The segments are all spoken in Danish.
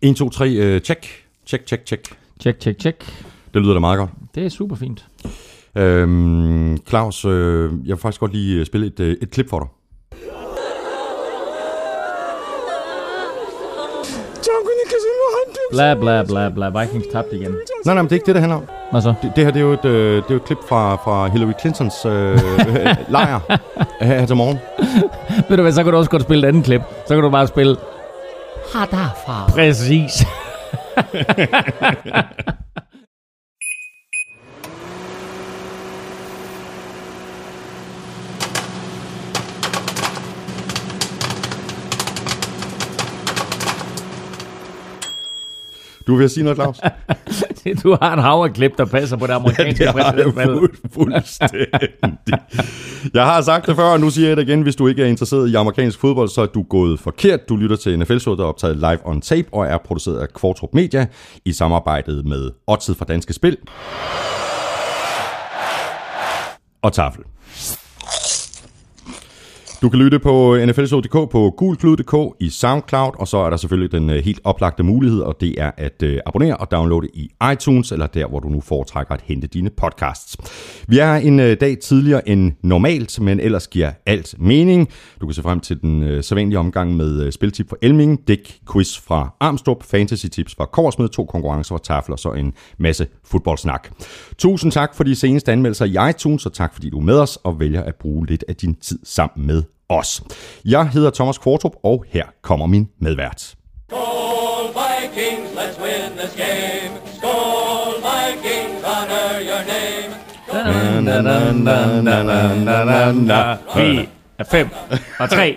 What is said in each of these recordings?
1, 2, 3, check. Check. Det lyder da meget godt. Det er super fint. Claus, jeg vil faktisk godt lige spille et klip for dig. Bla. Vikings tabte igen. Nej, men det er ikke det handler om. Hvad så? Det her, det er jo et klip fra Hillary Clintons lejr her til morgen. Ved du hvad, så kan du også godt spille et andet klip. Så kan du bare spille har derfra. Præcis. Du vil sige noget, Claus? Du har en hav-klip, der passer på det amerikanske præsidentvalg. Fuldstændig. Jeg har sagt det før, og nu siger jeg det igen. Hvis du ikke er interesseret i amerikansk fodbold, så er du gået forkert. Du lytter til NFL-showet, der er optaget live on tape og er produceret af Kvartrup Media i samarbejde med Odset fra Danske Spil og Tafel. Du kan lytte på nflshow.dk, på gulklud.dk, i SoundCloud, og så er der selvfølgelig den helt oplagte mulighed, og det er at abonnere og downloade i iTunes, eller der, hvor du nu foretrækker at hente dine podcasts. Vi er en dag tidligere end normalt, men ellers giver alt mening. Du kan se frem til den sædvanlige omgang med spiltip fra Elming, dæk quiz fra Armstrong, fantasy tips fra Korsmed, 2 konkurrencer fra Tafel og så en masse fodboldsnak. Tusind tak for de seneste anmeldelser i iTunes, og tak fordi du er med os og vælger at bruge lidt af din tid sammen med os. Jeg hedder Thomas Kvartrup, og her kommer min medvært. Skål Vikings, let's win this game. Skål Vikings, honor your name. Vi er 5 og 3.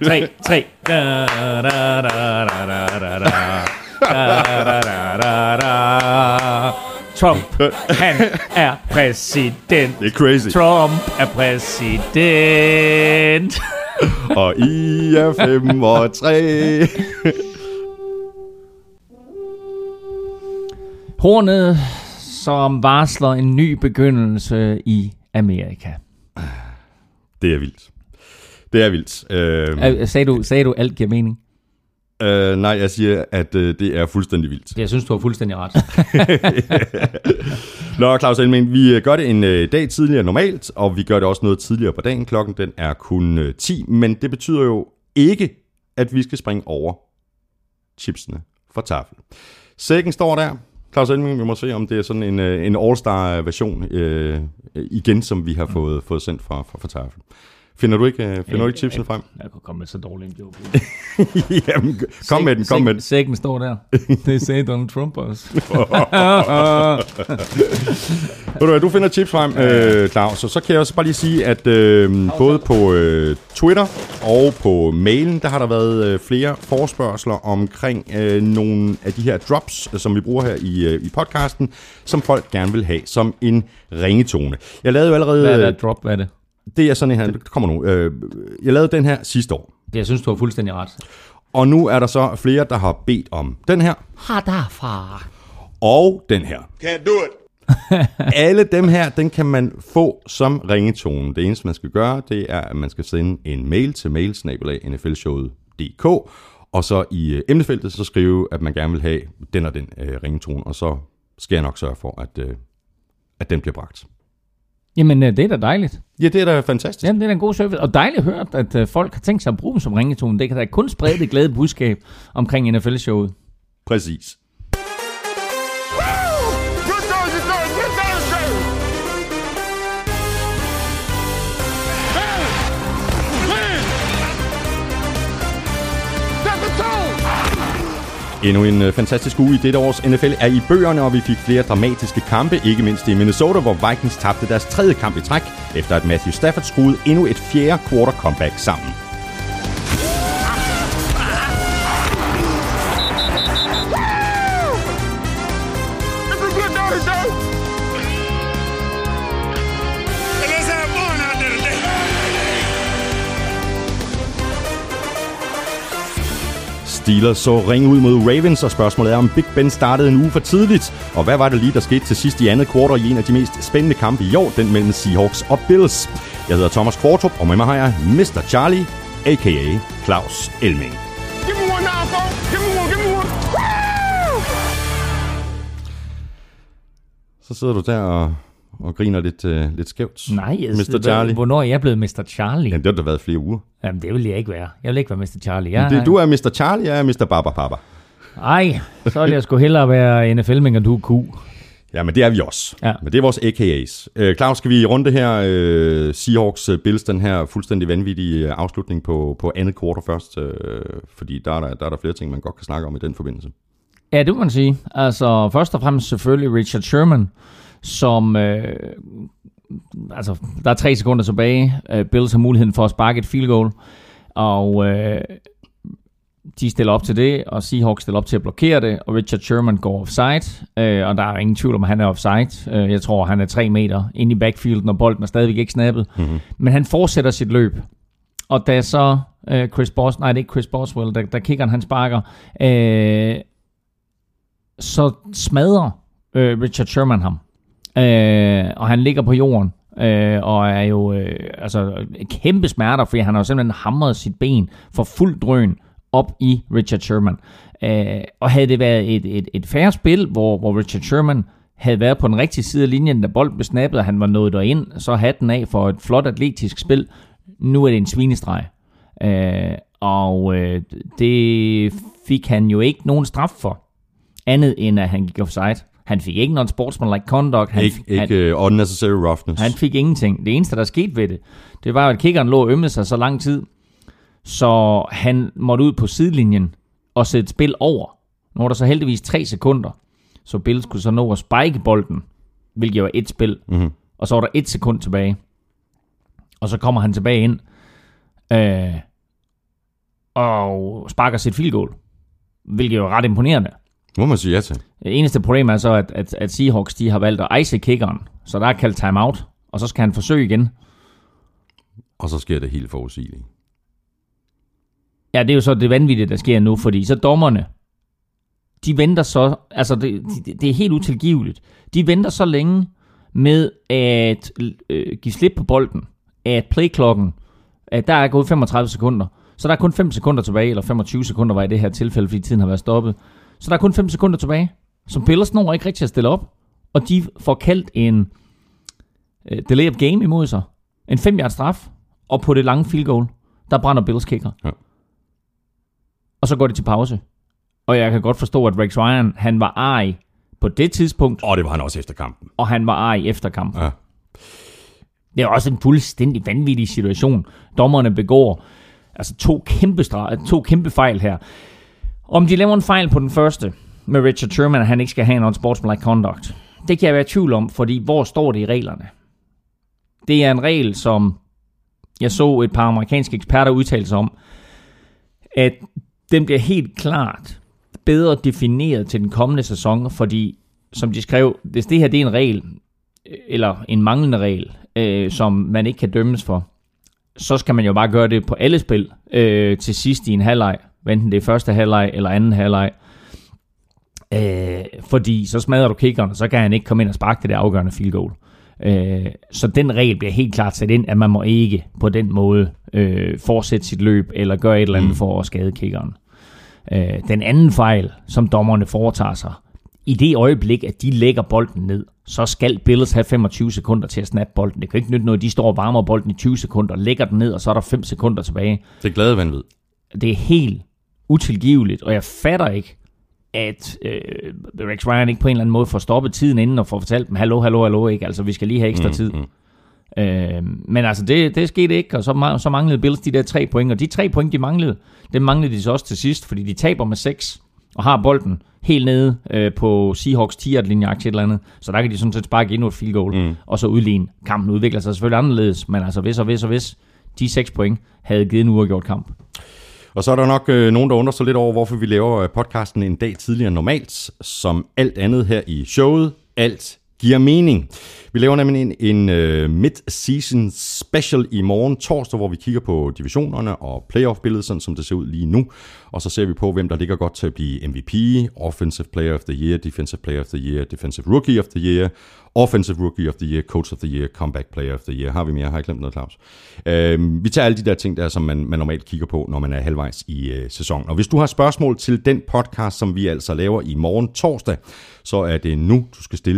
Trump, han er præsident. Det er crazy. Trump er præsident. Og I er 5 og 3. Hornet, som varsler en ny begyndelse i Amerika. Det er vildt. Det er vildt. Sagde du alt giver mening? Nej, jeg siger, at det er fuldstændig vildt. Jeg synes, du har fuldstændig ret. Nå, Claus Elming, vi gør det en dag tidligere normalt, og vi gør det også noget tidligere på dagen. Klokken den er kun 10, men det betyder jo ikke, at vi skal springe over chipsene fra Tafel. Sækken står der. Claus Elming, vi må se, om det er sådan en all-star-version igen, som vi har fået sendt fra Tafel. Finder du ikke chipsen frem? Jeg kunne komme med så dårlig en joke. Jamen, kom med den. Sækken står der. Det sagde Donald Trump også. Du finder chips frem, Claus, så kan jeg også bare lige sige, at både på Twitter og på mailen, der har der været flere forespørgsler omkring nogle af de her drops, som vi bruger her i podcasten, som folk gerne vil have som en ringetone. Jeg lavede jo allerede... Hvad er det drop? Hvad er det? Det er sådan en her, det kommer nu. Jeg lavede den her sidste år. Jeg synes, du har fuldstændig ret. Og nu er der så flere, der har bedt om den her. Har derfra. Og den her. Can't do it. Alle dem her, den kan man få som ringetone. Det eneste, man skal gøre, det er, at man skal sende en mail til mail@nflshowet.dk, og så i emnefeltet, så skrive, at man gerne vil have den og den ringetone, og så skal jeg nok sørge for, at den bliver bragt. Jamen, det er da dejligt. Ja, det er da fantastisk. Jamen, det er da en god service. Og dejligt hørt, at folk har tænkt sig at bruge dem som ringetone. Det kan da kun sprede det glade budskab omkring NFL-showet. Præcis. Endnu en fantastisk uge i dette års NFL er i bøgerne, og vi fik flere dramatiske kampe, ikke mindst i Minnesota, hvor Vikings tabte deres 3. kamp i træk, efter at Matthew Stafford skruede endnu et 4. quarter comeback sammen. Steelers så ringe ud mod Ravens, og spørgsmålet er, om Big Ben startede en uge for tidligt. Og hvad var det lige, der skete til sidst i andet kvartal i en af de mest spændende kampe i år, den mellem Seahawks og Bills? Jeg hedder Thomas Kvartrup, og med mig har jeg Mr. Charlie, a.k.a. Claus Elming. Give me one now, folks. Give me one. Så sidder du der og griner lidt skævt. Nej, Mr. Charlie. Hvornår er jeg blevet Mr. Charlie? Ja, det har da været flere uger. Jamen, det vil jeg ikke være. Jeg vil ikke være Mr. Charlie. Du er Mr. Charlie, jeg er Mr. Baba. Ej, så vil jeg sgu hellere være NFL-ming, og du er Q. Ja, men det er vi også. Ja. Men det er vores AKA's. Claus, skal vi runde her Seahawks Bills, den her fuldstændig vanvittige afslutning på andet kvartal først? Fordi der er der flere ting, man godt kan snakke om i den forbindelse. Ja, det må man sige. Altså, først og fremmest selvfølgelig Richard Sherman, som... altså, der er 3 sekunder tilbage. Bills har muligheden for at sparke et field goal, og de stiller op til det, og Seahawks stiller op til at blokere det, og Richard Sherman går offside, og der er ingen tvivl om, at han er offside. Jeg tror, han er 3 meter inde i backfielden, og bolden er stadigvæk ikke snappet. Mm-hmm. Men han fortsætter sit løb. Og da så Chris Boswell, da kickeren han sparker, så smadrer Richard Sherman ham. Og han ligger på jorden, og er jo altså kæmpe smerter, fordi han har jo simpelthen hamret sit ben for fuld drøn op i Richard Sherman. Og havde det været et fair spil, hvor Richard Sherman havde været på den rigtige side af linjen, da bolden blev snappet, og han var nået derind, så hatten af for et flot atletisk spil. Nu er det en svinestreg. Og det fik han jo ikke nogen straf for, andet end at han gik offside. Han fik ikke noget sportsmanlike conduct. Ikke unnecessary roughness. Han fik ingenting. Det eneste, der skete ved det var, at kickeren lå og ømmede sig så lang tid, så han måtte ud på sidelinjen og sætte spil over. Nu var der så heldigvis 3 sekunder, så Bills kunne så nå at spike bolden, hvilket var 1 spil. Mm-hmm. Og så var der 1 sekund tilbage. Og så kommer han tilbage ind og sparker sit field goal, hvilket er ret imponerende. Må man sige ja til. Det eneste problem er så, at Seahawks de har valgt at ice kickeren, så der er kaldt timeout, og så skal han forsøge igen. Og så sker det helt forudsigeligt. Ja, det er jo så det vanvittige, der sker nu, fordi så dommerne, de venter så, altså det er helt utilgiveligt, de venter så længe med at give slip på bolden, at playklokken, at der er gået 35 sekunder, så der er kun 5 sekunder tilbage, eller 25 sekunder var i det her tilfælde, fordi tiden har været stoppet. Så der er kun 5 sekunder tilbage, så Bills når ikke rigtig at stille op, og de får kaldt en delay of game imod sig, en 5-yard straf, og på det lange field goal, der brænder Bills kicker. Ja. Og så går det til pause. Og jeg kan godt forstå, at Rex Ryan, han var arg på det tidspunkt. Og det var han også efter kampen. Og han var arg efter kampen. Ja. Det er også en fuldstændig vanvittig situation. Dommerne begår altså 2 kæmpe fejl her. Om de laver en fejl på den første, med Richard Sherman, at han ikke skal have en sportsmanlike conduct, det kan jeg være i tvivl om, fordi hvor står det i reglerne? Det er en regel, som jeg så et par amerikanske eksperter udtale sig om, at den bliver helt klart bedre defineret til den kommende sæson, fordi, som de skrev, hvis det her det er en regel, eller en manglende regel, som man ikke kan dømmes for, så skal man jo bare gøre det på alle spil til sidst i en halvleg, enten det er første halvleg eller anden halvleg. Fordi så smadrer du kickeren, og så kan han ikke komme ind og sparke det afgørende field goal. Så den regel bliver helt klart sat ind, at man må ikke på den måde fortsætte sit løb, eller gøre et eller andet for at skade kickeren. Den anden fejl, som dommerne foretager sig, i det øjeblik, at de lægger bolden ned, så skal Bills have 25 sekunder til at snappe bolden. Det kan ikke nytte noget, de står og varmer bolden i 20 sekunder, lægger den ned, og så er der 5 sekunder tilbage. Det er glade vanvid. Det er helt utilgiveligt, og jeg fatter ikke, at Rex Ryan ikke på en eller anden måde får stoppet tiden inden og får fortalt dem, hallo, ikke? Altså, vi skal lige have ekstra tid. Men altså, det skete ikke, og så manglede Bills de der 3 point, og de 3 point, de manglede de så også til sidst, fordi de taber med 6, og har bolden helt nede på Seahawks 10-yard-linje et eller andet, så der kan de sådan set sparke endnu et field goal, og så udligne. Kampen udvikler sig selvfølgelig anderledes, men altså hvis de 6 point havde givet en uafgjort kamp. Og så er der nok nogen, der undrer sig lidt over, hvorfor vi laver podcasten en dag tidligere end normalt. Som alt andet her i showet, alt giver mening. Vi laver nemlig en mid-season special i morgen torsdag, hvor vi kigger på divisionerne og playoff-billedet, sådan som det ser ud lige nu. Og så ser vi på, hvem der ligger godt til at blive MVP, Offensive Player of the Year, Defensive Player of the Year, Defensive Rookie of the Year, Offensive Rookie of the Year, Coach of the Year, Comeback Player of the Year. Har vi mere? Har jeg glemt noget, Claus? Vi tager alle de der ting der, som man normalt kigger på, når man er halvvejs i sæsonen. Og hvis du har spørgsmål til den podcast, som vi altså laver i morgen torsdag, så er det nu, du skal stille dit spørgsmål.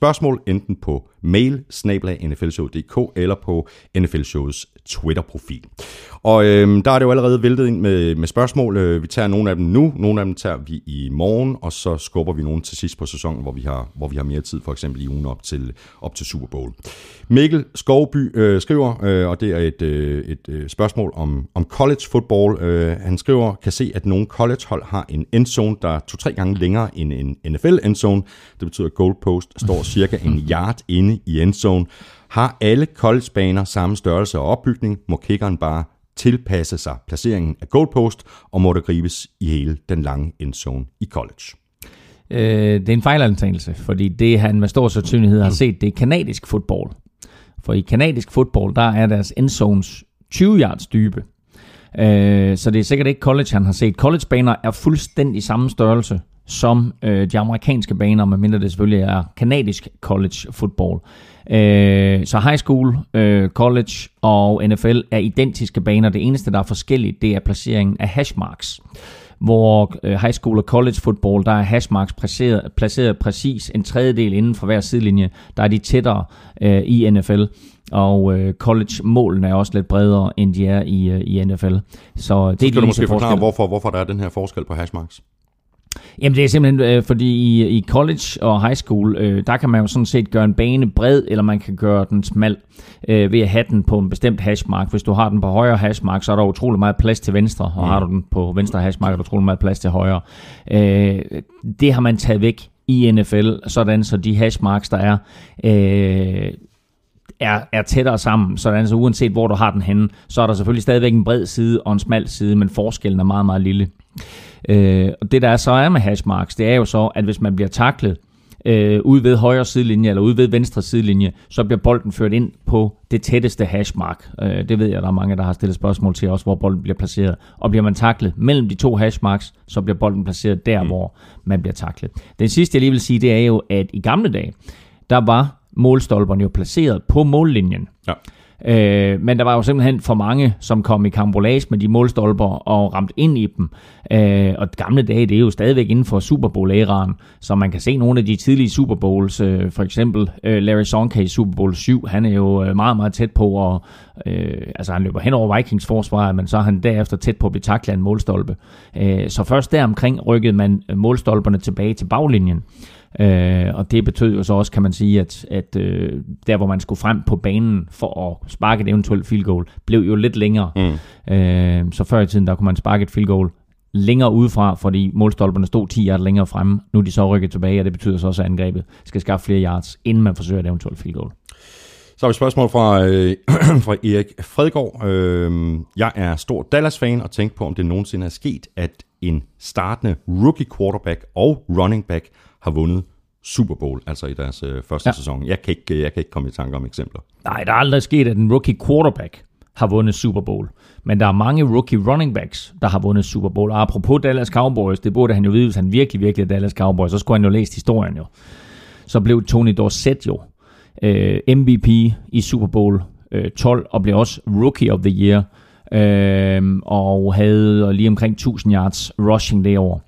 spørgsmål, enten på mail @nflshow.dk eller på NFL Shows Twitter-profil. Og der er det jo allerede væltet ind med spørgsmål. Vi tager nogle af dem nu, nogle af dem tager vi i morgen, og så skubber vi nogle til sidst på sæsonen, hvor vi har mere tid, for eksempel i ugen op til Super Bowl. Mikkel Skovby skriver, og det er et spørgsmål om college football. Han skriver, kan se, at nogle collegehold har en endzone, der er 2-3 gange længere end en NFL endzone. Det betyder, at goalpost står cirka en yard inde i endzone. Har alle collegebaner samme størrelse og opbygning, må kickeren bare tilpasse sig placeringen af goalpost, og må der gribes i hele den lange endzone i college. Det er en fejlantagelse, fordi det han med stor sandsynlighed har set, det er kanadisk fodbold. For i kanadisk fodbold, der er deres endzones 20 yards dybe. Så det er sikkert ikke college, han har set. Collegebaner er fuldstændig samme størrelse som de amerikanske baner, medmindre det selvfølgelig er kanadisk college football. Så high school, college og NFL er identiske baner. Det eneste, der er forskelligt, det er placeringen af hashmarks. Hvor high school og college football, der er hashmarks placeret præcis en tredjedel inden for hver sidelinje. Der er de tættere i NFL, og college-målene er også lidt bredere, end de er i NFL. Så det er du måske forklare, hvorfor der er den her forskel på hashmarks? Jamen det er simpelthen fordi i college og high school, der kan man jo sådan set gøre en bane bred, eller man kan gøre den smal ved at have den på en bestemt hashmark. Hvis du har den på højre hashmark, så er der utrolig meget plads til venstre, og har du den på venstre hashmark, er der utrolig meget plads til højre. Det har man taget væk i NFL, sådan så de hashmarks, der er tættere sammen, sådan så uanset hvor du har den henne, så er der selvfølgelig stadigvæk en bred side og en smal side, men forskellen er meget, meget lille. Og det der så er med hashmarks, det er jo så, at hvis man bliver tacklet ude ved højre sidelinje eller ude ved venstre sidelinje, så bliver bolden ført ind på det tætteste hashmark. Det ved jeg, der er mange, der har stillet spørgsmål til også, hvor bolden bliver placeret. Og bliver man tacklet mellem de to hashmarks, så bliver bolden placeret der, hvor man bliver tacklet. Den sidste, jeg lige vil sige, det er jo, at i gamle dage, der var målstolperne jo placeret på mållinjen. Ja. Men der var jo simpelthen for mange, som kom i karambolage med de målstolper og ramte ind i dem. Og gamle dage, det er jo stadigvæk inden for Super Bowl-æraen, så man kan se nogle af de tidlige Super Bowls, for eksempel Larry Sonke i Super Bowl 7, han er jo meget, meget tæt på, og altså han løber hen over Vikings forsvar, men så er han derefter tæt på at blive tacklet af en målstolpe. Så først deromkring rykkede man målstolperne tilbage til baglinjen. Og det betød jo så også, kan man sige, at der hvor man skulle frem på banen for at sparke et eventuelt field goal, blev jo lidt længere. Så før i tiden, der kunne man sparke et field goal længere udefra, fordi målstolperne stod 10 yards længere fremme. Nu er de så rykket tilbage, og det betyder så også, at angrebet skal skaffe flere yards, inden man forsøger et eventuelt field goal. Så har vi et spørgsmål fra Erik Fredgaard. Jeg er stor Dallas-fan og tænkte på, om det nogensinde er sket, at en startende rookie quarterback og running back har vundet Super Bowl, altså i deres første sæson. Jeg kan ikke komme i tanke om eksempler. Nej, der er aldrig sket, at en rookie quarterback har vundet Super Bowl. Men der er mange rookie running backs, der har vundet Super Bowl. Og apropos Dallas Cowboys, det burde han jo vide, hvis han virkelig er Dallas Cowboys, så skulle han jo læst historien jo. Så blev Tony Dorsett jo MVP i Super Bowl 12, og blev også Rookie of the Year, og havde lige omkring 1000 yards rushing det år.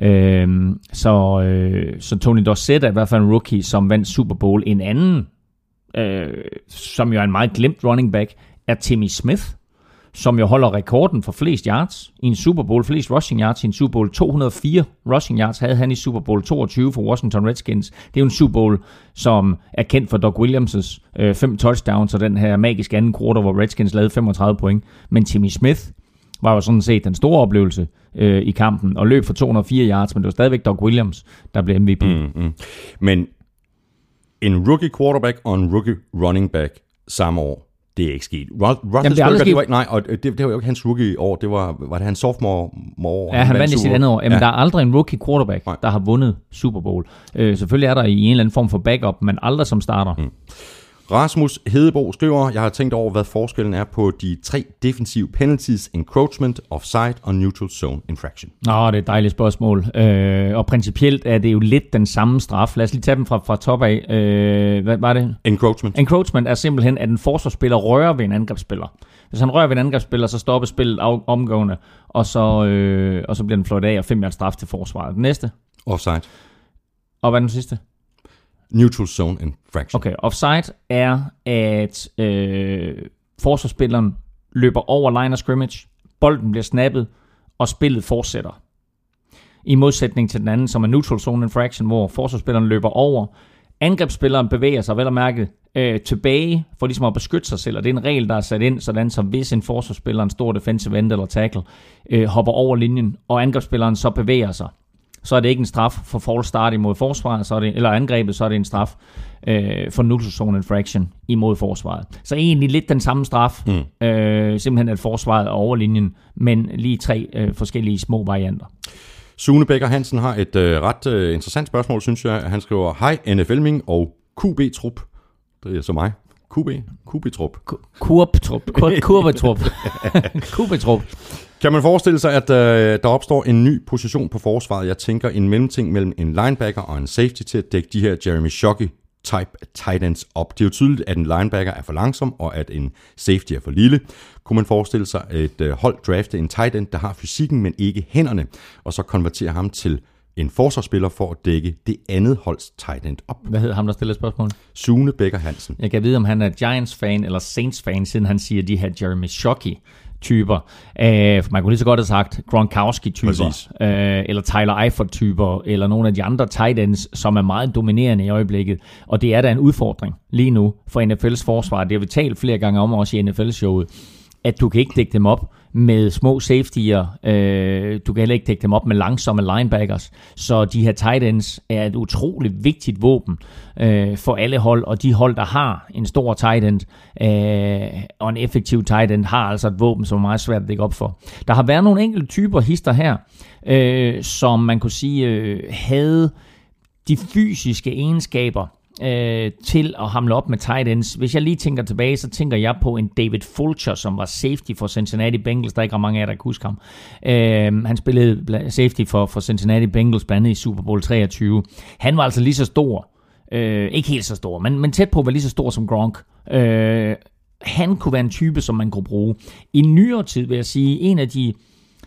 Så Tony Dorsett er i hvert fald en rookie, som vandt Super Bowl. En anden, som jo er en meget glemt running back, er Timmy Smith, som jo holder rekorden for flest yards i en Super Bowl, flest rushing yards i en Super Bowl. 204 rushing yards havde han i Super Bowl 22 for Washington Redskins. Det er jo en Super Bowl, som er kendt for Doug Williams' 5 touchdowns og den her magiske anden quarter, hvor Redskins lavede 35 point. Men Timmy Smith var jo sådan set den store oplevelse i kampen, og løb for 204 yards, men det var stadigvæk Doug Williams, der blev MVP. Men en rookie quarterback og en rookie running back samme år, det er ikke sket. Det var jo ikke hans rookie-år, var det hans sophomore-år? Ja, han vandt i sit andet år. Jamen, der er aldrig en rookie quarterback, der har vundet Super Bowl. Selvfølgelig er der i en eller anden form for backup, men aldrig som starter. Rasmus Hedebo skriver, jeg har tænkt over, hvad forskellen er på de 3 defensive penalties, encroachment, offside og neutral zone infraction. Det er et dejligt spørgsmål. Og principielt er det jo lidt den samme straf. Lad os lige tage dem fra top af. Hvad var det? Encroachment. Encroachment er simpelthen, at en forsvarsspiller rører ved en angrebsspiller. Hvis han rører ved en angrebsspiller, så stopper spillet omgående, og så bliver den fløjt af, og 5 yards straf til forsvaret. Den næste? Offside. Og hvad er den sidste? Neutral zone infraction. Okay, offside er, at forsvarsspilleren løber over line of scrimmage, bolden bliver snappet, og spillet fortsætter. I modsætning til den anden, som er neutral zone infraction, hvor forsvarsspilleren løber over. Angrebsspilleren bevæger sig vel at mærke tilbage, for ligesom at beskytte sig selv, og det er en regel, der er sat ind, sådan så hvis en forsvarsspiller, en stor defensive end eller tackle, hopper over linjen, og angrebsspilleren så bevæger sig, så er det ikke en straf for false start imod forsvaret, eller angrebet, så er det en straf for neutral zone infraction imod forsvaret. Så egentlig lidt den samme straf, simpelthen at forsvaret er over linjen, men lige 3 forskellige små varianter. Sune Becker Hansen har et ret interessant spørgsmål, synes jeg. Han skriver, hej NFL-ming og QB-trup. Det er så mig. QB-trup. Kurvetrup. QB-trup. Kan man forestille sig, at der opstår en ny position på forsvaret? Jeg tænker en mellemting mellem en linebacker og en safety til at dække de her Jeremy Shockey-type tight ends op. Det er jo tydeligt, at en linebacker er for langsom, og at en safety er for lille. Kunne man forestille sig et hold drafte en tight end, der har fysikken, men ikke hænderne, og så konvertere ham til en forsvarsspiller for at dække det andet holds tight end op? Hvad hedder ham, der stiller spørgsmål? Sune Becker Hansen. Jeg kan vide, om han er Giants-fan eller Saints-fan, siden han siger de her Jeremy Shockey-typer. Man kunne lige så godt have sagt Gronkowski-typer, eller Tyler Eifert-typer, eller nogle af de andre tight ends, som er meget dominerende i øjeblikket. Og det er da en udfordring lige nu for NFL's forsvar. Det har vi talt flere gange om, også i NFL-showet, at du kan ikke dække dem op med små safetyer, du kan heller ikke dække dem op med langsomme linebackers, så de her tight ends er et utroligt vigtigt våben for alle hold, og de hold, der har en stor tight end og en effektiv tight end, har altså et våben, som er meget svært at dække op for. Der har været nogle enkelte typer hister her, som man kunne sige havde de fysiske egenskaber til at hamle op med tight ends. Hvis jeg lige tænker tilbage, så tænker jeg på en David Fulcher, som var safety for Cincinnati Bengals. Der er ikke mange af jer, der kan huske ham. Han spillede safety for Cincinnati Bengals, blandt andet i Super Bowl 23. Han var altså lige så stor. Ikke helt så stor, men tæt på at være lige så stor som Gronk. Han kunne være en type, som man kunne bruge. I nyere tid, vil jeg sige, en af de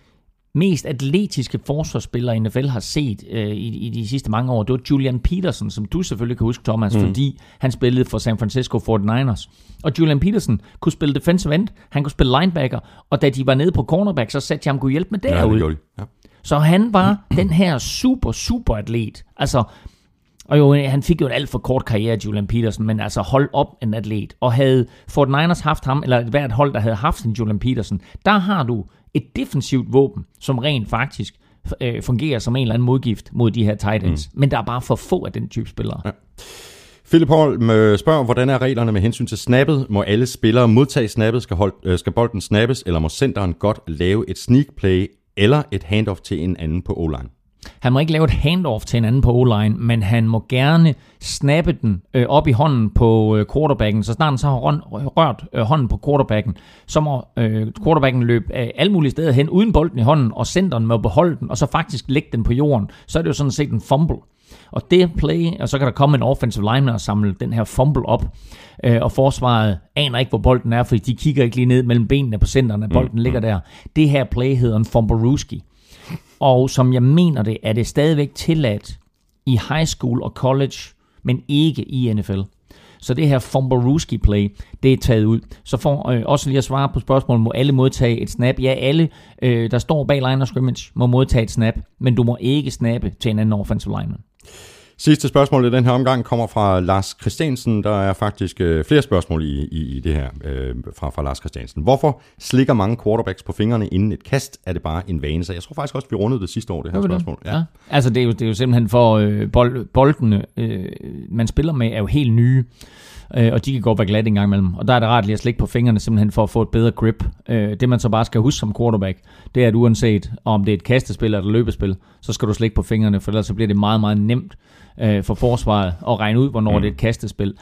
mest atletiske forsvarsspillere, NFL har set i de sidste mange år, det var Julian Peterson, som du selvfølgelig kan huske, Thomas, fordi han spillede for San Francisco 49ers. Og Julian Peterson kunne spille defensive end, han kunne spille linebacker, og da de var nede på cornerback, så satte jeg ham kunne hjælpe med derude. Ja. Så han var den her super atlet. Altså, og jo, han fik jo en alt for kort karriere, Julian Peterson, men altså hold op en atlet. Og havde 49ers haft ham, eller hvert hold, der havde haft en Julian Peterson, der har du et defensivt våben, som rent faktisk fungerer som en eller anden modgift mod de her tight ends. Men der er bare for få af den type spillere. Ja. Philip Holm spørger, hvordan er reglerne med hensyn til snappet? Må alle spillere modtage snappet? Skal bolden snappes, eller må centeren godt lave et sneak play eller et handoff til en anden på O-line? Han må ikke lave et handoff til en anden på O-line, men han må gerne snappe den op i hånden på quarterbacken. Så snart han så har rørt hånden på quarterbacken, så må quarterbacken løbe alle mulige steder hen uden bolden i hånden, og centeren må beholde den, og så faktisk lægge den på jorden. Så er det jo sådan set en fumble. Og det play, og så kan der komme en offensive lineman og samle den her fumble op, og forsvaret aner ikke, hvor bolden er, fordi de kigger ikke lige ned mellem benene på centeren, at bolden ligger der. Det her play hedder en fumblerooski. Og som jeg mener det, er det stadigvæk tilladt i high school og college, men ikke i NFL. Så det her fumblerooski play, det er taget ud. Så for også lige at svare på spørgsmålet, må alle modtage et snap? Ja, alle, der står bag line of scrimmage, må modtage et snap, men du må ikke snappe til en anden offensive lineman. Sidste spørgsmål i den her omgang kommer fra Lars Christiansen. Der er faktisk flere spørgsmål i det her fra Lars Christiansen. Hvorfor slikker mange quarterbacks på fingrene inden et kast? Er det bare en vane? Så jeg tror faktisk også, vi rundede det sidste år, det her spørgsmål. Ja. Altså det er jo simpelthen for boldene, man spiller med, er jo helt nye. Og de kan gå være glat en gang imellem. Og der er det rart lige at slikke på fingrene, simpelthen for at få et bedre grip. Det man så bare skal huske som quarterback, det er, at uanset om det er et kastespil eller et løbespil, så skal du slikke på fingrene, for ellers så bliver det meget, meget nemt for forsvaret at regne ud, hvornår det er et kastespil.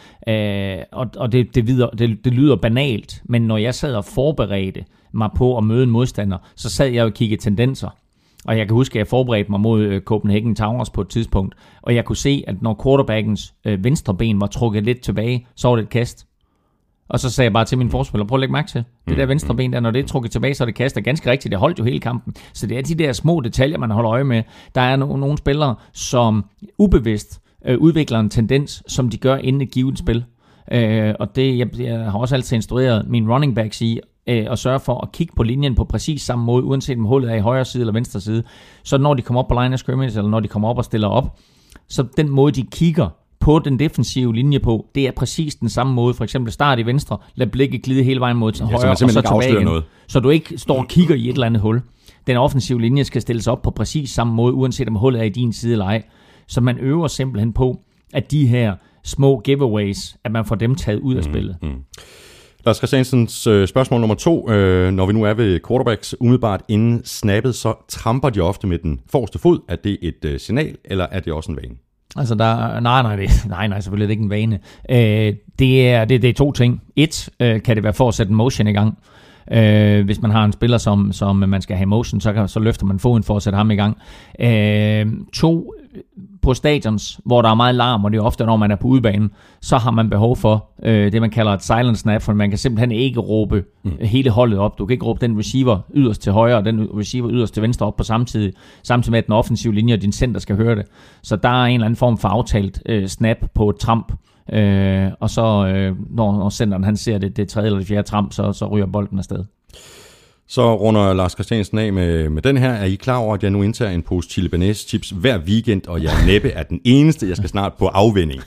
Og det lyder banalt, men når jeg sad og forberedte mig på at møde en modstander, så sad jeg og kiggede tendenser. Og jeg kan huske, at jeg forberedte mig mod Copenhagen Towers på et tidspunkt, og jeg kunne se, at når quarterbackens venstre ben var trukket lidt tilbage, så var det et kast. Og så sagde jeg bare til min forspiller, prøv at lægge mærke til, det der venstre ben der, når det er trukket tilbage, så er det kast, og ganske rigtigt, det holdt jo hele kampen. Så det er de der små detaljer, man holder øje med. Der er nogle spillere, som ubevidst udvikler en tendens, som de gør inden et givet spil. Og det, jeg har også altid instrueret mine running backs i, at sørge for at kigge på linjen på præcis samme måde, uanset om hullet er i højre side eller venstre side. Så når de kommer op på line of scrimmage, eller når de kommer op og stiller op, så den måde, de kigger på den defensive linje på, det er præcis den samme måde. For eksempel start i venstre, lad blikket glide hele vejen mod højre, og så tilbage igen. Noget. Så du ikke står og kigger i et eller andet hul. Den offensive linje skal stilles op på præcis samme måde, uanset om hullet er i din side eller ej. Så man øver simpelthen på, at de her små giveaways, at man får dem taget ud af spillet. Lars Christiansens spørgsmål nummer 2. Når vi nu er ved quarterbacks, umiddelbart inden snappet, så tramper de ofte med den forreste fod. Er det et signal, eller er det også en vane? Altså, nej, selvfølgelig er det ikke en vane. Det er 2 ting. 1, kan det være for at sætte en motion i gang. Hvis man har en spiller, som man skal have motion, så løfter man foden for at sætte ham i gang. 2, på stadions, hvor der er meget larm, og det er ofte, når man er på udebanen, så har man behov for det, man kalder et silent snap, for man kan simpelthen ikke råbe hele holdet op. Du kan ikke råbe den receiver yderst til højre, og den receiver yderst til venstre op på samtidig med, at den offensive linje og din center skal høre det. Så der er en eller anden form for aftalt snap på et tramp, og så når centeren han ser det 3. eller det 4. tramp, så ryger bolden afsted. Så runder Lars Christiansen af med den her. Er I klar over, at jeg nu indtager en pose chili banæs chips hver weekend, og jeg næppe er den eneste, jeg skal snart på afvinding?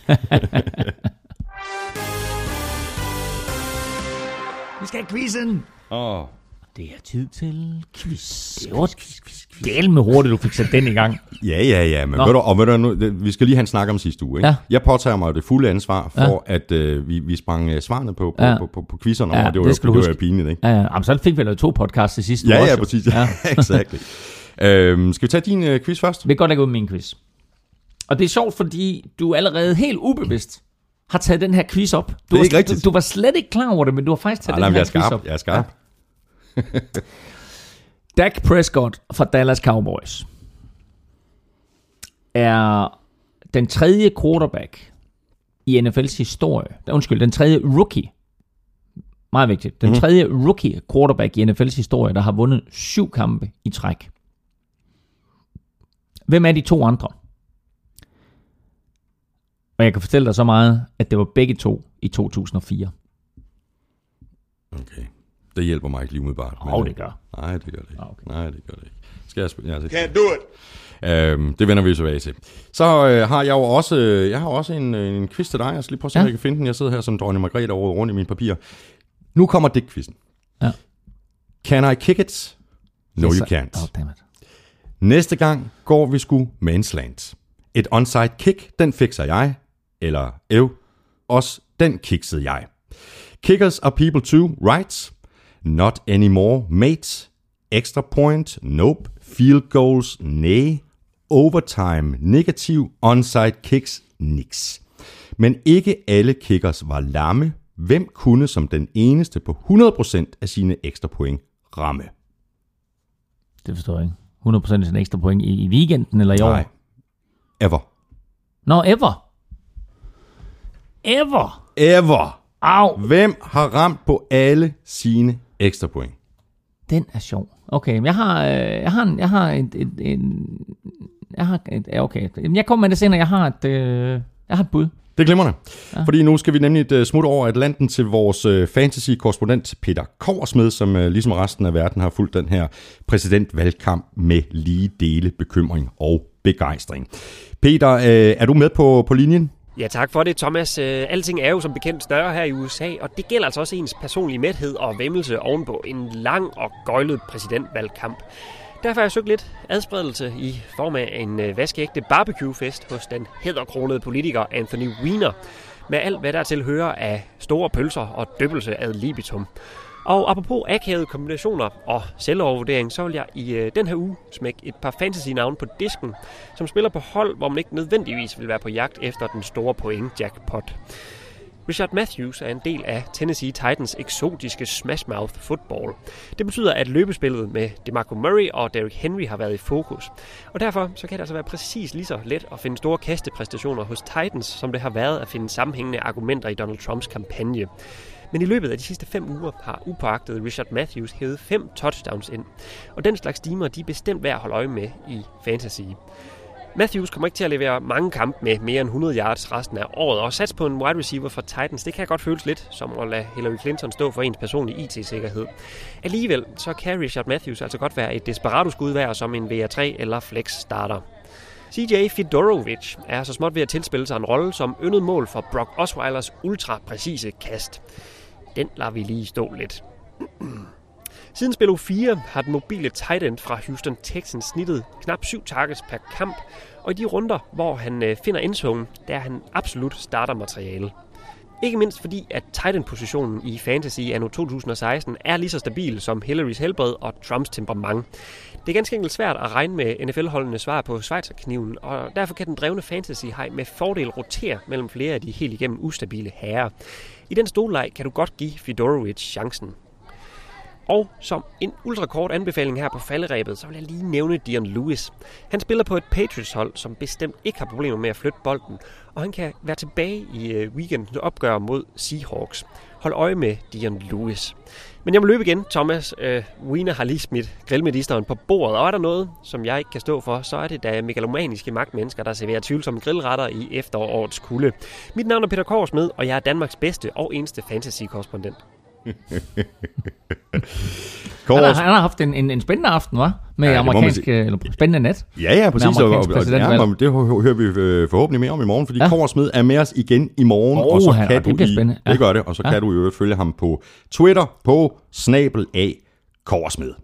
Vi skal have quizzen! Det er tid til quiz. Det var galt med hurtigt, du fik sat den i gang. Ja, men ved du nu, vi skal lige have en snak om sidste uge. Ikke? Ja. Jeg påtager mig det fulde ansvar for, at vi sprang svarene på quizzerne, og det var jo pinligt. Ikke? Ja. Så fik vi lavet 2 podcasts til sidste uge. Ja, præcis. Ja. Exakt. Skal vi tage din quiz først? Vi kan godt lægge ud med min quiz. Og det er sjovt, fordi du allerede helt ubevidst har taget den her quiz op. Du var slet ikke klar over det, men du har faktisk taget den her quiz op. Jeg er skarp. Dak Prescott fra Dallas Cowboys er den 3. quarterback i NFL's historie. Den 3. rookie. Meget vigtigt. Den 3. rookie quarterback i NFL's historie, der har vundet 7 kampe i træk. Hvem er de 2 andre? Og jeg kan fortælle dig så meget, at det var begge 2 i 2004. Okay. Det hjælper mig ikke lige umiddelbart. Det gør. Nej, det gør det ikke. Okay. Nej, det gør det ikke. Skal jeg spille? Can't do it. Det vender vi jo tilbage til. Så har jeg jo også, en quiz til dig. Jeg skal lige prøve at se, om jeg kan finde den. Jeg sidder her som dronning Margrethe over rundt i mine papirer. Nu kommer Dick-quizzen. Ja. Can I kick it? No, you can't. Damn it. Næste gang går vi sgu med en slant. Et onside kick, den fikser jeg. Eller den kiksede jeg. Kickers are people too, right? Not anymore, mate. Extra point, nope. Field goals, nej. Overtime, negativ. Onside kicks, niks. Men ikke alle kickers var lamme. Hvem kunne som den eneste på 100% af sine ekstra point ramme? Det forstår jeg ikke. 100% af sine ekstra point i weekenden eller i år? Nej. Ever. Nå, ever. Au. Hvem har ramt på alle sine ekstra point? Den er sjov. Okay, jeg kommer med det senere. Jeg har et bud. Det er glimrende. Ja. Fordi nu skal vi nemlig et smut over Atlanten til vores fantasy-korrespondent Peter Kobbersmed, som ligesom resten af verden har fulgt den her præsidentvalgkamp med lige dele bekymring og begejstring. Peter, er du med på linjen? Ja, tak for det, Thomas. Alting er jo som bekendt større her i USA, og det gælder altså også ens personlige mæthed og væmmelse ovenpå en lang og gøjlet præsidentvalgkamp. Derfor har jeg søgt lidt adspredelse i form af en vaskeægte barbecue-fest hos den hæderkronede politiker Anthony Weiner, med alt hvad der til hører af store pølser og døbelse ad libitum. Og apropos akavede kombinationer og selvovervurdering, så vil jeg i den her uge smække et par fantasy-navne på disken, som spiller på hold, hvor man ikke nødvendigvis vil være på jagt efter den store point-jackpot. Richard Matthews er en del af Tennessee Titans eksotiske smash-mouth football. Det betyder, at løbespillet med DeMarco Murray og Derrick Henry har været i fokus. Og derfor så kan det altså være præcis lige så let at finde store kastepræstationer hos Titans, som det har været at finde sammenhængende argumenter i Donald Trumps kampagne. Men i løbet af de sidste 5 uger har upåagtet Richard Matthews hævet 5 touchdowns ind. Og den slags stimer, de er bestemt værd at holde øje med i fantasy. Matthews kommer ikke til at levere mange kampe med mere end 100 yards resten af året, og sats på en wide receiver fra Titans, det kan godt føles lidt som at lade Hillary Clinton stå for ens personlige IT-sikkerhed. Alligevel så kan Rishard Matthews altså godt være et desperado-skud værd som en VR3 eller flex starter. CJ Fedorovic er så småt ved at tilspille sig en rolle som yndet mål for Brock Osweilers ultra-præcise kast. Den lader vi lige stå lidt. Siden spil 4 har den mobile tight end fra Houston Texans snittet knap 7 targets per kamp, og i de runder, hvor han finder endzonen, der er han absolut startermateriale. Ikke mindst fordi, at tight end-positionen i fantasy anno 2016 er lige så stabil som Hillarys helbred og Trumps temperament. Det er ganske enkelt svært at regne med NFL-holdenes svar på schweizerkniven, og derfor kan den drevne fantasy-hej med fordel rotere mellem flere af de helt igennem ustabile herrer. I den stolleg kan du godt give Fedorovic chancen. Og som en ultrakort anbefaling her på falderæbet, så vil jeg lige nævne Dion Lewis. Han spiller på et Patriots-hold, som bestemt ikke har problemer med at flytte bolden, og han kan være tilbage i weekendens opgør mod Seahawks. Hold øje med Dion Lewis. Men jeg må løbe igen, Thomas. Wiener har lige smidt grillmedisteren på bordet, og er der noget, som jeg ikke kan stå for, så er det da megalomaniske magtmennesker, der serverer tvivlsomme grillretter i efterårets kulde. Mit navn er Peter Korsmed, og jeg er Danmarks bedste og eneste fantasy-korrespondent. Han har haft en spændende aften, hva? Med amerikansk spændende net. Ja, præcis. Og det hører vi forhåbentlig mere om i morgen, fordi Korsmed er med os igen i morgen. Og så kan du det gør det, og så kan du jo følge ham på Twitter på @Korsmed.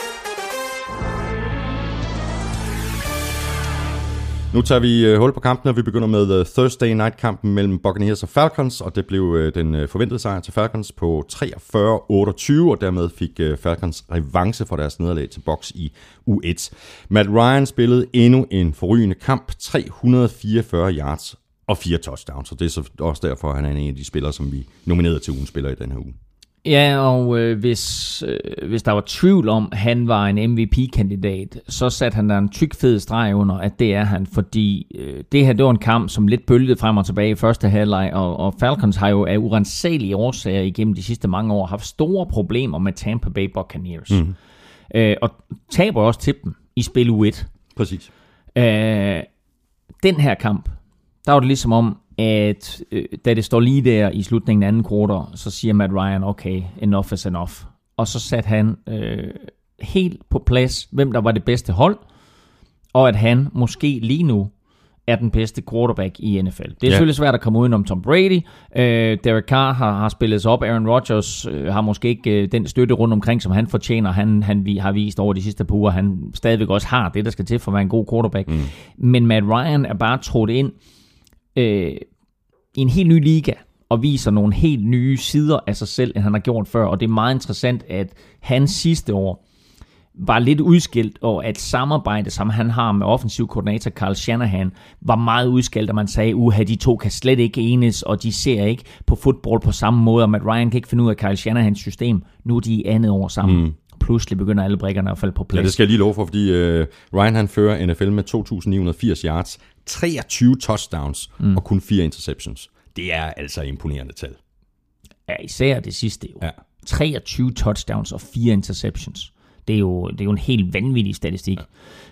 Nu tager vi hul på kampen, og vi begynder med Thursday Night-kampen mellem Buccaneers og Falcons, og det blev den forventede sejr til Falcons på 43-28, og dermed fik Falcons revanche for deres nederlag til Bucs i U1. Matt Ryan spillede endnu en forrygende kamp, 344 yards og 4 touchdowns, og det er så også derfor, at han er en af de spillere, som vi nominerede til ugens spiller i den her uge. Ja, og hvis der var tvivl om, han var en MVP-kandidat, så satte han der en tyk fed streg under, at det er han, fordi det her, det var en kamp, som lidt bølgede frem og tilbage i første halvleg, og Falcons har jo af urensagelige årsager igennem de sidste mange år haft store problemer med Tampa Bay Buccaneers. Og taber også til dem i spil U1. Præcis. Den her kamp, der var det ligesom om, at da det står lige der i slutningen af anden kvartal, så siger Matt Ryan, okay, enough is enough. Og så satte han helt på plads, hvem der var det bedste hold, og at han måske lige nu er den bedste quarterback i NFL. Det er selvfølgelig svært at komme udenom Tom Brady. Derek Carr har spillet sig op. Aaron Rodgers har måske ikke den støtte rundt omkring, som han fortjener. Han har vist over de sidste par uger, han stadigvæk også har det, der skal til for at være en god quarterback. Men Matt Ryan er bare trådt ind i en helt ny liga og viser nogle helt nye sider af sig selv, end han har gjort før. Og det er meget interessant, at han sidste år var lidt udskilt, og at samarbejde, som han har med offensiv koordinator Kyle Shanahan, var meget udskilt, og man sagde, de to kan slet ikke enes, og de ser ikke på fodbold på samme måde, og Matt Ryan kan ikke finde ud af Kyle Shanahans system. Nu er de i andet år sammen. Pludselig begynder alle brikkerne at falde på plads. Ja, det skal jeg lige love for, fordi Ryan han fører NFL med 2.980 yards, 23 touchdowns og kun 4 interceptions. Det er altså imponerende tal. Ja, især det sidste jo. Ja. 23 touchdowns og 4 interceptions. Det er jo en helt vanvittig statistik.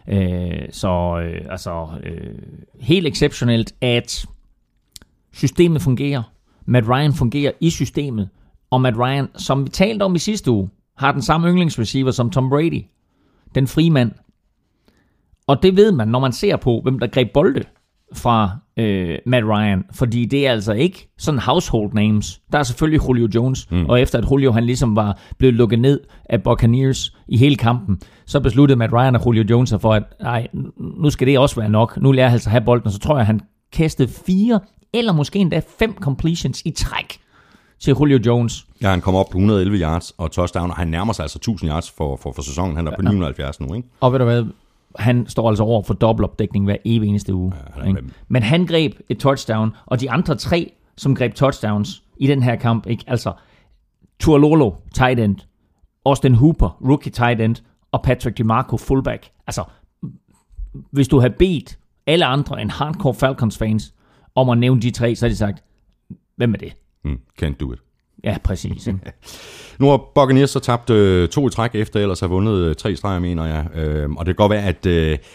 Ja. Helt exceptionelt, at systemet fungerer. Matt Ryan fungerer i systemet, og Matt Ryan, som vi talte om i sidste uge, har den samme yndlingsreceiver som Tom Brady. Den frie mand. Og det ved man, når man ser på, hvem der greb bolde fra Matt Ryan. Fordi det er altså ikke sådan household names. Der er selvfølgelig Julio Jones. Og efter at Julio han ligesom var blevet lukket ned af Buccaneers i hele kampen, så besluttede Matt Ryan og Julio Jones for, at nu skal det også være nok. Nu lærer han altså have bolden. Og så tror jeg, han kastede 4 eller måske endda 5 completions i træk til Julio Jones. Ja, han kommer op på 111 yards og touchdown, og han nærmer sig altså 1000 yards for sæsonen. Han er på 970 nu, ikke? Og ved du hvad, han står altså over for dobbeltopdækning hver evig eneste uge. Ja, men han greb et touchdown, og de andre 3, som greb touchdowns i den her kamp, ikke? Altså Tualolo, tight end, Austin Hooper, rookie tight end, og Patrick DiMarco, fullback. Altså, hvis du havde bedt alle andre end hardcore Falcons fans om at nævne de 3, så har de sagt, hvem er det? Can't do it. Ja, præcis. Nu har Buccaneers så tabt 2 i træk efter ellers har vundet 3 streger, mener jeg. Og det kan godt være,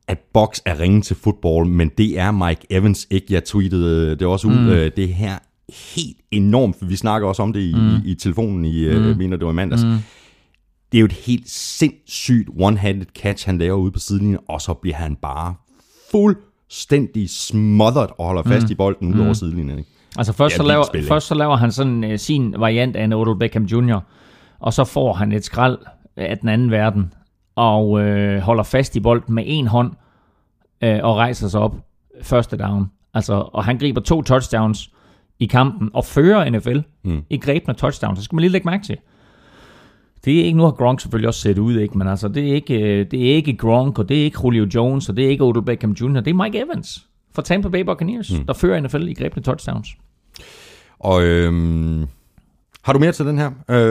at Bucks er ringe til fodbold, men det er Mike Evans ikke. Jeg tweetede det også ud. Det her helt enormt, for vi snakker også om det i telefonen mener det var i mandags. Det er jo et helt sindssygt one-handed catch, han laver ude på sidelinjen, og så bliver han bare fuldstændig smothered og holder fast i bolden ud over sidelinjen. Ikke? Altså først så laver han sådan sin variant af en Odell Beckham Jr., og så får han et skrald af den anden verden, og holder fast i bolden med en hånd, og rejser sig op første down. Altså, og han griber 2 touchdowns i kampen, og fører NFL i grebne touchdowns. Så skal man lige lægge mærke til. Det er ikke, nu har Gronk selvfølgelig også set ud, ikke? Men altså, det er ikke Gronk, og det er ikke Julio Jones, og det er ikke Odell Beckham Jr., det er Mike Evans fra Tampa Bay Buccaneers, der fører NFL i grebne touchdowns. Og har du mere til den her?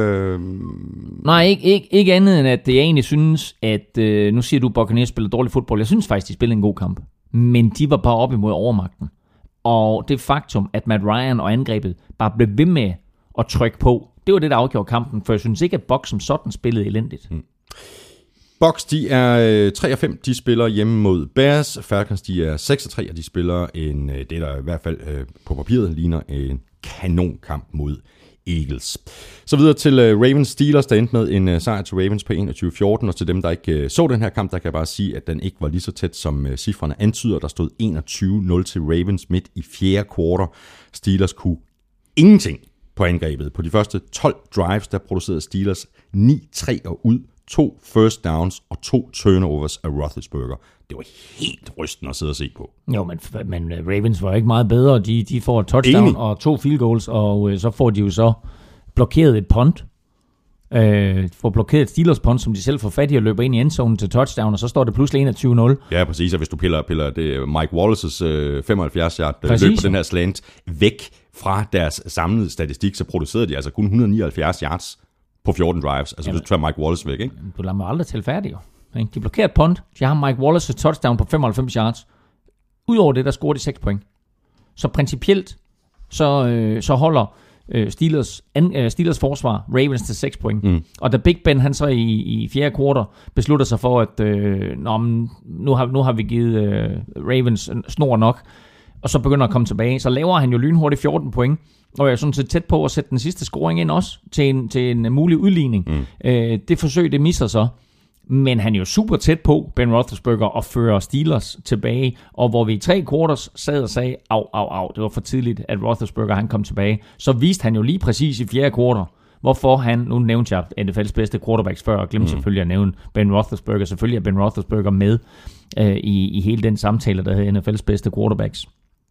Nej, ikke andet end, at jeg egentlig synes, at nu siger du, at Buccaneers spiller dårlig fodbold. Jeg synes faktisk, de spillede en god kamp. Men de var bare op imod overmagten. Og det faktum, at Matt Ryan og angrebet bare blev ved med at trykke på, det var det, der afgjorde kampen. For jeg synes ikke, at Bucs som sådan spillede elendigt. Bucks, de er 3-5, de spiller hjemme mod Bears. Falcons, de er 6-3, og de spiller det der i hvert fald på papiret ligner en kanonkamp mod Eagles. Så videre til Ravens Steelers, der endte med en sejr til Ravens på 21-14, og til dem, der ikke så den her kamp, der kan jeg bare sige, at den ikke var lige så tæt, som cifrene antyder. Der stod 21-0 til Ravens midt i fjerde kvartal. Steelers kunne ingenting på angrebet. På de første 12 drives, der producerede Steelers 9-3 og ud, 2 first downs og 2 turnovers af Roethlisberger. Det var helt rystende at sidde og se på. Jo, men Ravens var ikke meget bedre. De får et touchdown og 2 field goals, og så får de jo så blokeret et punt. Får blokeret et Steelers punt, som de selv får fat i og løber ind i endzonen til touchdown, og så står det pludselig 21-0. Ja, præcis. Og hvis du piller det Mike Wallace's 75-yard løb på den her slant væk fra deres samlede statistik, så producerede de altså kun 179 yards på 14 drives. Altså hvis du tager Mike Wallace væk, ikke? Du lader mig aldrig tælle færdig, jo. De blokerer et punt. De har Mike Wallace's touchdown på 95 yards. Udover det, der scorer de 6 point. Så principielt, så holder Steelers forsvar Ravens til 6 point. Og da Big Ben, han så i fjerde kvartal beslutter sig for, at nu har vi givet Ravens snor nok, og så begynder at komme tilbage, så laver han jo lynhurtigt 14 point, og jeg er sådan set tæt på at sætte den sidste scoring ind også, til en mulig udligning. Det forsøg, det misser så, men han er jo super tæt på, Ben Roethlisberger, og fører Steelers tilbage, og hvor vi i 3 quarters sad og sagde, au, det var for tidligt, at Roethlisberger han kom tilbage, så viste han jo lige præcis i fjerde kvartal, hvorfor han, nu nævnte jeg NFL's bedste quarterbacks før, og glemte selvfølgelig at nævne Ben Roethlisberger. Selvfølgelig er Ben Roethlisberger med i hele den samtale, der hedder NFL's bedste quarterbacks.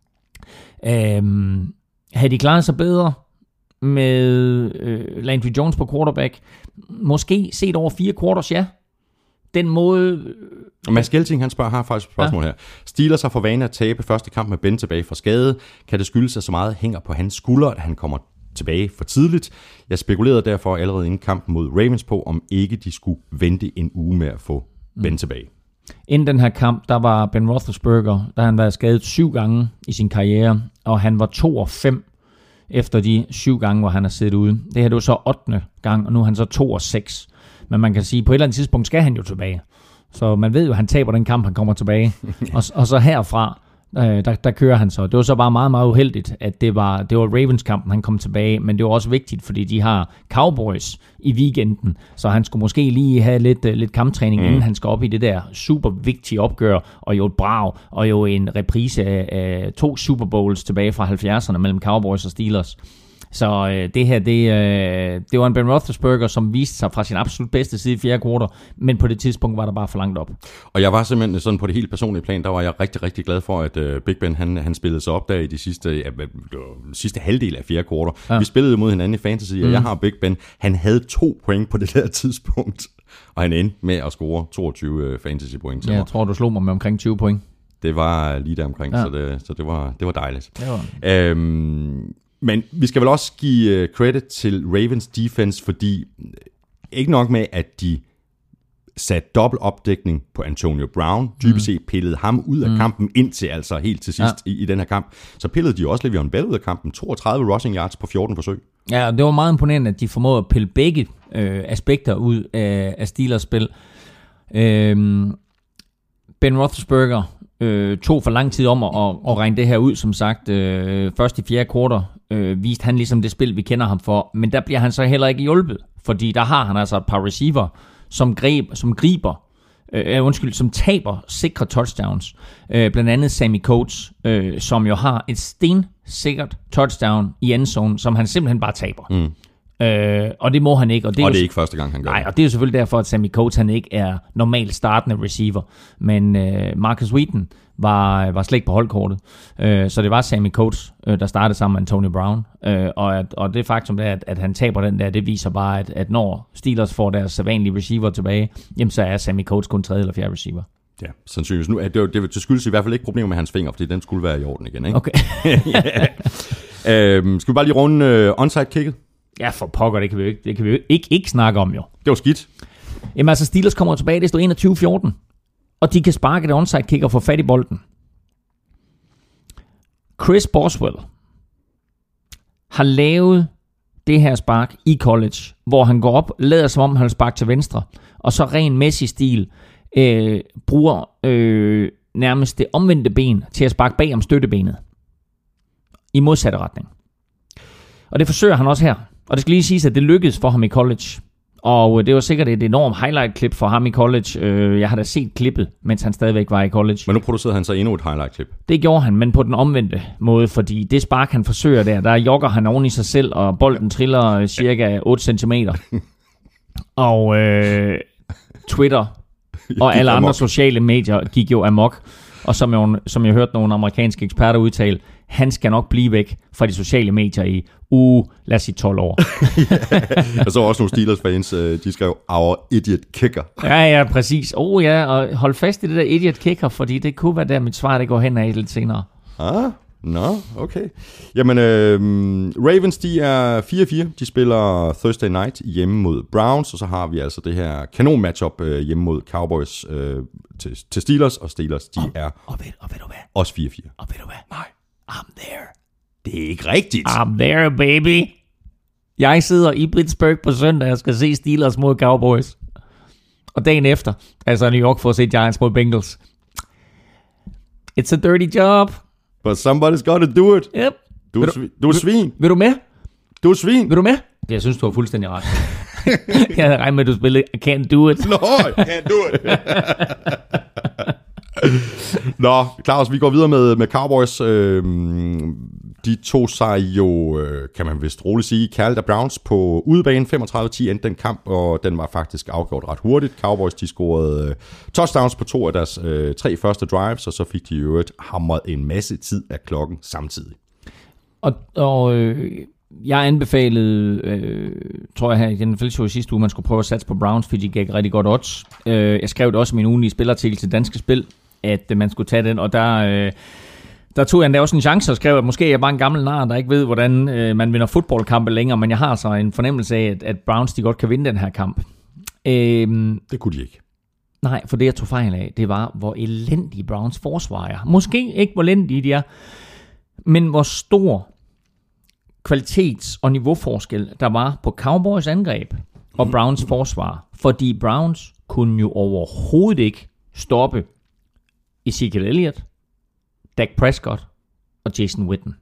Havde de klaret sig bedre med Landry Jones på quarterback? Måske set over 4 quarters, ja. Den måde... Mads Gelting, han har faktisk et spørgsmål her. Steelers har for vane at tabe første kamp med Ben tilbage fra skade. Kan det skyldes, at så meget hænger på hans skulder, at han kommer tilbage for tidligt? Jeg spekulerede derfor allerede inden kampen mod Ravens på, om ikke de skulle vente en uge med at få Ben tilbage. Inden den her kamp, der var Ben Roethlisberger, der han været skadet 7 gange i sin karriere, og han var 2-5 efter de 7 gange, hvor han har siddet ude. Det her det var så 8. gang, og nu er han så 2-6. Men man kan sige, at på et eller andet tidspunkt skal han jo tilbage. Så man ved jo, at han taber den kamp, han kommer tilbage. og så herfra, der kører han så. Det var så bare meget, meget uheldigt, at det var Ravens-kampen, han kom tilbage. Men det var også vigtigt, fordi de har Cowboys i weekenden. Så han skulle måske lige have lidt kamptræning, inden han skal op i det der super vigtige opgør. Og jo et brag, og jo en reprise af 2 Super Bowls tilbage fra 70'erne mellem Cowboys og Steelers. Så det her, det var en Ben Roethlisberger, som viste sig fra sin absolut bedste side i fjerde kvartal, men på det tidspunkt var der bare for langt op. Og jeg var simpelthen sådan på det helt personlige plan, der var jeg rigtig, rigtig glad for, at Big Ben, han spillede sig op der i de sidste halvdel af fjerde kvartal. Ja. Vi spillede mod hinanden i fantasy, og jeg har Big Ben. Han havde 2 point på det der tidspunkt, og han endte med at score 22 fantasy point til mig. Jeg tror, du slog mig med omkring 20 point. Det var lige der omkring, ja. så det var dejligt. Det var. Men vi skal vel også give credit til Ravens defense, fordi ikke nok med, at de satte dobbelt opdækning på Antonio Brown, dybest set pillede ham ud af kampen indtil altså helt til sidst i den her kamp, så pillede de også Le'Veon Bell ud af kampen, 32 rushing yards på 14 forsøg. Ja, det var meget imponerende, at de formåede at pille begge aspekter ud af Steelers spil. Ben Roethlisberger tog for lang tid om at regne det her ud, som sagt. Først i fjerde kvartal viste han ligesom det spil, vi kender ham for, men der bliver han så heller ikke hjulpet, fordi der har han altså et par receiver, som taber sikre touchdowns. Blandt andet Sammy Coates, som jo har et stensikkert touchdown i endzone, som han simpelthen bare taber. Og det må han ikke. Og det er ikke første gang, han gør det. Nej, og det er jo selvfølgelig derfor, at Sammy Coates han ikke er normalt startende receiver. Men Marcus Wheaton var slet ikke på holdkortet. Så det var Sammy Coates, der startede sammen med Antonio Brown. Og det faktum der, at han taber den der, det viser bare, at når Steelers får deres sædvanlige receiver tilbage, jamen så er Sammy Coates kun 3. eller 4. receiver. Ja, sandsynligvis. Nu, det skyldes i hvert fald ikke problemer med hans finger, fordi den skulle være i orden igen, ikke? Okay. Skal vi bare lige runde onside-kicket? Ja, for pokker, det kan vi jo ikke snakke om, jo. Det var skidt. Jamen altså, Steelers kommer tilbage, det står 21-14, og de kan sparke det onside kick og få fat i bolden. Chris Boswell har lavet det her spark i college, hvor han går op, lader som om han sparker til venstre, og så ren Messi-stil bruger nærmest det omvendte ben til at sparke bag om støttebenet i modsatte retning. Og det forsøger han også her. Og det skal lige siges, at det lykkedes for ham i college. Og det var sikkert et enormt highlight-klip for ham i college. Jeg har da set klippet, mens han stadigvæk var i college. Men nu producerede han så endnu et highlight-klip. Det gjorde han, men på den omvendte måde, fordi det spark, han forsøger der jogger han oven i sig selv, og bolden triller cirka 8 cm. Og Twitter og alle andre sociale medier gik jo amok. Og som jeg hørte nogle amerikanske eksperter udtale, han skal nok blive væk fra de sociale medier i lad os sige 12 år. Og så også nogle Steelers-fans, de skrev, our idiot kicker. Ja, præcis. Ja, og hold fast i det der idiot kicker, fordi det kunne være der, mit svar det går hen af lidt senere. Okay. Jamen, Ravens, de er 4-4. De spiller Thursday night hjemme mod Browns, og så har vi altså det her kanon-matchup hjemme mod Cowboys til Steelers, og Steelers, de er og ved du hvad? også 4-4. Og ved du hvad? Nej. I'm there. Det er ikke rigtigt. I'm there, baby. Jeg sidder i Pittsburgh på søndag og skal se Steelers mod Cowboys. Og dagen efter, altså New York for at se Giants mod Bengals. It's a dirty job. But somebody's gotta do it. Yep. Du er svin. Vil du med? Du er svin. Vil du med? Jeg synes, du har fuldstændig ret. Jeg havde regnet med, at du spillede I can't do it. No, I can't do it. Nå, Claus, vi går videre med Cowboys. De tog sig jo, kan man vist roligt sige, kaldte Browns på udebane. 35-10 endte den kamp, og den var faktisk afgjort ret hurtigt. Cowboys, de scorede touchdowns på 2 af deres 3 første drives, og så fik de jo hamret en masse tid af klokken samtidig. Og jeg anbefalede, tror jeg her i den fældshow i sidste uge, man skulle prøve at satse på Browns, fordi de gav rigtig godt odds. Jeg skrev det også i min ugenlige spillerartikel til Danske Spil, at man skulle tage den, og der tog jeg endda også en chance og skrev, at måske er jeg bare en gammel nar, der ikke ved, hvordan man vinder fodboldkampe længere, men jeg har altså en fornemmelse af, at Browns de godt kan vinde den her kamp. Det kunne de ikke. Nej, for det jeg tog fejl af, det var, hvor elendige Browns forsvar er. Måske ikke, hvor elendige de er, men hvor stor kvalitets- og niveauforskel, der var på Cowboys angreb og Browns forsvar. Fordi Browns kunne jo overhovedet ikke stoppe Ezekiel Elliott, Dak Prescott og Jason Witten.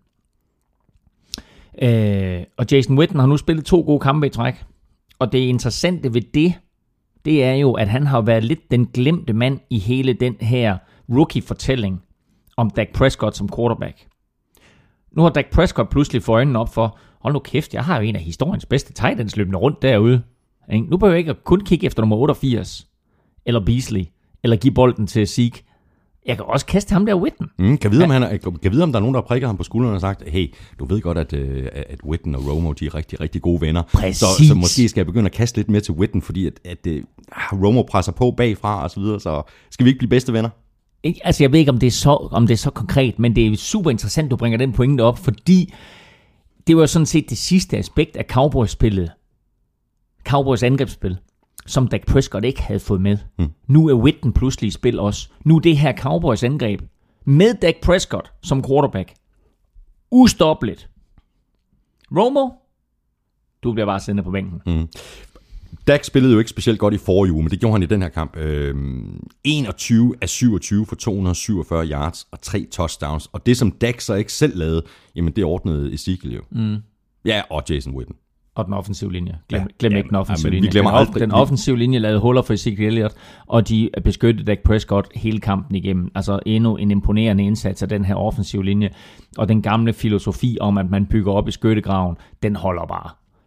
Og Jason Witten har nu spillet 2 gode kampe i træk. Og det interessante ved det er jo, at han har været lidt den glemte mand i hele den her rookie-fortælling om Dak Prescott som quarterback. Nu har Dak Prescott pludselig fået øjnene op for, hold nu kæft, jeg har jo en af historiens bedste tight ends løbende rundt derude. Nu behøver jeg ikke kun kigge efter nummer 88, eller Beasley, eller give bolden til Zeke. Jeg kan også kaste ham der Witten. Kan vide, om der er nogen, der har prikket ham på skulderen og sagt, hey, du ved godt, at Witten og Romo, de er rigtig, rigtig gode venner. Så måske skal jeg begynde at kaste lidt mere til Witten, fordi at Romo presser på bagfra og så videre, så skal vi ikke blive bedste venner? Altså, jeg ved ikke, om det er så konkret, men det er super interessant, du bringer den pointe op, fordi det var sådan set det sidste aspekt af Cowboys-spillet. Cowboys angrebsspil, som Dak Prescott ikke havde fået med. Nu er Witten pludselig i spil også. Nu er det her Cowboys angreb med Dak Prescott som quarterback ustoppeligt. Romo, du bliver bare siddende på bænken. Dak spillede jo ikke specielt godt i forrige uge, men det gjorde han i den her kamp. 21 af 27 for 247 yards og 3 touchdowns. Og det, som Dak så ikke selv lavede, jamen det ordnede Ezekiel jo. Ja, og Jason Witten. Og den offensive linje. Glem ikke den offensive vi linje. glemmer aldrig. Den offensive linje lavede huller for Ezekiel Elliott, og de beskyttede Dak Prescott hele kampen igennem. Altså endnu en imponerende indsats af den her offensive linje. Og den gamle filosofi om, at man bygger op i skyttegraven, den holder bare.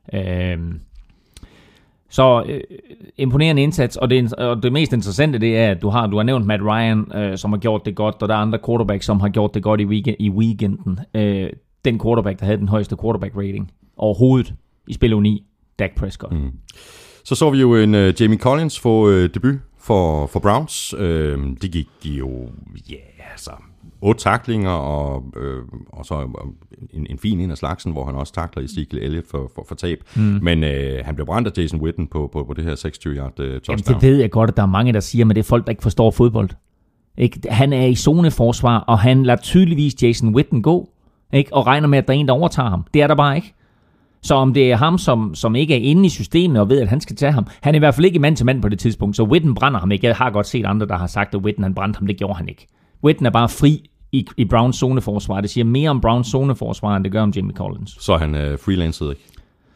Imponerende indsats, og det mest interessante, det er, at du har nævnt Matt Ryan, som har gjort det godt, og der er andre quarterbacks, som har gjort det godt i weekenden. Den quarterback, der havde den højeste quarterback rating overhovedet i spil uge 9, Dak Prescott. Så vi jo en Jamie Collins få debut for Browns. Det gik jo, 8 tacklinger, og så en fin en af slagsen, hvor han også tackler Ezekiel Elliott for tab. Men han blev brændt af Jason Witten på det her 26-yard touchdown. Jamen, det ved jeg godt, at der er mange, der siger, men det er folk, der ikke forstår fodbold. Ikke? Han er i zoneforsvar, og han lader tydeligvis Jason Witten gå, ikke? Og regner med, at der er en, der overtager ham. Det er der bare ikke. Så om det er ham, som ikke er inde i systemet og ved, at han skal tage ham, han er i hvert fald ikke mand til mand på det tidspunkt, så Witten brænder ham ikke. Jeg har godt set andre, der har sagt, at Witten han brændte ham. Det gjorde han ikke. Witten er bare fri i Browns zoneforsvar. Det siger mere om Browns zoneforsvar, end det gør om Jamie Collins. Så han freelancede ikke?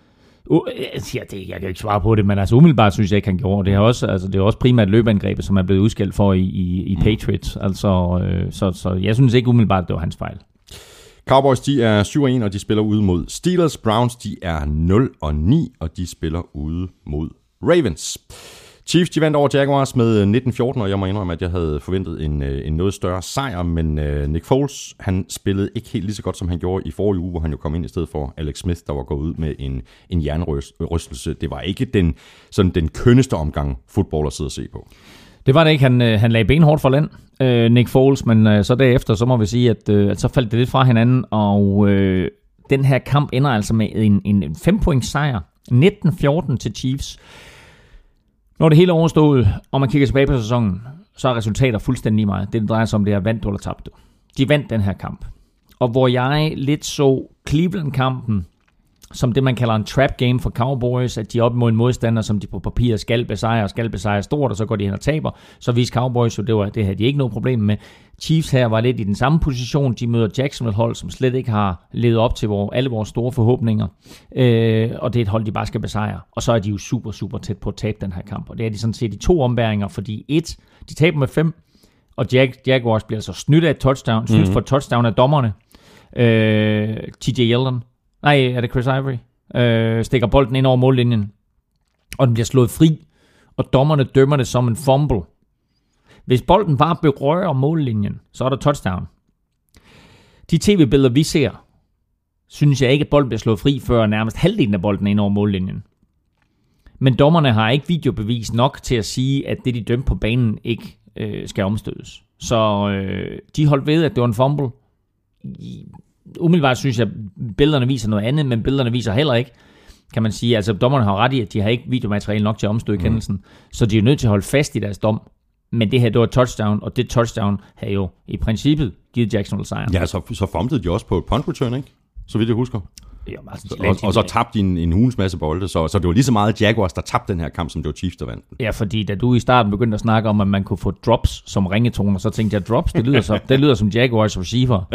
Jeg kan ikke svare på det, men altså umiddelbart synes jeg ikke, han gjorde. Det er også primært løbeangrebet, som er blevet udskældt for i Patriots. Altså, så jeg synes ikke umiddelbart, det var hans fejl. Cowboys, de er 7-1, og de spiller ude mod Steelers. Browns, de er 0-9, og de spiller ude mod Ravens. Chiefs, de vandt over Jaguars med 19-14, og jeg må indrømme, at jeg havde forventet en noget større sejr, men Nick Foles, han spillede ikke helt lige så godt, som han gjorde i forrige uge, hvor han jo kom ind i stedet for Alex Smith, der var gået ud med en hjernerystelse. Det var ikke den kønneste omgang fodbold at sidde og se på. Det var det ikke. Han lagde benhårdt for land, Nick Foles, men så derefter, så må vi sige, at så faldt det lidt fra hinanden, og den her kamp ender altså med en 5-point sejr, 19-14 til Chiefs. Når det hele er overstået, og man kigger tilbage på sæsonen, så er resultater fuldstændig meget. Det drejer sig om, det er vandt eller tabte. De vandt den her kamp. Og hvor jeg lidt så Cleveland-kampen som det, man kalder en trap game for Cowboys, at de er op imod en modstander, som de på papir skal besejre stort, og så går de hen og taber. Så viser Cowboys jo, det havde de ikke noget problem med. Chiefs her var lidt i den samme position. De møder Jacksonville-hold, som slet ikke har levet op til alle vores store forhåbninger. Og det er et hold, de bare skal besejre. Og så er de jo super, super tæt på at tabe den her kamp. Og det er de sådan set i 2 ombæringer, fordi de taber med 5, og Jaguars bliver så snydt af et touchdown, snydt for et touchdown af dommerne. TJ Yeldon. Nej, er det Chris Ivory? Stikker bolden ind over mållinjen, og den bliver slået fri, og dommerne dømmer det som en fumble. Hvis bolden bare berører mållinjen, så er der touchdown. De tv-billeder, vi ser, synes jeg ikke, at bolden bliver slået fri, før nærmest halvdelen af bolden ind over mållinjen. Men dommerne har ikke videobevis nok til at sige, at det, de dømte på banen, ikke skal omstødes. Så de holdt ved, at det var en fumble. Umiddelbart synes jeg, billederne viser noget andet, men billederne viser heller ikke, kan man sige. Altså, dommerne har ret i, at de har ikke videomateriale nok til at omstøde kendelsen, så de er nødt til at holde fast i deres dom. Men det her, det var et touchdown, og det touchdown havde jo i princippet givet Jacksonville sejren. Ja, så fumblede de også på et punt return, ikke? Så vidt jeg husker. Jo, og så tabte de en hulens masse bolde, så det var lige så meget Jaguars, der tabte den her kamp, som det var Chiefs, der vandt den. Ja, fordi da du i starten begyndte at snakke om, at man kunne få drops som ringetoner, så tænkte jeg, drops, det lyder som Jaguars receiver.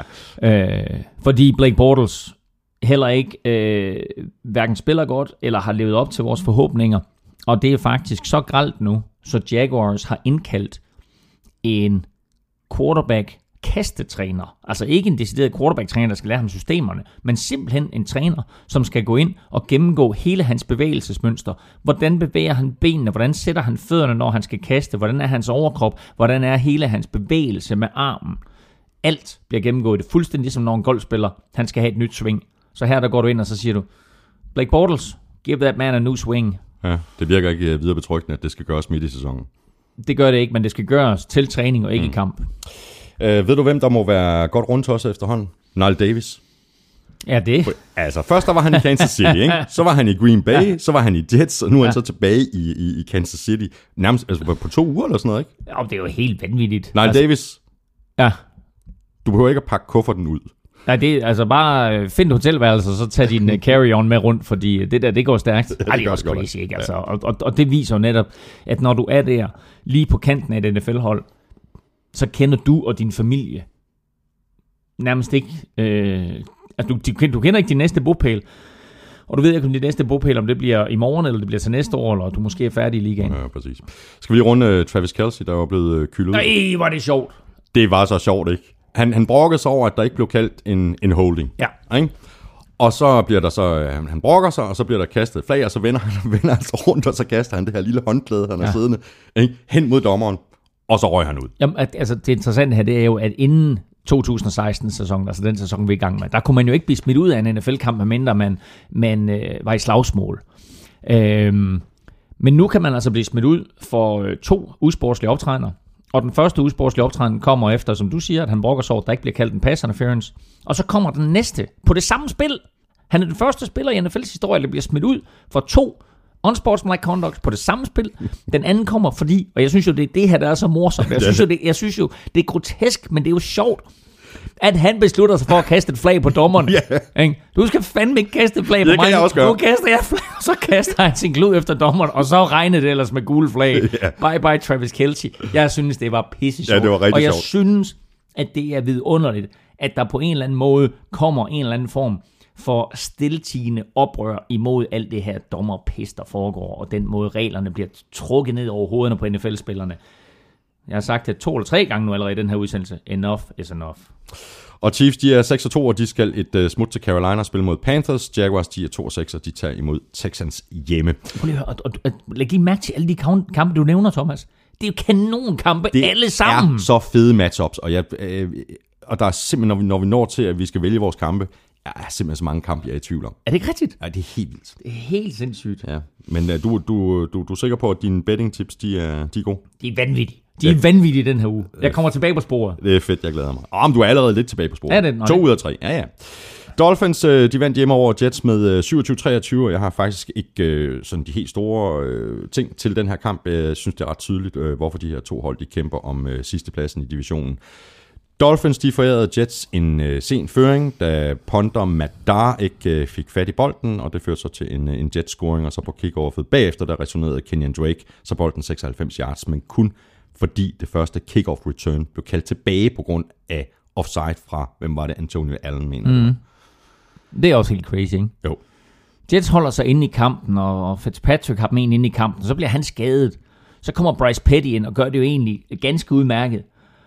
Fordi Blake Bortles heller ikke hverken spiller godt, eller har levet op til vores forhåbninger. Og det er faktisk så grelt nu, så Jaguars har indkaldt en quarterback kastetræner, altså ikke en decideret quarterback-træner, der skal lære ham systemerne, men simpelthen en træner, som skal gå ind og gennemgå hele hans bevægelsesmønster. Hvordan bevæger han benene? Hvordan sætter han fødderne, når han skal kaste? Hvordan er hans overkrop? Hvordan er hele hans bevægelse med armen? Alt bliver gennemgået. Det er fuldstændig som når en golfspiller, han skal have et nyt swing. Så her der går du ind, og så siger du, Blake Bortles, give that man a new swing. Ja, det virker ikke videre betryggende, at det skal gøres midt i sæsonen. Det gør det ikke, men det skal gøres til træning og ikke i kamp. Ved du, hvem der må være godt rundt også efterhånden? Nile Davis. Ja, det. Altså, først der var han i Kansas City, ikke? Så var han i Green Bay, så var han i Jets, og nu er han så tilbage i Kansas City. Nærmest på 2 uger eller sådan noget, ikke? Ja, det er jo helt vanvittigt. Nile Davis. Ja. Du behøver ikke at pakke kufferten ud. Nej, det er altså bare find hotelværelse, og så tag din carry-on med rundt, fordi det går stærkt. Ej, det er også crazy, ikke? Altså, og det viser jo netop, at når du er der, lige på kanten af et NFL-hold, så kender du og din familie nærmest ikke... du kender ikke din næste bopæl, og du ved ikke om din næste bopæl, om det bliver i morgen, eller det bliver til næste år, eller du måske er færdig i ligaen. Ja, præcis. Skal vi lige runde Travis Kelce, der var blevet kyldet? Nej, var det sjovt. Det var så sjovt, ikke? Han brokkede sig over, at der ikke blev kaldt en holding. Ja. Ikke? Og så bliver der så, han brokker sig, og så bliver der kastet et flag, og så vender han altså rundt, og så kaster han det her lille håndklæde, han er siddende, ikke? Hen mod dommeren, og så røg han ud. Jamen, altså det interessante her, det er jo, at inden 2016-sæsonen, altså den sæson, vi er i gang med, der kunne man jo ikke blive smidt ud af en NFL-kamp, medmindre man var i slagsmål. Men nu kan man altså blive smidt ud for 2 usportslige optrædener. Og den første usportslige optræden kommer efter, som du siger, at han brokker sig over, at der ikke bliver kaldt en pass interference. Og så kommer den næste på det samme spil. Han er den første spiller i NFL's historie, der bliver smidt ud for 2 unsportsmanlike conduct på det samme spil. Den anden kommer fordi, og jeg synes jo, det er det her, der er så morsomt. Jeg synes jo, det er grotesk, men det er jo sjovt, at han beslutter sig for at kaste et flag på dommeren. Yeah. Du skal fandme ikke kaste et flag på mig. Nu kaster jeg flag, og så kaster han sin klud efter dommeren, og så regner det ellers med gule flag. Yeah. Bye Travis Kelce. Jeg synes, det var pisse sjovt. Ja, det var rigtig og jeg sjovt. Synes, at det er vidunderligt, at der på en eller anden måde kommer en eller anden form for stiltigende oprør imod alt det her dommerpis, der foregår, og den måde reglerne bliver trukket ned over hovederne på NFL-spillerne. Jeg har sagt det 2 eller 3 gange nu allerede i den her udsendelse. Enough is enough. Og Chiefs, de er 6-2, og de skal et smut til Carolina og spille mod Panthers. Jaguars, de er 2-6, og de tager imod Texans hjemme. Prøv lige at høre, og læg lige mærke til alle de kampe, du nævner, Thomas. Det er jo kanonkampe alle sammen. Det er så fede matchups, og der er simpelthen, når vi når til, at vi skal vælge vores kampe, der er simpelthen så mange kampe, jeg er i tvivl om. Er det ikke rigtigt? Ja, det er helt vildt. Det er helt sindssygt. Ja, men du er sikker på, at dine betting-tips, de er gode? De er vanvittige. De er vanvittige den her uge. Jeg kommer tilbage på sporet. Det er fedt, jeg glæder mig. Men du er allerede lidt tilbage på sporet. Ja, det 2 ud af 3, ja. Dolphins, de vandt hjemme over Jets med 27-23, og jeg har faktisk ikke sådan de helt store ting til den her kamp. Jeg synes, det er ret tydeligt, hvorfor de her 2 hold, de kæmper om sidstepladsen i divisionen. Dolphins, de forærede Jets en sen føring, da punter Madar ikke fik fat i bolden, og det førte så til en Jets-scoring, og så på kickoffet bagefter, der returnerede Kenyan Drake, så bolden 96 yards, men kun fordi det første kickoff return blev kaldt tilbage på grund af offside fra, hvem var det, Antonio Allen mener. Det er også helt crazy, ikke? Jo. Jets holder sig inde i kampen, og Fitzpatrick har dem inde i kampen, og så bliver han skadet. Så kommer Bryce Petty ind og gør det jo egentlig ganske udmærket.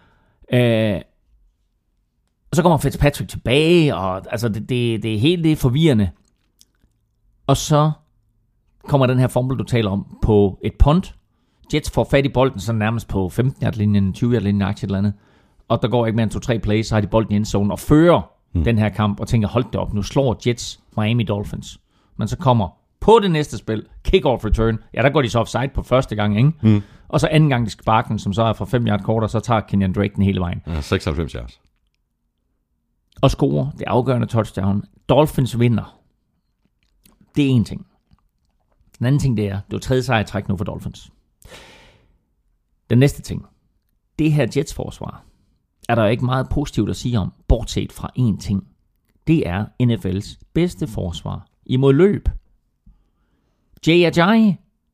Og så kommer Fitzpatrick tilbage, og altså det er helt det forvirrende. Og så kommer den her fumble, du taler om, på et punt. Jets får fat i bolden så nærmest på 15-yard-linjen, 20-yard-linjen, et eller andet. Og der går ikke mere end 2-3 plays, så har de bolden i endzone og fører den her kamp, og tænker, hold det op, nu slår Jets Miami Dolphins. Men så kommer på det næste spil, kick-off return. Ja, der går de så offside på første gang, ikke? Og så anden gang, de skal sparke den, som så er fra 5 yard kortere, så tager Kenyan Drake den hele vejen. Ja, 96 yards. Og scorer det afgørende touchdown. Dolphins vinder. Det er en ting. Den anden ting, det er 3. sejr i træk nu for Dolphins. Den næste ting. Det her Jets-forsvar er der ikke meget positivt at sige om, bortset fra én ting. Det er NFL's bedste forsvar imod løb. Jay Ajayi,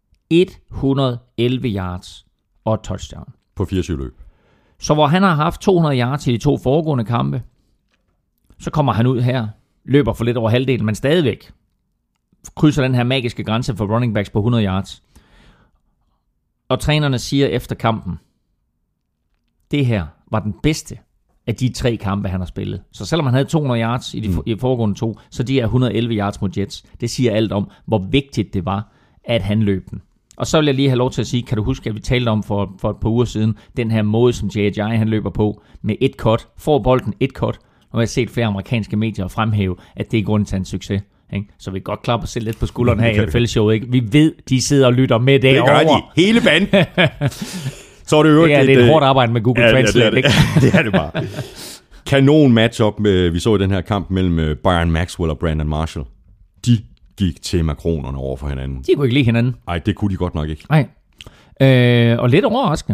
111 yards og touchdown. På 24 løb. Så hvor han har haft 200 yards i de 2 foregående kampe, så kommer han ud her, løber for lidt over halvdelen, men stadigvæk krydser den her magiske grænse for running backs på 100 yards. Og trænerne siger efter kampen, det her var den bedste af de 3 kampe, han har spillet. Så selvom han havde 200 yards i de foregående 2, så de er 111 yards mod Jets. Det siger alt om, hvor vigtigt det var, at han løb den. Og så vil jeg lige have lov til at sige, kan du huske, at vi talte om for et par uger siden, den her måde, som Jay Ajayi han løber på, med et cut, får bolden et cut. Og jeg har set flere amerikanske medier fremhæve, at det er grunden til en succes. Ikke? Så vi kan godt klappe os selv lidt på skulderen her i NFL-showet. Ikke? Vi ved, de sidder og lytter med derovre. Det gør de. Hele banden. Så er det jo det er et hårdt arbejde med Google Translate. Det er det bare. Kanon matchup, vi så i den her kamp mellem Byron Maxwell og Brandon Marshall. De gik til makronerne over for hinanden. De kunne ikke lide hinanden. Nej, det kunne de godt nok ikke. Nej. Og lidt overraskende,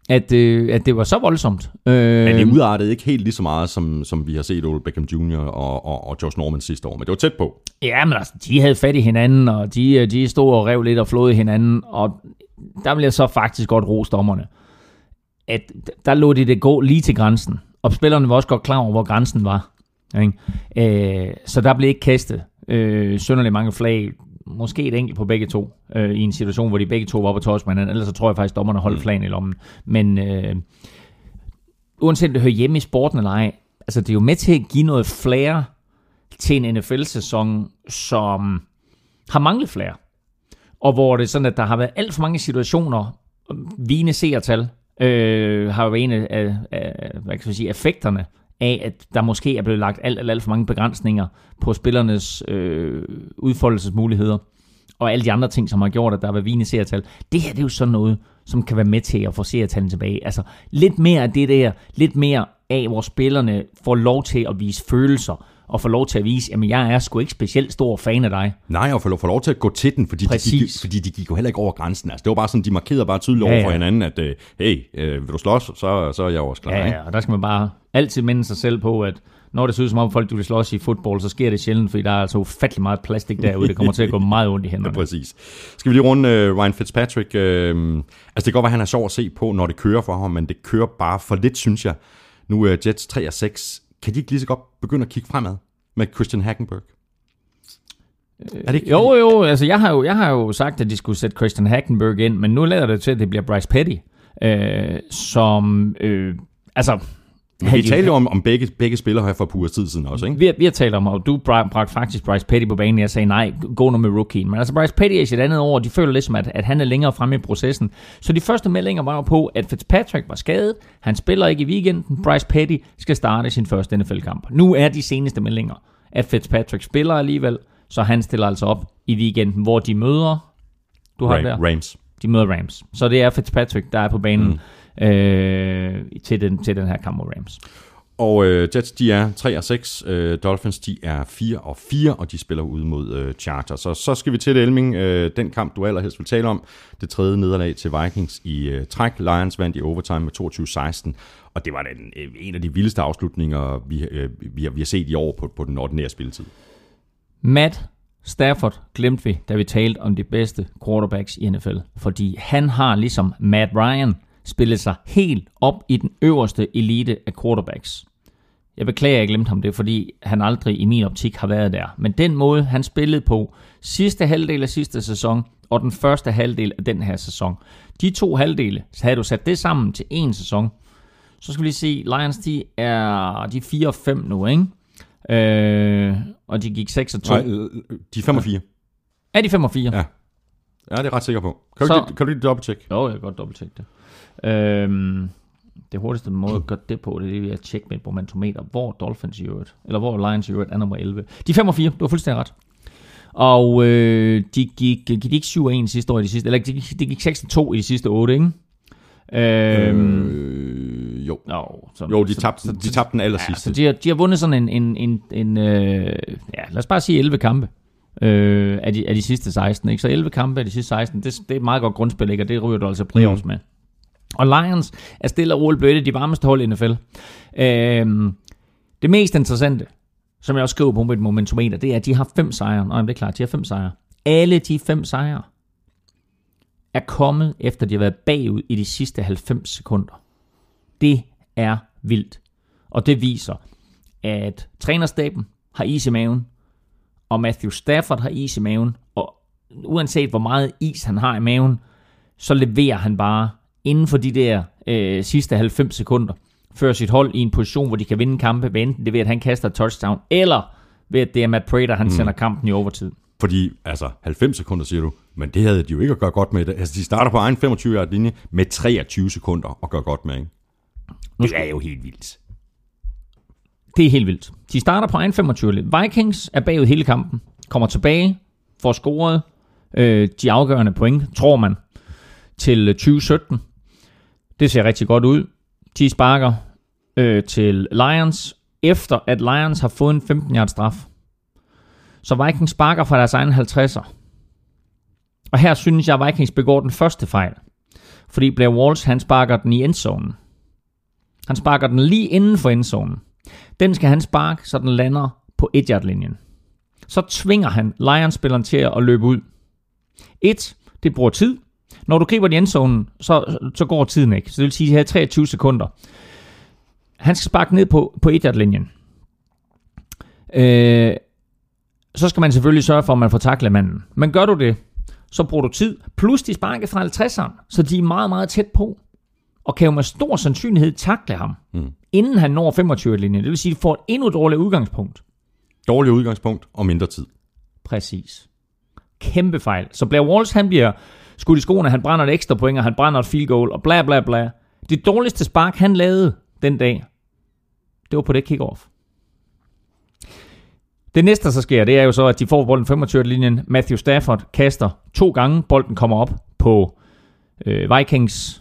at det var så voldsomt. Men det udartede ikke helt lige så meget, som vi har set Odell Beckham Jr. og Josh Norman sidste år, men det var tæt på. Ja, men altså, de havde fat i hinanden, og de stod og rev lidt og flåede hinanden, og der ville jeg så faktisk godt rose dommerne. At der lå det gå lige til grænsen, og spillerne var også godt klar over, hvor grænsen var. Ikke? Så der blev ikke kastet synderligt mange flag, måske et enkelt på begge to, i en situation, hvor de begge to var på tås med hinanden. Ellers så tror jeg faktisk, dommerne holdt flagen i lommen. Men uanset det hører hjemme i sporten eller ej, altså det er jo med til at give noget flere til en NFL-sæson, som har manglet flere. Og hvor det er sådan, at der har været alt for mange situationer, vigende seertal, har jo været en af hvad kan jeg sige, effekterne af, at der måske er blevet lagt alt for mange begrænsninger på spillernes udfoldelsesmuligheder, og alle de andre ting, som har gjort, at der har været vigende seertal. Det her, det er jo sådan noget, som kan være med til at få seertallene tilbage. Altså lidt mere af det der, lidt mere af, hvor spillerne får lov til at vise følelser, og får lov til at vise, jamen jeg er sgu ikke specielt stor fan af dig. Nej, og får lov til at gå til den, fordi de gik jo heller ikke over grænsen. Altså, det var bare sådan, de markerede bare tydeligt over for hinanden, at hey, vil du slås, så er jeg også klar. Ja, og der skal man bare altid minde sig selv på, at når det ser ud som om folk vil slås i fodbold, så sker det sjældent, fordi der er altså ufattelig meget plastik derude. Det kommer til at gå meget ondt i hænderne. Ja, præcis. Skal vi lige runde Ryan Fitzpatrick? Altså, det kan godt være, han er sjov at se på, når det kører for ham, men det kører bare for lidt, synes jeg. Nu er Jets 3-6. Kan de ikke lige så godt begynde at kigge fremad med Christian Hackenberg? Er det ikke? Jo, altså jeg har jo sagt, at de skulle sætte Christian Hackenberg ind, men nu lader det til, at det bliver Bryce Petty, som altså... Vi talte jo om begge spillere her for et par uger tid siden også, ikke? Vi har talt om, og du bragte faktisk Bryce Petty på banen, jeg sagde nej, gå nu med rookien. Men altså Bryce Petty er i sit andet år, de føler lidt som, at han er længere fremme i processen. Så de første meldinger var jo på, at Fitzpatrick var skadet, han spiller ikke i weekenden, Bryce Petty skal starte sin første NFL-kamp. Nu er de seneste meldinger, at Fitzpatrick spiller alligevel, så han stiller altså op i weekenden, hvor de møder... Rams. De møder Rams. Så det er Fitzpatrick, der er på banen til den her kamp mod Rams. Og Jets, de er 3-6, Dolphins, de er 4-4, og de spiller ud mod Chargers. Så skal vi til det, Elming, den kamp, du allerhelst vil tale om, det tredje nederlag til Vikings i træk. Lions vandt i overtime med 22-16, og det var en af de vildeste afslutninger, vi har set i år på den ordinære spilletid. Matt Stafford glemte vi, da vi talte om de bedste quarterbacks i NFL, fordi han har ligesom Matt Ryan spillet sig helt op i den øverste elite af quarterbacks. Jeg beklager, at jeg glemte ham det, fordi han aldrig i min optik har været der. Men den måde, han spillede på sidste halvdel af sidste sæson, og den første halvdel af den her sæson. De to halvdele, så havde du sat det sammen til en sæson, så skal vi lige se, Lions, de er 4-5 nu, ikke? Og de gik 6-2. Nej, de er 5-4. Er de 5-4? Ja. Ja, det er jeg ret sikker på. Kan du lige dobbelttjekke? Jo, jeg kan godt dobbelttjekke det. Det hurtigste måde at gøre det på, det er at tjekke med et momentometer, hvor Dolphins i øvrigt, eller hvor Lions i øvrigt er nummer 11. De er 5-4, du har fuldstændig ret. Og de gik ikke 7-1 sidste år i de sidste, eller de gik 6-2 i de sidste 8, ikke? Jo. Jo, de tabte den aller sidste. Så de har vundet sådan en lad os bare sige 11 kampe af de sidste 16, ikke? Så 11 kampe af de sidste 16, det er et meget godt grundspil, ikke? Og det ryger du altså playoffs med. Og Lions er stille og roligt blevet de varmeste hold i NFL. Det mest interessante, som jeg også skriver på mit momentometer, det er, at de har 5 sejre. Nå, det er klart, de har 5 sejre. Alle de 5 sejre er kommet, efter de har været bagud i de sidste 90 sekunder. Det er vildt. Og det viser, at trænerstaben har is i maven, og Matthew Stafford har is i maven, og uanset hvor meget is han har i maven, så leverer han bare inden for de der sidste 90 sekunder, fører sit hold i en position, hvor de kan vinde kampe, ved enten det ved, at han kaster et touchdown, eller ved, at det er Matt Prater, han sender kampen i overtid. Fordi, 90 sekunder, siger du, men det havde de jo ikke at gøre godt med. Altså, de starter på egen 25-yard linje med 23 sekunder og gør godt med, ikke? Det er jo helt vildt. Det er helt vildt. De starter på egen 25 linje. Vikings er bagud hele kampen, kommer tilbage, får scoret de afgørende point, tror man, til 2017. Det ser rigtig godt ud. De sparker til Lions, efter at Lions har fået en 15-yard straf. Så Vikings sparker fra deres egen 50'er. Og her synes jeg, at Vikings begår den første fejl. Fordi Blair Walsh, han sparker den i endzonen. Han sparker den lige inden for endzonen. Den skal han sparke, så den lander på 1-yard-linjen. Så tvinger han Lions-spilleren til at løbe ud. Det bruger tid. Når du griber den i endzonen, så går tiden ikke. Så det vil sige, at de har 23 sekunder. Han skal sparke ned på 1-yard-linjen. Så skal man selvfølgelig sørge for, at man får taklet manden. Men gør du det, så bruger du tid. Plus de sparker fra 50'eren, så de er meget, meget tæt på. Og kan jo med stor sandsynlighed takle ham, inden han når 25-linjen. Det vil sige, at de får et endnu dårligt udgangspunkt. Dårligt udgangspunkt og mindre tid. Præcis. Kæmpe fejl. Så Blair Walsh, han bliver skudt i skoene, han brænder et ekstra point, og han brænder et field goal, og bla bla bla. Det dårligste spark, han lavede den dag, det var på det kickoff. Det næste, der så sker, det er jo så, at de får bolden 25-linjen. Matthew Stafford kaster 2 gange. Bolden kommer op på Vikings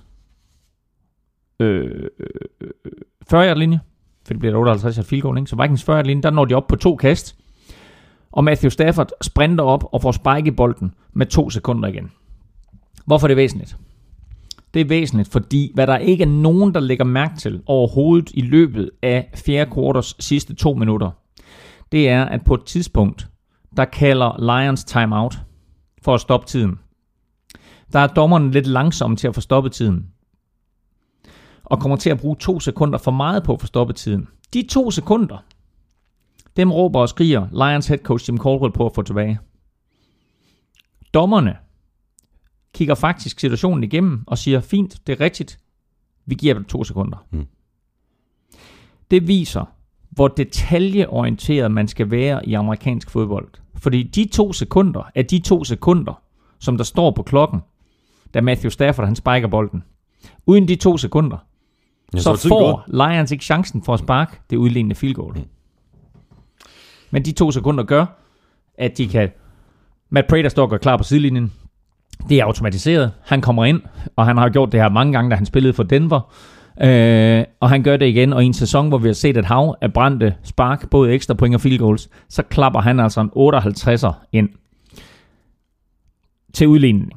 40-yard-linje. For det bliver 58 field goal, ikke? Så Vikings 40-yard-linje, der når de op på 2 kast. Og Matthew Stafford sprinter op og får spike i bolden med 2 sekunder igen. Hvorfor er det væsentligt? Det er væsentligt, fordi hvad der ikke er nogen, der lægger mærke til overhovedet i løbet af fjerde quarters sidste 2 minutter, det er, at på et tidspunkt, der kalder Lions timeout for at stoppe tiden. Der er dommerne lidt langsomme til at få stoppet tiden. Og kommer til at bruge 2 sekunder for meget på at få stoppet tiden. De 2 sekunder, dem råber og skriger Lions head coach Jim Caldwell på at få tilbage. Dommerne kigger faktisk situationen igennem og siger, fint, det er rigtigt, vi giver dem 2 sekunder. Det viser, hvor detaljeorienteret man skal være i amerikansk fodbold. Fordi de 2 sekunder er de 2 sekunder, som der står på klokken, da Matthew Stafford han spiker bolden. Uden de 2 sekunder, så får Lions ikke chancen for at sparke det udlignende field goal. Men de 2 sekunder gør, at de kan... Matt Prater står og gør klar på sidelinjen. Det er automatiseret. Han kommer ind, og han har gjort det her mange gange, da han spillede for Denver. Og han gør det igen, og i en sæson, hvor vi har set et hav af brændte spark, både ekstra point og field goals, så klapper han altså en 58'er ind til udligning.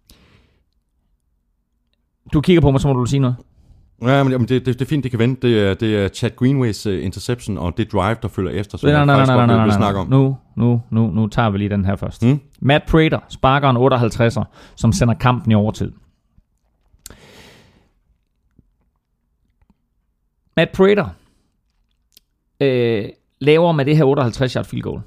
Du kigger på mig, så må du sige noget. Ja, men det er fint, det kan vente. Det er Chad Greenways interception, og det drive, der følger efter, som jeg faktisk godt vil snakke om. Nu tager vi lige den her først. Matt Prater sparker en 58'er, som sender kampen i overtid. Matt Prater laver med det her 58-yard field goal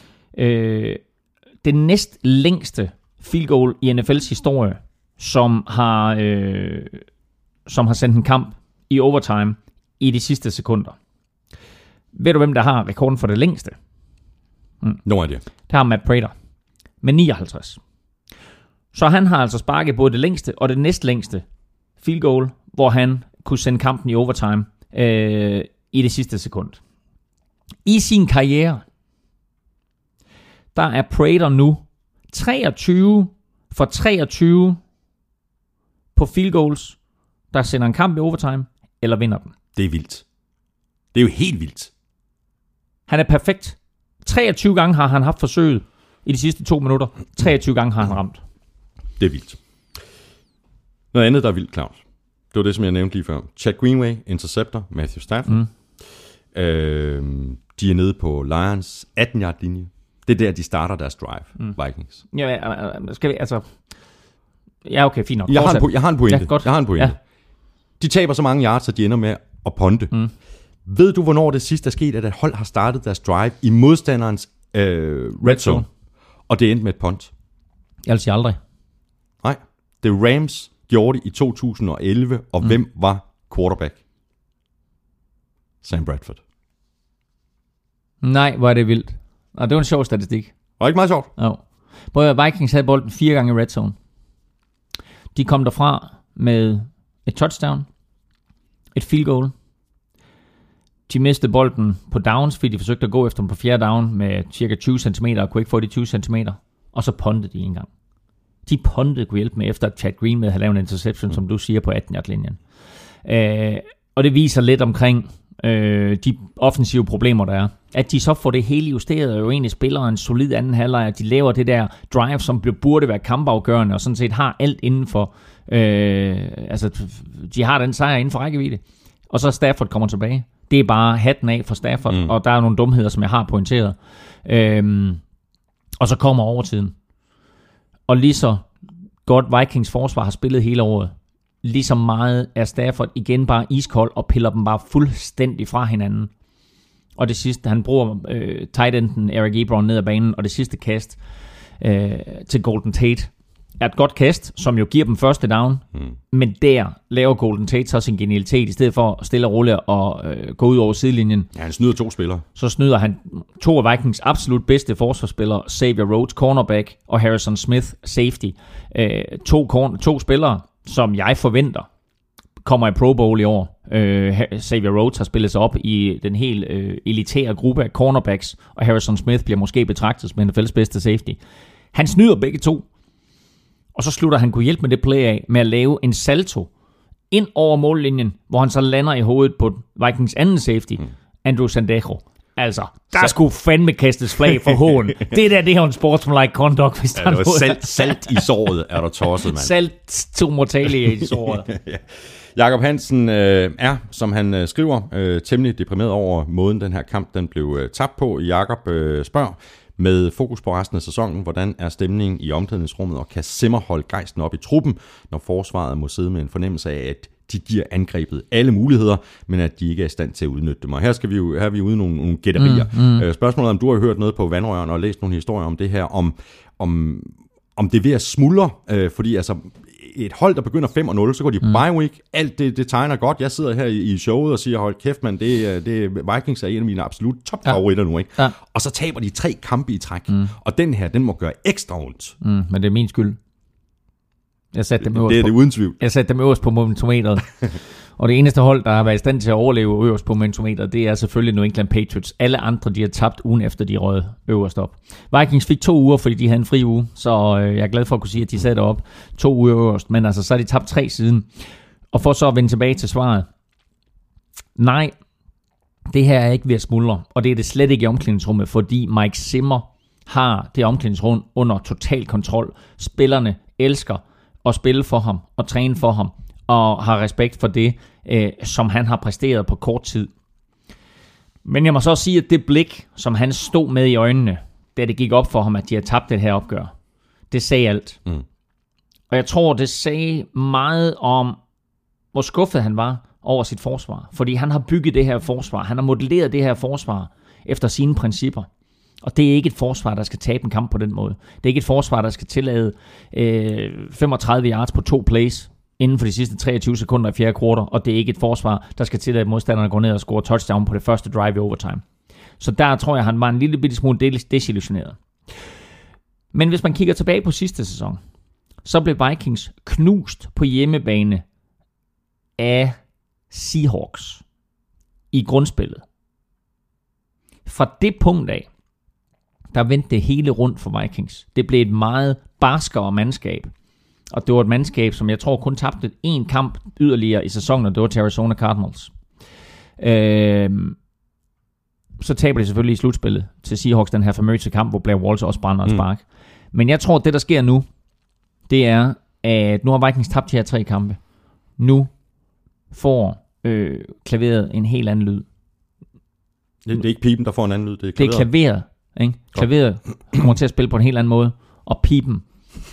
det næst længste field goal i NFL's historie, som har sendt en kamp i overtime i de sidste sekunder. Ved du, hvem der har rekorden for det længste? Nå er det. Det har Matt Prater med 59. Så han har altså sparket både det længste og det næstlængste field goal, hvor han kunne sende kampen i overtime i det sidste sekund. I sin karriere, der er Prater nu 23 for 23 på field goals, der sender en kamp i overtime, eller vinder den. Det er vildt. Det er jo helt vildt. Han er perfekt. 23 gange har han haft forsøget i de sidste 2 minutter. 23 gange har han ramt. Det er vildt. Noget andet, der er vildt, Claus. Det var det, som jeg nævnte lige før. Chad Greenway, interceptor, Matthew Stafford. De er nede på Lions 18-yard-linje. Det er der, de starter deres drive, Vikings. Ja, skal vi altså... Ja, okay, fint nok. Jeg har en pointe. Ja, godt. Jeg har en pointe. Ja. De taber så mange yards, at de ender med at punte. Ved du, hvornår det sidst er sket, at et hold har startet deres drive i modstanderens red zone, og det endte med et punt? Jeg vil sige aldrig. Nej, det Rams gjorde det i 2011, og hvem var quarterback? Sam Bradford. Nej, hvor er det vildt. Og det var en sjov statistik. Og ikke meget sjovt. Jo. Både Vikings havde bolden 4 gange i red zone. De kom derfra med et touchdown, et field goal. De mistede bolden på downs, fordi de forsøgte at gå efter dem på 4. down med cirka 20 cm, og kunne ikke få de 20 cm. Og så puntede de en gang. De puntede kunne hjælpe med, efter at Chad Greenway havde lavet en interception, som du siger, på 18-yard-linjen. Og det viser lidt omkring de offensive problemer, der er. At de så får det hele justeret, og jo egentlig spiller en solid anden halvleg, at de laver det der drive, som burde være kampafgørende, og sådan set har alt inden for De har den sejr inden for rækkevidde. Og så Stafford kommer tilbage. Det er bare hatten af for Stafford, og der er nogle dumheder, som jeg har pointeret. Og så kommer overtiden. Og lige så godt Vikings forsvar har spillet hele året, lige så meget er Stafford igen bare iskold og piller dem bare fuldstændig fra hinanden. Og det sidste, han bruger tight enden Eric Ebron ned ad banen, og det sidste kast til Golden Tate er et godt kast, som jo giver dem første down, men der laver Golden Tate så sin genialitet, i stedet for at stille og rulle og gå ud over sidelinjen. Ja, han snyder 2 spillere. Så snyder han 2 af Vikings absolut bedste forsvarsspillere, Xavier Rhodes, cornerback, og Harrison Smith, safety. 2 spillere, som jeg forventer kommer i Pro Bowl i år. Xavier Rhodes har spillet sig op i den helt elitære gruppe af cornerbacks, og Harrison Smith bliver måske betragtet som NFL's bedste safety. Han snyder begge 2, og så slutter han kunne hjælpe med det play af med at lave en salto ind over mållinjen, hvor han så lander i hovedet på Vikings anden safety, Andrew Sendejo. Altså, der skulle fandme kastes flag for hån. Det er en sportsmanlike conduct, hvis der det var salt i såret, er der tosset, mand. Salt to mortale i såret. Ja. Jakob Hansen er, som han skriver, temmelig deprimeret over måden, den her kamp den blev tabt på. Jakob spørger, med fokus på resten af sæsonen, hvordan er stemningen i omklædningsrummet, og kan Zimmer holde gejsten op i truppen, når forsvaret må sidde med en fornemmelse af, at de giver angrebet alle muligheder, men at de ikke er i stand til at udnytte dem. Og her er vi ude i nogle gætterier. Spørgsmålet om du har hørt noget på vandrøren og læst nogle historier om det her, om det er ved at smuldre, fordi altså et hold, der begynder 5-0, så går de på bye week. Alt det tegner godt. Jeg sidder her i showet og siger, hold kæft, man, Vikings er en af mine absolut topfavoritter nu, ikke? Ja. Og så taber de 3 kampe i træk. Og den her, den må gøre ekstra ondt. Men det er min skyld. Jeg satte dem det er det uden tvivl. Jeg satte dem øverst på momentometeret. Og det eneste hold, der har været i stand til at overleve øverst på momentometeret, det er selvfølgelig New England Patriots. Alle andre, de har tabt ugen efter, de rød øverst op. Vikings fik 2 uger, fordi de havde en fri uge, så jeg er glad for at kunne sige, at de satte op 2 uger øverst. Men altså, så har de tabt 3 siden. Og for så at vende tilbage til svaret. Nej, det her er ikke ved at smuldre, og det er det slet ikke i omklædningsrummet, fordi Mike Zimmer har det omklædningsrum under total kontrol. Spillerne elsker at spille for ham og træne for ham, og har respekt for det, som han har præsteret på kort tid. Men jeg må så sige, at det blik, som han stod med i øjnene, da det gik op for ham, at de har tabt det her opgør, det sagde alt. Og jeg tror, det sagde meget om, hvor skuffet han var over sit forsvar. Fordi han har bygget det her forsvar, han har modelleret det her forsvar efter sine principper. Og det er ikke et forsvar, der skal tabe en kamp på den måde. Det er ikke et forsvar, der skal tillade 35 yards på 2 plays inden for de sidste 23 sekunder i fjerde kvartal, og det er ikke et forsvar, der skal tillade modstanderne at gå ned og score touchdown på det første drive i overtime. Så der tror jeg, han var en lille bitte smule desillusioneret. Men hvis man kigger tilbage på sidste sæson, så blev Vikings knust på hjemmebane af Seahawks i grundspillet. Fra det punkt af, der vendte det hele rundt for Vikings. Det blev et meget barskere mandskab. Og det var et mandskab, som jeg tror kun tabte 1 kamp yderligere i sæsonen, og det var til Arizona Cardinals. Så taber de selvfølgelig i slutspillet til Seahawks, den her famøse kamp, hvor Blair Walsh også brænder et spark. Men jeg tror, at det, der sker nu, det er, at nu har Vikings tabt de her 3 kampe. Nu får klaveret en helt anden lyd. Det er ikke pipen, der får en anden lyd, det er klaveret. Ikke? Klaveret kommer til at spille på en helt anden måde, og pipen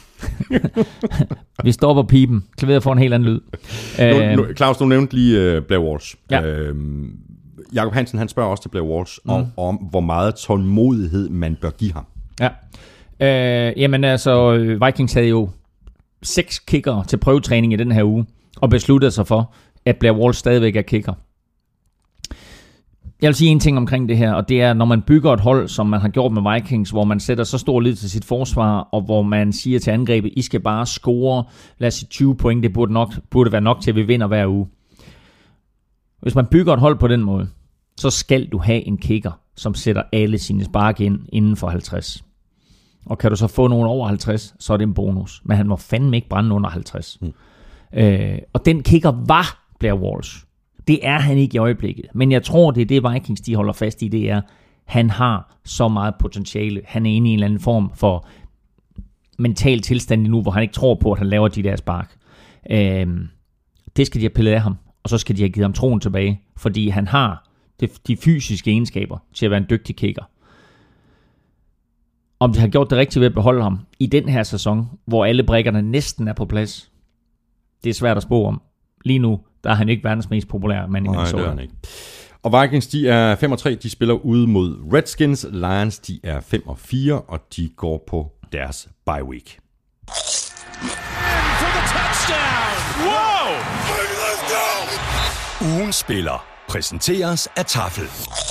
vi stopper pipen. Klaveret får en helt anden lyd. Claus, du nævnte lige Blair Walsh. Ja. Jakob Hansen, han spørger også til Blair Walsh om hvor meget tålmodighed man bør give ham. Ja. Jamen altså, Vikings havde jo 6 kickere til prøvetræning i den her uge, og besluttede sig for, at Blair Walsh stadigvæk er kicker. Jeg vil sige en ting omkring det her, og det er, når man bygger et hold, som man har gjort med Vikings, hvor man sætter så stor lid til sit forsvar, og hvor man siger til angrebet, I skal bare score, lad os sige 20 point, det burde være nok til, at vi vinder hver uge. Hvis man bygger et hold på den måde, så skal du have en kicker, som sætter alle sine spark ind inden for 50. Og kan du så få nogen over 50, så er det en bonus. Men han må fandme ikke brænde under 50. Og den kicker var Blair Walsh. Det er han ikke i øjeblikket. Men jeg tror, det er det Vikings, de holder fast i. Det er, han har så meget potentiale. Han er inde i en eller anden form for mental tilstand nu, hvor han ikke tror på, at han laver de der spark. Det skal de have pillet af ham, og så skal de have givet ham troen tilbage, fordi han har de fysiske egenskaber til at være en dygtig kicker. Om de har gjort det rigtigt ved at beholde ham i den her sæson, hvor alle brikkerne næsten er på plads, det er svært at spå om. Lige nu, der er han ikke verdens mest populære mand i Minnesota. Nej, det er han ikke. Og Vikings, de er 5-3, de spiller ude mod Redskins. Lions, de er 5-4, og de går på deres bye week. Ugens spiller præsenteres af Tafel.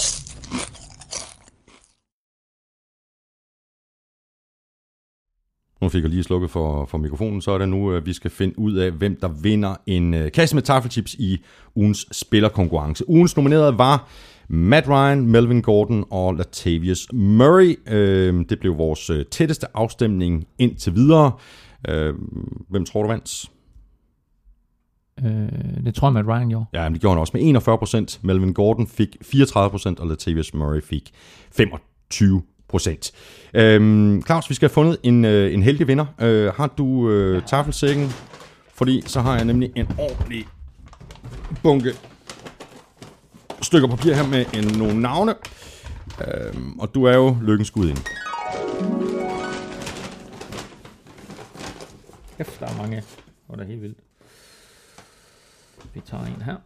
Nu fik jeg lige slukket for mikrofonen, så er det nu, vi skal finde ud af, hvem der vinder en kasse med taffelchips i ugens spillerkonkurrence. Ugens nominerede var Matt Ryan, Melvin Gordon og Latavius Murray. Det blev vores tætteste afstemning indtil videre. Hvem tror du vandt? Det tror jeg, Matt Ryan gjorde. Ja, men det gjorde han også med 41%. Melvin Gordon fik 34%, og Latavius Murray fik 25%. Claus, vi skal have fundet en heldig vinder. Har du taffelsækken? Fordi så har jeg nemlig en ordentlig bunke stykker papir her med nogle navne. Og du er jo lykkens gudinde. Der er mange. Det er helt vildt. Vi tager en her.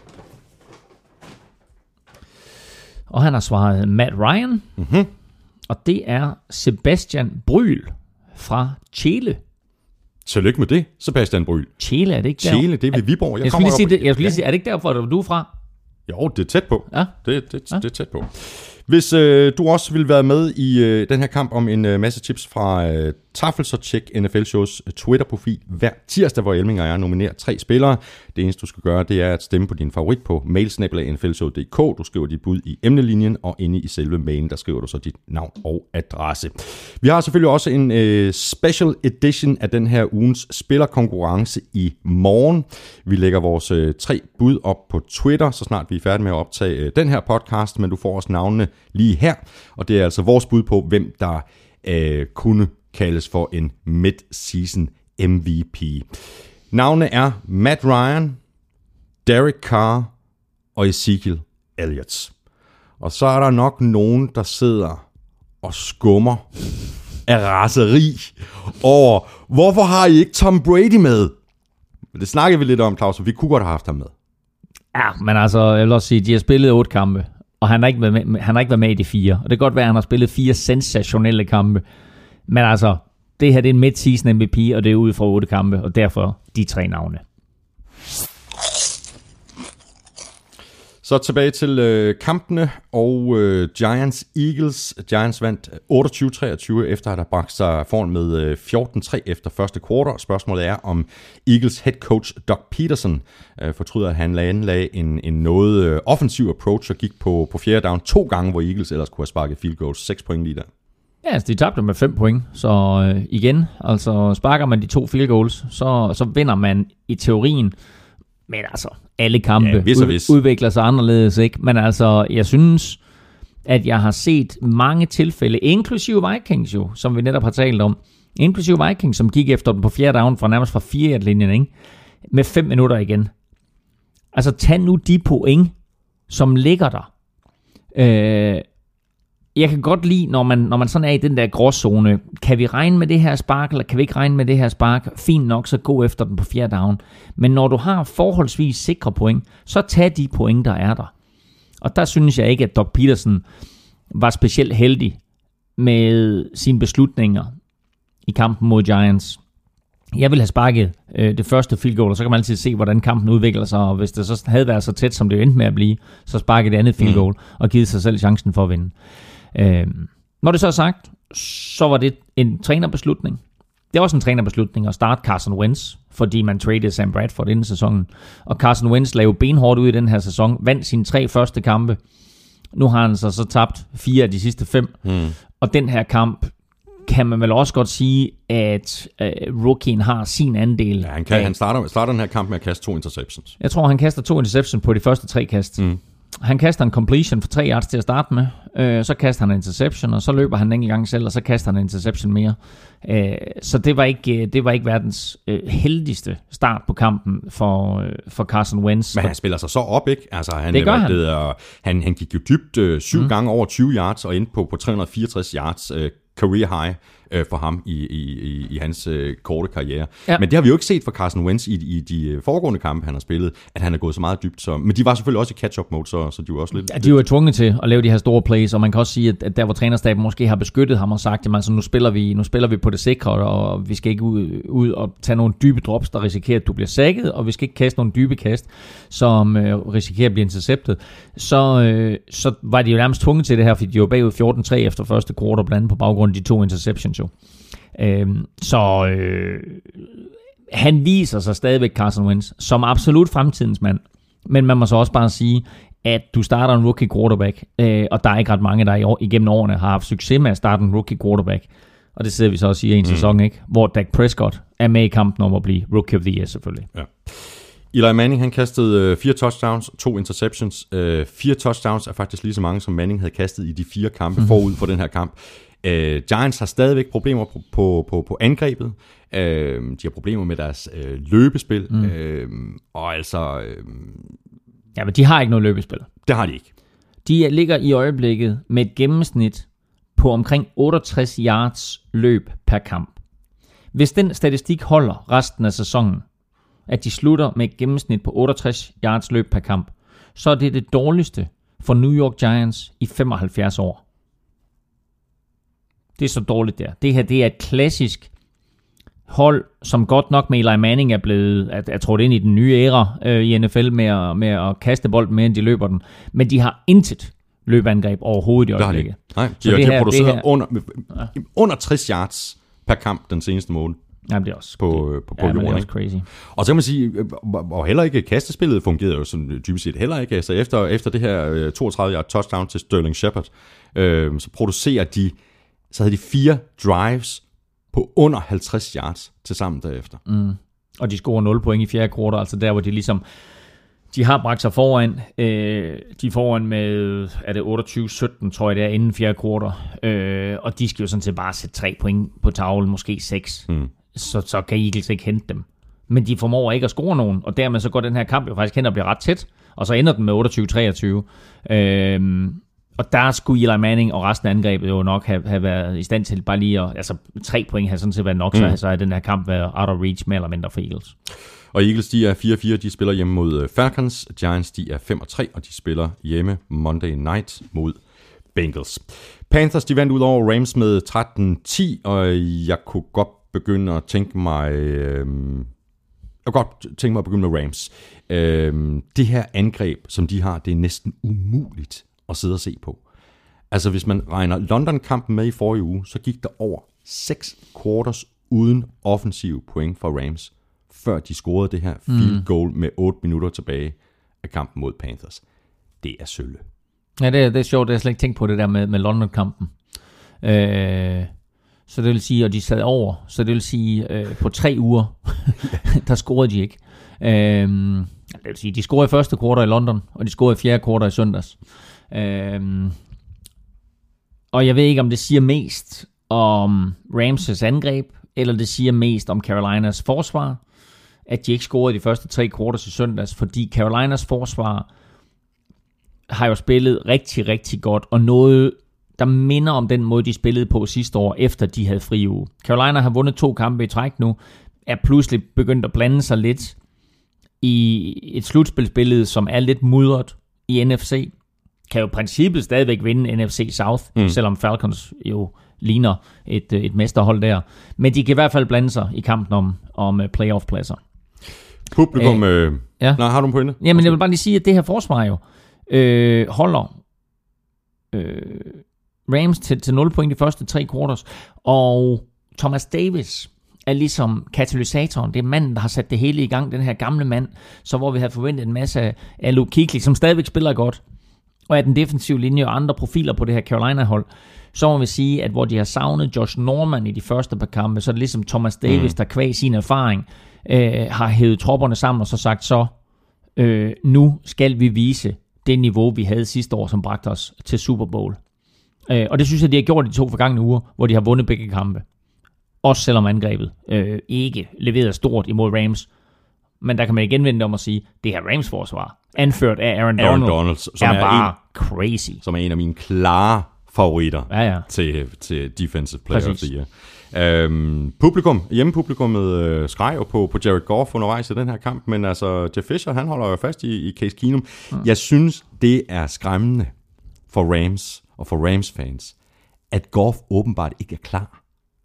Og han har svaret Matt Ryan. Mm-hmm. Og det er Sebastian Bryl fra Chile. Tillykke med det, Sebastian Bryl. Chile, er det ikke der? Chile, det er ved Viborg. Jeg skulle lige sige, er det ikke derfor, du er fra? Jo, det er tæt på. Ja. Det er tæt på. Hvis du også vil være med i den her kamp om en masse tips fra Tafel, så tjek NFL Shows Twitter-profil hver tirsdag, hvor Elming og jeg nominerer 3 spillere. Det eneste, du skal gøre, det er at stemme på din favorit på mailsnabel@nflshow.dk. Du skriver dit bud i emnelinjen, og inde i selve mailen, der skriver du så dit navn og adresse. Vi har selvfølgelig også en special edition af den her ugens spillerkonkurrence i morgen. Vi lægger vores 3 bud op på Twitter, så snart vi er færdige med at optage den her podcast, men du får også navnene lige her, og det er altså vores bud på, hvem der kunne kaldes for en mid-season MVP. Navnene er Matt Ryan, Derek Carr og Ezekiel Elliott. Og så er der nok nogen, der sidder og skummer af raseri over, hvorfor har I ikke Tom Brady med? Det snakkede vi lidt om, Claus, og vi kunne godt have haft ham med. Ja, men altså, jeg vil også sige, de har spillet 8 kampe, og han har ikke været med i de 4. Og det kan godt være, at han har spillet 4 sensationelle kampe. Men altså, det her det er en mid-season MVP, og det er ude fra 8 kampe, og derfor de 3 navne. Så tilbage til kampene, og Giants-Eagles. Giants vandt 28-23, efter at have bragt sig foran med 14-3 efter første kvartal. Spørgsmålet er, om Eagles head coach Doug Peterson fortryder, at han lagde en noget offensiv approach og gik på fjerde down 2 gange, hvor Eagles ellers kunne have sparket field goals. 6 point lige der. Ja, altså de tabte med 5 point, så igen, altså sparker man de 2 field goals, så vinder man i teorien. Men altså, alle kampe udvikler sig anderledes, ikke? Men altså, jeg synes, at jeg har set mange tilfælde, inklusive Vikings jo, som vi netop har talt om, inklusive Vikings, som gik efter dem på fjerde down, nærmest fra 4-linjen, ikke? Med 5 minutter igen. Altså, tag nu de point, som ligger der. Jeg kan godt lide, når man sådan er i den der gråzone, kan vi regne med det her spark, eller kan vi ikke regne med det her spark? Fint nok, så gå efter den på fjerde down. Men når du har forholdsvis sikre point, så tag de point, der er der. Og der synes jeg ikke, at Doug Peterson var specielt heldig med sine beslutninger i kampen mod Giants. Jeg ville have sparket det første field goal, og så kan man altid se, hvordan kampen udvikler sig, og hvis det så havde været så tæt, som det endte med at blive, så sparket det andet field goal, og givet sig selv chancen for at vinde. Når det så er sagt, så var det en trænerbeslutning. Det er også en trænerbeslutning at starte Carson Wentz, fordi man traded Sam Bradford inden sæsonen. Og Carson Wentz lavede benhårdt ud i den her sæson, vandt sine 3 første kampe. Nu har han så tabt 4 af de sidste 5. Og den her kamp kan man vel også godt sige, at rookien har sin andel. Ja, han starter den her kamp med at kaste 2 interceptions. Jeg tror, han kaster 2 interceptions på de første 3 kast. Han kaster en completion for 3 yards til at starte med. Så kaster han en interception, og så løber han en enkelt gang selv, og så kaster han en interception mere. Så det var ikke verdens heldigste start på kampen for Carson Wentz. Men han spiller sig så op, ikke? Altså, det gør han. Han gik jo dybt 7 gange over 20 yards og endte på 364 yards career high for ham i hans korte karriere. Ja. Men det har vi jo ikke set for Carson Wentz i de foregående kampe, han har spillet, at han er gået så meget dybt. Men de var selvfølgelig også i catch-up mode, så de var også lidt... Ja, de var tvunget til at lave de her store plays, og man kan også sige, at der hvor trænerstaben måske har beskyttet ham og sagt, at altså, nu spiller vi på det sikre, og vi skal ikke ud og tage nogle dybe drops, der risikerer, at du bliver sækket, og vi skal ikke kaste nogle dybe kast, som risikerer at blive interceptet. Så var de jo nærmest tvunget til det her, fordi de var bagud 14-3 efter første quarter, blandt andet på baggrund af de 2 interceptions jo. Han viser sig stadigvæk, Carson Wentz, som absolut fremtidens mand. Men man må så også bare sige, at du starter en rookie quarterback, og der er ikke ret mange, der igennem årene har haft succes med at starte en rookie quarterback. Og det ser vi så også i en sæson, ikke? Hvor Dak Prescott er med i kampen om at blive rookie of the year, selvfølgelig. Ja. Eli Manning, han kastede 4 touchdowns, 2 interceptions. 4 touchdowns er faktisk lige så mange, som Manning havde kastet i de 4 kampe forud for den her kamp. Giants har stadigvæk problemer på angrebet. De har problemer med deres løbespil. Og altså... Ja, men de har ikke noget løbespil. Det har de ikke. De ligger i øjeblikket med et gennemsnit på omkring 68 yards løb per kamp. Hvis den statistik holder resten af sæsonen, at de slutter med et gennemsnit på 68 yards løb per kamp, så er det dårligste for New York Giants i 75 år. Det er så dårligt der. Det her, det er et klassisk hold, som godt nok med Eli Manning er blevet trådt ind i den nye æra i NFL med at kaste bolden mere, end de løber den. Men de har intet løbeangreb overhovedet i øjeblikket. Nej, de har produceret under 60 yards per kamp den seneste måned. Jamen, det er også, på jorden. Det er også crazy. Og så kan man sige, og heller ikke kastespillet fungerede jo sådan dybest set heller ikke. Altså efter det her 32 yard touchdown til Sterling Shepard, så havde de 4 drives på under 50 yards til sammen derefter. Og de scorer 0 point i fjerde kvartal, altså der hvor de ligesom, de har bragt sig foran, de er foran med, er det 28-17, tror jeg det er, inden fjerde kvartal, og de skal jo sådan set bare sætte 3 point på tavlen, måske 6, så kan Eagles ikke hente dem. Men de formår ikke at score nogen, og dermed så går den her kamp jo faktisk hen og bliver ret tæt, og så ender den med 28-23. Og der skulle Eli Manning og resten af angrebet jo nok have været i stand til bare lige at... Altså 3 point har sådan set været nok, så har den her kamp været out of reach mere eller mindre for Eagles. Og Eagles, de er 4-4, de spiller hjemme mod Falcons. Giants, de er 5-3, og de spiller hjemme Monday Night mod Bengals. Panthers, de vandt ud over Rams med 13-10, og jeg kunne godt begynde at tænke mig... at begynde med Rams. Det her angreb, som de har, det er næsten umuligt at sidde og se på. Altså hvis man regner London-kampen med i forrige uge, så gik der over 6 quarters uden offensive point for Rams, før de scorede det her field goal med 8 minutter tilbage af kampen mod Panthers. Det er sølle. Ja, det er sjovt, jeg har slet ikke tænkt på det der med London-kampen. Så det vil sige, og de sad over, så det vil sige, på 3 uger, der scorede de ikke. Det vil sige, de scorede i første kvartal i London, og de scorede i fjerde kvartal i søndags. Og jeg ved ikke, om det siger mest om Rams' angreb, eller det siger mest om Carolinas forsvar, at de ikke scorede de første 3 kvartals i søndags, fordi Carolinas forsvar har jo spillet rigtig, rigtig godt, og noget, der minder om den måde, de spillede på sidste år, efter de havde fri uge. Carolina har vundet 2 kampe i træk nu, er pludselig begyndt at blande sig lidt i et slutspilsbillede, som er lidt mudret i NFC. Kan jo i princippet stadigvæk vinde NFC South, selvom Falcons jo ligner et mesterhold der. Men de kan i hvert fald blande sig i kampen om playoff-pladser. Publikum, ja. Nej, har du en pointe? Jamen, jeg vil bare lige sige, at det her forsvar jo holder Rams til 0 point de første 3 quarters, og Thomas Davis er ligesom katalysatoren. Det er manden, der har sat det hele i gang, den her gamle mand, så hvor vi havde forventet en masse af Luke Kuechly, som stadigvæk spiller godt, og af den defensive linje og andre profiler på det her Carolina-hold, så må vi sige, at hvor de har savnet Josh Norman i de første par kampe, så er det ligesom Thomas Davis, der kvæg sin erfaring, har hævet tropperne sammen og så sagt, så nu skal vi vise det niveau, vi havde sidste år, som bragte os til Super Bowl. Og det synes jeg, de har gjort de 2 forgangne uger, hvor de har vundet begge kampe. Også selvom angrebet ikke leverede stort imod Rams. Men der kan man igen vende om at sige, det her Rams-forsvar, anført af Aaron Donald som er bare crazy. Som er en af mine klare favoritter til Defensive Player of the Year. Hjemmepublikummet skreg jo på Jared Goff undervejs i den her kamp, men altså Jeff Fisher, han holder jo fast i Case Keenum. Jeg synes, det er skræmmende for Rams og for Rams-fans, at Goff åbenbart ikke er klar.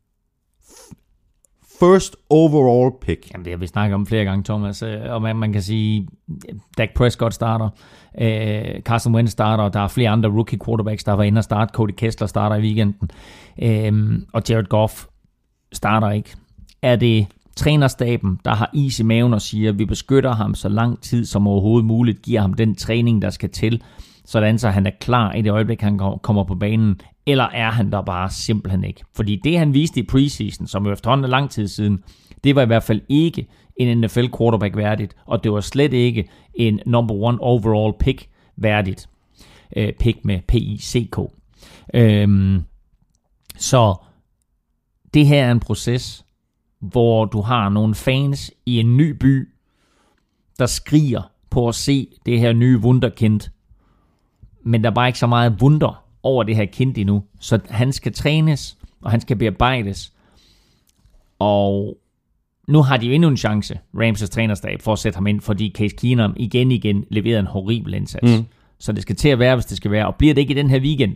First overall pick. Jamen, det har vi snakket om flere gange, Thomas. Og man kan sige, Dak Prescott starter, Carson Wentz starter, der er flere andre rookie quarterbacks, der var inde og starte. Cody Kessler starter i weekenden. Og Jared Goff starter ikke. Er det trænerstaben, der har is i maven og siger, at vi beskytter ham så lang tid som overhovedet muligt, giver ham den træning, der skal til, sådan så han er klar i det øjeblik, han kommer på banen, eller er han der bare simpelthen ikke? Fordi det, han viste i preseason, som jo efterhånden er lang tid siden, det var i hvert fald ikke en NFL quarterback værdigt, og det var slet ikke en number 1 overall pick værdigt. Pick med P-I-C-K. Så det her er en proces, hvor du har nogle fans i en ny by, der skriger på at se det her nye wunderkind, men der er bare ikke så meget wunder over det her kind endnu, så han skal trænes, og han skal bearbejdes, og nu har de jo endnu en chance, Rams' trænerstab, for at sætte ham ind, fordi Case Keenum igen leverede en horribel indsats. Så det skal til at være, hvis det skal være, og bliver det ikke i den her weekend,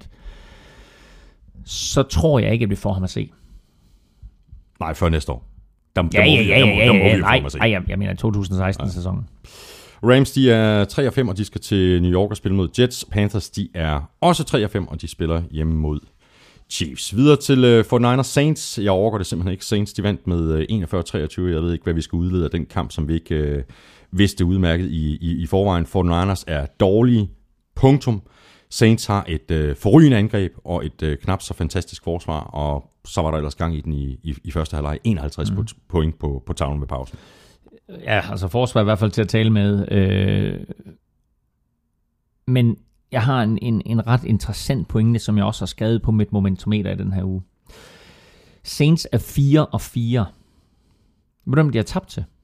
så tror jeg ikke, at vi får ham at se. Nej, før næste år. Der må jeg mener 2016-sæsonen. Rams, de er 3-5, og de skal til New York og spille mod Jets. Panthers, de er også 3-5, og de spiller hjemme mod Chiefs. Videre til 49ers Saints. Jeg overgår det simpelthen ikke. Saints, de vandt med 41-23. Jeg ved ikke, hvad vi skal udlede af den kamp, som vi ikke vidste udmærket i forvejen. 49ers er dårlige. Punktum. Saints har et forrygende angreb og et knap så fantastisk forsvar, og så var der ellers gang i den i første halvleg. 51 point på tavlen ved pausen. Ja, altså forsvar i hvert fald til at tale med. Men jeg har en ret interessant pointe, som jeg også har skrevet på mit momentometer i den her uge. Saints er 4-4. Ved du, de har tabt til?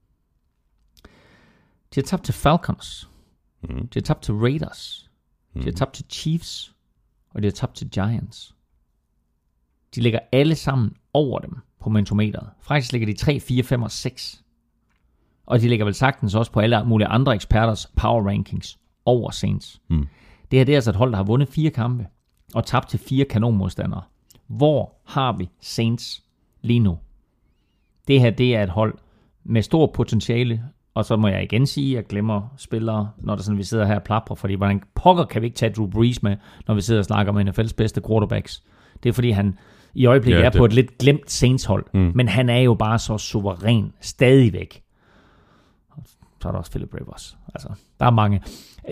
De har tabt til Falcons. De har tabt til Raiders. De har tabt til Chiefs. Og de har tabt til Giants. De ligger alle sammen over dem på momentometeret. Faktisk ligger de 3, 4, 5 og 6. Og de ligger vel sagtens også på alle mulige andre eksperters power rankings over Saints. Det her det er altså et hold, der har vundet 4 kampe og tabt til 4 kanonmodstandere. Hvor har vi Saints lige nu? Det her det er et hold med stor potentiale, og så må jeg igen sige, at jeg glemmer spillere, når der sådan, vi sidder her og plaprer, fordi hvordan pokker kan vi ikke tage Drew Brees med, når vi sidder og snakker om NFL's bedste quarterbacks. Det er fordi han i øjeblikket er på et lidt glemt Saints-hold, men han er jo bare så suveræn stadigvæk. Så er der også Philip Rivers. Altså, der er mange.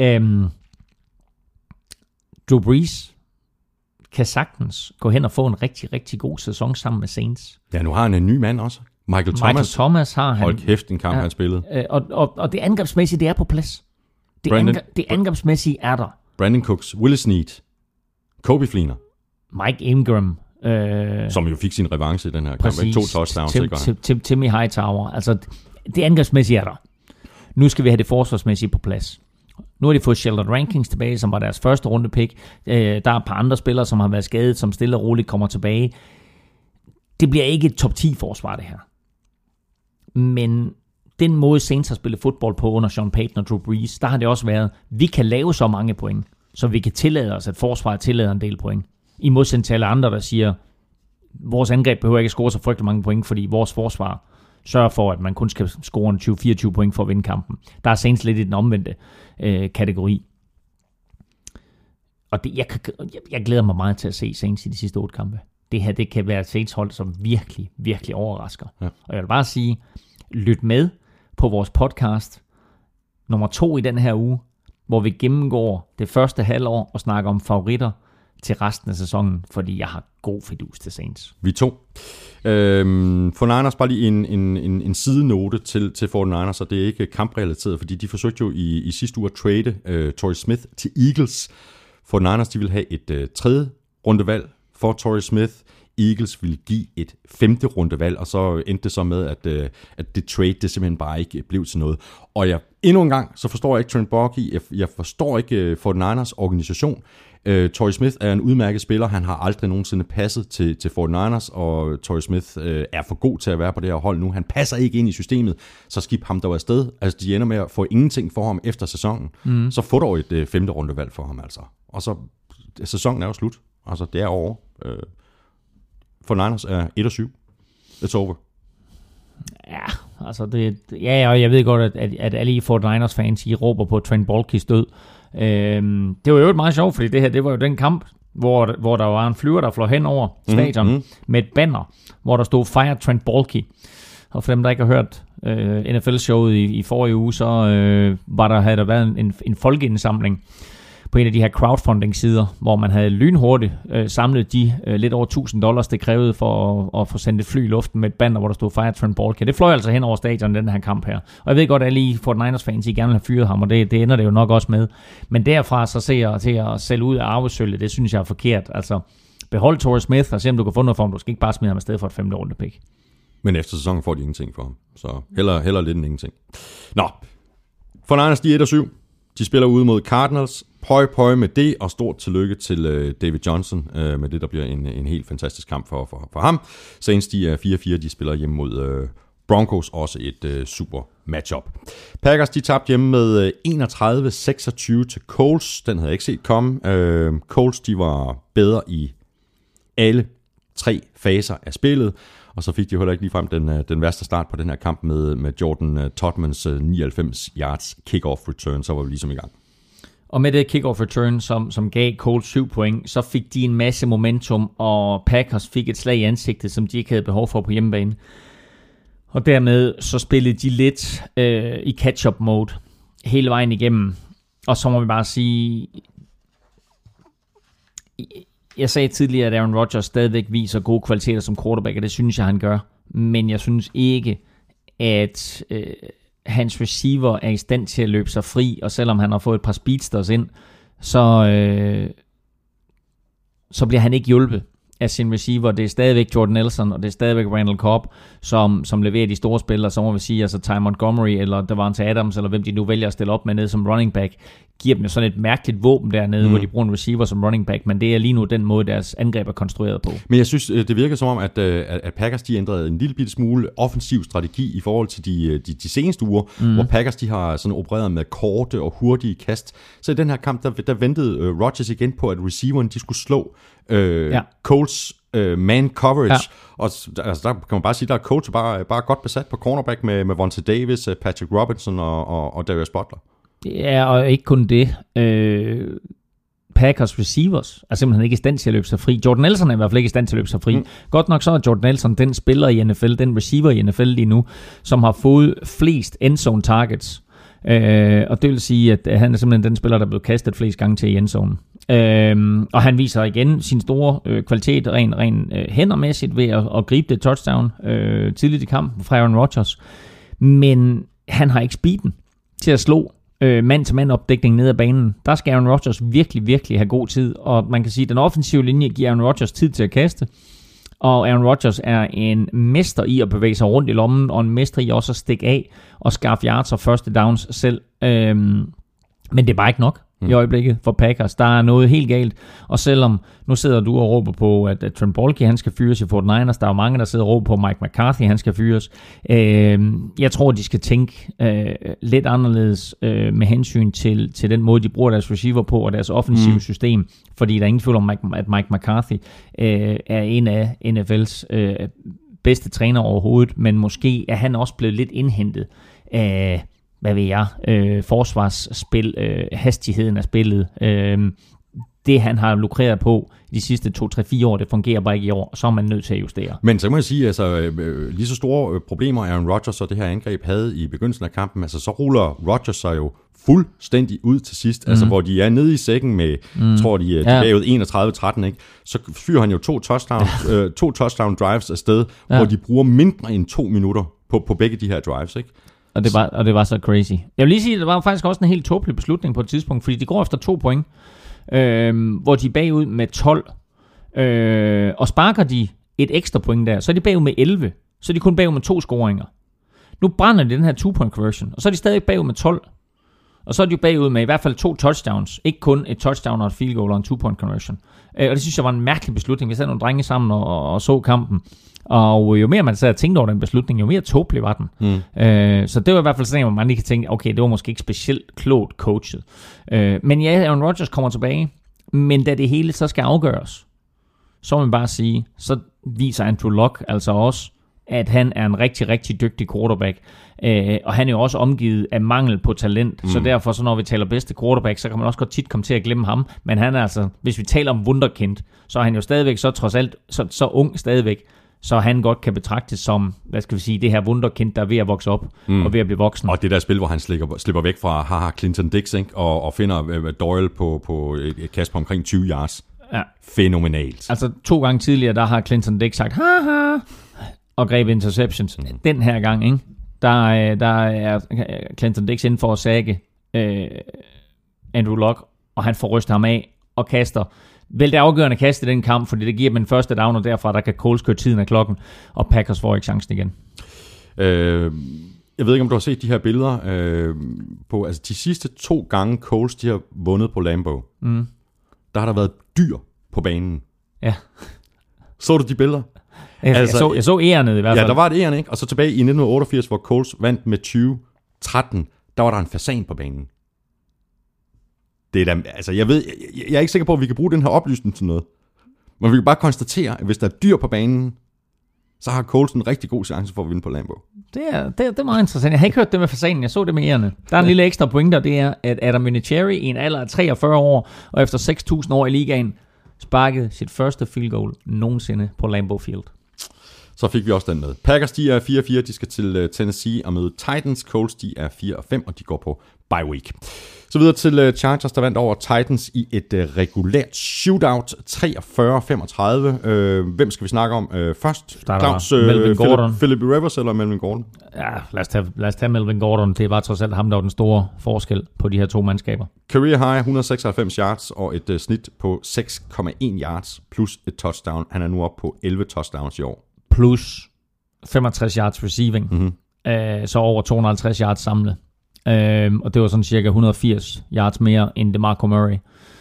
Drew Brees kan sagtens gå hen og få en rigtig, rigtig god sæson sammen med Saints. Ja, nu har han en ny mand også. Michael Thomas har han. Hold kæft, en kamp, han spillede. Og det angrebsmæssige, det er på plads. Det angrebsmæssige er der. Brandon Cooks, Willis Snead, Kobe Fleener. Mike Ingram. Som jo fik sin revanche i den her kamp. 2 touchdowns. Timmy Hightower. Altså, det angrebsmæssige er der. Nu skal vi have det forsvarsmæssige på plads. Nu har de fået Sheldon Rankings tilbage, som var deres første runde pick. Der er et par andre spillere, som har været skadet, som stille og roligt kommer tilbage. Det bliver ikke et top 10 forsvar, det her. Men den måde Saints har spillet fodbold på under Sean Payton og Drew Brees, der har det også været, vi kan lave så mange point, så vi kan tillade os, at forsvaret tillader en del point. I modsætning til alle andre, der siger, vores angreb behøver ikke at score så frygtelig mange point, fordi vores forsvar sørger for, at man kun skal score en 20-24 point for at vinde kampen. Der er Saints lidt i den omvendte kategori. Og det, jeg glæder mig meget til at se Saints i de sidste 8 kampe. Det her, det kan være et Saints-hold, som virkelig, virkelig overrasker. Ja. Og jeg vil bare sige, lyt med på vores podcast nummer 2 i den her uge, hvor vi gennemgår det første halvår og snakker om favoritter til resten af sæsonen, fordi jeg har god fidus til Saints. Vi to. For Niners bare lige en sidenote til 49ers, og det er ikke kamprelateret, fordi de forsøgte jo i sidste uge at trade Torrey Smith til Eagles. For Niners, de vil have et tredje rundevalg for Torrey Smith. Eagles ville give et 5. rundevalg, og så endte det så med, at det trade, det simpelthen bare ikke blev til noget. Og endnu en gang, så forstår jeg ikke Trent Baalke, jeg forstår ikke 49ers organisation. Torrey Smith er en udmærket spiller, han har aldrig nogensinde passet til 49ers, og Torrey Smith er for god til at være på det her hold nu. Han passer ikke ind i systemet, så skib ham der afsted. Altså, de ender med at få ingenting for ham efter sæsonen. Så få dog et 5. rundevalg for ham, altså. Og så, sæsonen er jo slut. Altså, det er over. For Niners er 1-7. It's over. Ja, altså og jeg ved godt, at alle 49ers fans, I råber på Trent Baalkes død. Det var jo meget sjovt, fordi det var jo den kamp, hvor der var en flyver, der fløj hen over stadion med et banner, hvor der stod Fire Trent Baalke. Og for dem, der ikke har hørt NFL-showet i forrige uge, så havde der været en folkeindsamling på en af de her crowdfunding-sider, hvor man havde lynhurtigt samlet de lidt over $1,000, det krævede for at få sendt et fly i luften med et banner, hvor der stod Fire Trent Baalke. Det fløj altså hen over stadion, den her kamp her. Og jeg ved godt, at alle I 49ers-fans, I gerne vil have fyret ham, og det ender det jo nok også med. Men derfra så ser jeg til at sælge ud af arvesølvet, det synes jeg er forkert. Altså, behold Torrey Smith og se, om du kan få noget for ham. Du skal ikke bare smide ham afsted for et 5. runde pick. Men efter sæsonen får de ingenting for ham. Så heller lidt end ingenting. Nå, for Niners, de er 1-7. De spiller ude mod Cardinals. Pøj med det, og stort tillykke til David Johnson med det, der bliver en helt fantastisk kamp for ham. Saints, de er 4-4, de spiller hjemme mod Broncos, også et super matchup. Packers, de tabte hjemme med 31-26 til Colts. Den havde jeg ikke set komme. Colts, de var bedre i alle 3 faser af spillet, og så fik de heller ikke ligefrem den værste start på den her kamp med Jordan Todmans 99 yards kickoff return, så var vi ligesom i gang. Og med det kickoff return, som gav Colts 7 point, så fik de en masse momentum, og Packers fik et slag i ansigtet, som de ikke havde behov for på hjemmebane. Og dermed så spillede de lidt i catch-up mode hele vejen igennem. Og så må vi bare sige, jeg sagde tidligere, at Aaron Rodgers stadigvæk viser gode kvaliteter som quarterback, og det synes jeg, han gør. Men jeg synes ikke, at hans receiver er i stand til at løbe sig fri, og selvom han har fået et par speedsters ind, så bliver han ikke hjulpet af sin receiver. Det er stadigvæk Jordan Nelson, og det er stadigvæk Randall Cobb, som leverer de store spillere, så må vi sige, altså Ty Montgomery, eller Davante Adams, eller hvem de nu vælger at stille op med nede som running back, giver dem jo sådan et mærkeligt våben dernede, hvor de bruger en receiver som running back, men det er lige nu den måde, deres angreb er konstrueret på. Men jeg synes, det virker som om, at Packers, de ændrede en lille bitte smule offensiv strategi i forhold til de seneste uger, hvor Packers, de har sådan opereret med korte og hurtige kast. Så i den her kamp, der ventede Rodgers igen på, at receiveren, de skulle slå Colts man coverage, og altså, der kan man bare sige, der er Colts bare godt besat på cornerback med Vontae Davis, Patrick Robinson og Darius Butler. Ja, og ikke kun det. Packers receivers er simpelthen ikke i stand til at løbe sig fri. Jordan Nelson er i hvert fald ikke i stand til at løbe sig fri. Godt nok så er Jordan Nelson den spiller i NFL, den receiver i NFL lige nu, som har fået flest endzone targets. Og det vil sige, at han er simpelthen den spiller, der er blevet kastet flest gange til i endzone. Og han viser igen sin store kvalitet ren hændermæssigt ved at gribe det touchdown tidligt i kampen fra Aaron Rodgers. Men han har ikke speeden til at slå mand-til-mand opdækning ned ad banen. Der skal Aaron Rodgers virkelig, virkelig have god tid, og man kan sige, at den offensive linje giver Aaron Rodgers tid til at kaste, og Aaron Rodgers er en mester i at bevæge sig rundt i lommen, og en mester i også at stikke af og skaffe yards og første downs selv. Men det er bare ikke nok i øjeblikket for Packers. Der er noget helt galt, og selvom nu sidder du og råber på, at Trent Baalke, han skal fyres i 49ers, der er jo mange, der sidder og råber på, Mike McCarthy, han skal fyres. Jeg tror, de skal tænke lidt anderledes med hensyn til den måde, de bruger deres receiver på, og deres offensive system, fordi der er ingen tvivl om, at Mike McCarthy er en af NFL's bedste træner overhovedet, men måske er han også blevet lidt indhentet af forsvarsspil, hastigheden af spillet. Det han har lukreret på de sidste 2-3-4 år, det fungerer bare ikke i år, så er man nødt til at justere. Men så må jeg sige, altså lige så store problemer Aaron Rodgers og det her angreb havde i begyndelsen af kampen, altså så ruller Rodgers sig jo fuldstændig ud til sidst, altså hvor de er nede i sækken med, tror de er bagud 31-13, ikke? Så fyrer han jo to touchdown drives afsted, hvor de bruger mindre end 2 minutter på begge de her drives, ikke? Og det var så crazy. Jeg vil lige sige, at det var faktisk også en helt tåbelig beslutning på et tidspunkt, fordi de går efter 2 point, hvor de er bagud med 12, og sparker de et ekstra point der, så er de bagud med 11, så er de kun bagud med 2 scoringer. Nu brænder de den her 2-point conversion, og så er de stadig bagud med 12, og så er de jo bagud med i hvert fald 2 touchdowns, ikke kun et touchdown og et field goal og en 2-point conversion. Og det synes jeg var en mærkelig beslutning. Vi sad nogle drenge sammen og så kampen, og jo mere man sad og tænkte over den beslutning, jo mere tåbelig var den. Så det var i hvert fald sådan, hvor man lige kan tænke, okay, det var måske ikke specielt klogt coachet. Men ja, Aaron Rodgers kommer tilbage, men da det hele så skal afgøres, så må man bare sige, så viser Andrew Luck altså også, at han er en rigtig, rigtig dygtig quarterback. Og han er jo også omgivet af mangel på talent. Så derfor, så når vi taler bedste quarterback, så kan man også godt tit komme til at glemme ham. Men han er altså, hvis vi taler om wunderkind, så er han jo stadigvæk så trods alt så ung stadigvæk, så han godt kan betragtes som, hvad skal vi sige, det her wunderkind, der er ved at vokse op og ved at blive voksen. Og det der spil, hvor han slipper væk fra Clinton Dix, ikke? Og finder Doyle på et kast på omkring 20 yards. Ja. Fænomenalt. Altså 2 gange tidligere, der har Clinton Dix sagt, haha, og greb interceptions. Den her gang, ikke? Der er Clinton Dix inden for at sække Andrew Luck, og han får rystet ham af og kaster vel det afgørende kast i den kamp, fordi det giver dem en første down, og derfra der kan Coles køre tiden af klokken, og Packers får ikke chancen igen. Jeg ved ikke, om du har set de her billeder på, altså de sidste 2 gange Coles, de har vundet på Lambeau. Der har der været dyr på banen. Ja. Så du de billeder? Jeg så ærenet i hvert fald. Ja, der var et æren, ikke? Og så tilbage i 1988, hvor Coles vandt med 20-13, der var der en fasan på banen. Det er da, altså jeg er ikke sikker på, at vi kan bruge den her oplysning til noget. Men vi kan bare konstatere, at hvis der er dyr på banen, så har Coles en rigtig god chance for at vinde på Lambeau. Det er meget interessant. Jeg har ikke hørt det med fasanen, jeg så det med ærerne. Der er en lille ekstra pointe, og det er, at Adam Vinatieri i en alder af 43 år, og efter 6.000 år i ligaen, sparkede sit første field goal nogensinde på Lambeau Field. Så fik vi også den med. Packers, de er 4-4, de skal til Tennessee og møde Titans. Colts, de er 4-5, og de går på bye week. Så videre til Chargers, der vandt over Titans i et regulært shootout, 43-35. Hvem skal vi snakke om først? Claus, Melvin Gordon. Philip Rivers eller Melvin Gordon? Ja, lad os tage Melvin Gordon. Det var trods alt ham, der var den store forskel på de her 2 mandskaber. Career high, 196 yards og et snit på 6,1 yards plus et touchdown. Han er nu oppe på 11 touchdowns i år. Plus 65 yards receiving. Så over 250 yards samlet. Og det var sådan cirka 180 yards mere end DeMarco Murray.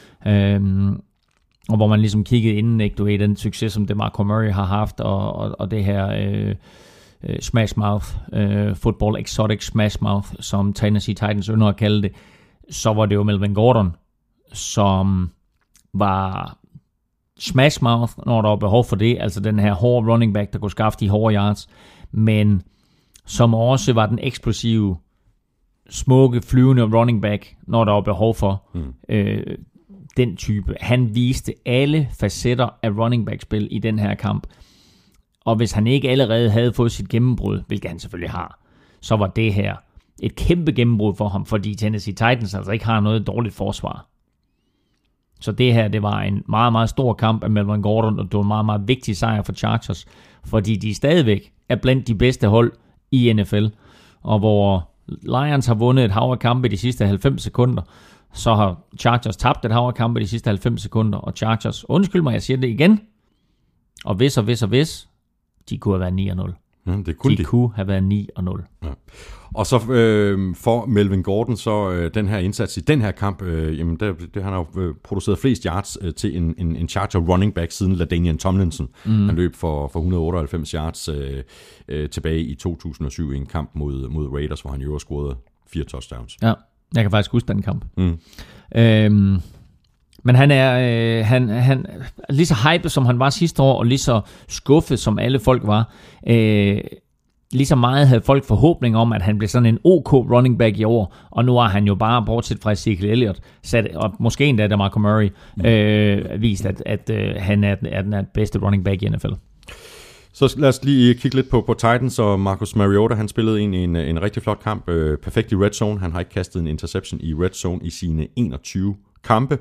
Og hvor man ligesom kiggede inden, ikke, du ved, den succes, som DeMarco Murray har haft, og det her smash mouth, football exotic smash mouth, som Tennessee Titans ynder at kalde det, så var det jo Melvin Gordon, som var smash mouth, når der var behov for det, altså den her hårde running back, der kunne skaffe de hårde yards, men som også var den eksplosive, smukke, flyvende running back, når der var behov for den type. Han viste alle facetter af running back-spil i den her kamp. Og hvis han ikke allerede havde fået sit gennembrud, hvilket han selvfølgelig har, så var det her et kæmpe gennembrud for ham, fordi Tennessee Titans altså ikke har noget dårligt forsvar. Så det her, det var en meget, meget stor kamp af Melvin Gordon, og det var en meget, meget vigtig sejr for Chargers, fordi de stadigvæk er blandt de bedste hold i NFL, og hvor Lions har vundet et hav af kampe de sidste 90 sekunder, så har Chargers tabt et hav af kampe de sidste 90 sekunder, og Chargers, undskyld mig, jeg siger det igen, og hvis, de kunne have været 9-0. Ja, det kunne de kunne have været 9-0. Ja. Og så for Melvin Gordon, så den her indsats i den her kamp, jamen han har jo produceret flest yards til en Charger running back siden LaDainian Tomlinson. Han løb for 198 yards tilbage i 2007 i en kamp mod Raiders, hvor han jo scorede 4 touchdowns. Ja, jeg kan faktisk huske den kamp. Men han er han lige så hyped, som han var sidste år, og lige så skuffet, som alle folk var. Lige så meget havde folk forhåbning om, at han blev sådan en OK running back i år, og nu har han jo bare, bortset fra Ezekiel Elliott, og måske endda DeMarco Murray, vist, at han er den bedste running back i NFL. Så lad os lige kigge lidt på Titans, og Marcus Mariota, han spillede en rigtig flot kamp, perfekt i red zone. Han har ikke kastet en interception i red zone i sine 21 kampe.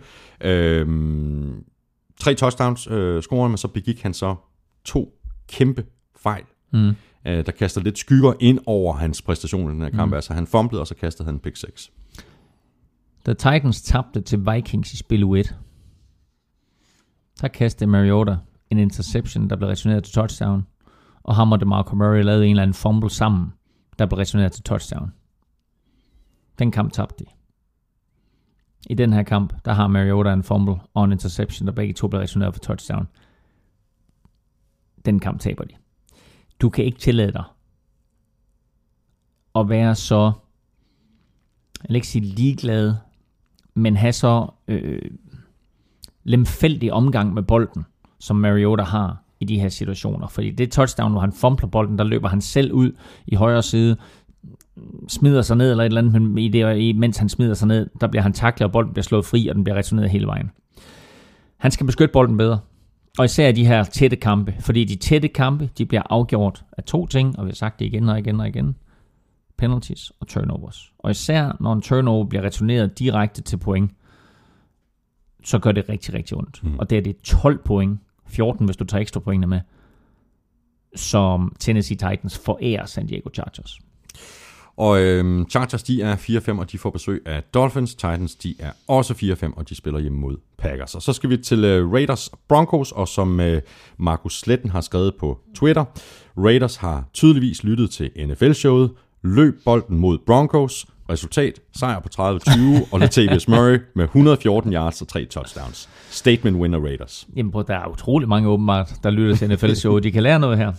3 touchdowns scorede, men så begik han så 2 kæmpe fejl, der kaster lidt skygger ind over hans præstation i den her kamp. Altså han fumblede, og så kastede han en pick 6. Da Titans tabte til Vikings i spil 1, der kastede Mariota en interception, der blev returneret til touchdown, og ham og DeMarco Murray lavede en eller anden fumble sammen, der blev returneret til touchdown. Den kamp tabte de. I den her kamp, der har Mariota en fumble og en interception, der begge to blev returneret for touchdown. Den kamp taber de. Du kan ikke tillade dig at være så, jeg vil ikke sige ligeglad, men have så lemfældig omgang med bolden, som Mariota har i de her situationer. Fordi det touchdown, hvor han fumbler bolden, der løber han selv ud i højre side, smider sig ned eller et eller andet, men mens han smider sig ned, der bliver han tacklet, og bolden bliver slået fri, og den bliver returneret hele vejen. Han skal beskytte bolden bedre. Og især de her tætte kampe, fordi de tætte kampe, de bliver afgjort af 2 ting, og vi har sagt det igen og igen og igen. Penalties og turnovers. Og især når en turnover bliver returneret direkte til point, så gør det rigtig, rigtig ondt. Og det er det 12 point, 14 hvis du tager ekstra pointene med, som Tennessee Titans forærer San Diego Chargers. Og Chargers, de er 4-5, og de får besøg af Dolphins. Titans, de er også 4-5, og de spiller hjemme mod Packers. Og så skal vi til Raiders Broncos, og som Markus Sletten har skrevet på Twitter, Raiders har tydeligvis lyttet til NFL-showet, løb bolden mod Broncos, resultat, sejr på 30-20, og Latavius Murray med 114 yards og 3 touchdowns. Statement winner Raiders. Jamen, der er utrolig mange åbenbart, der lytter til NFL-showet. De kan lære noget her.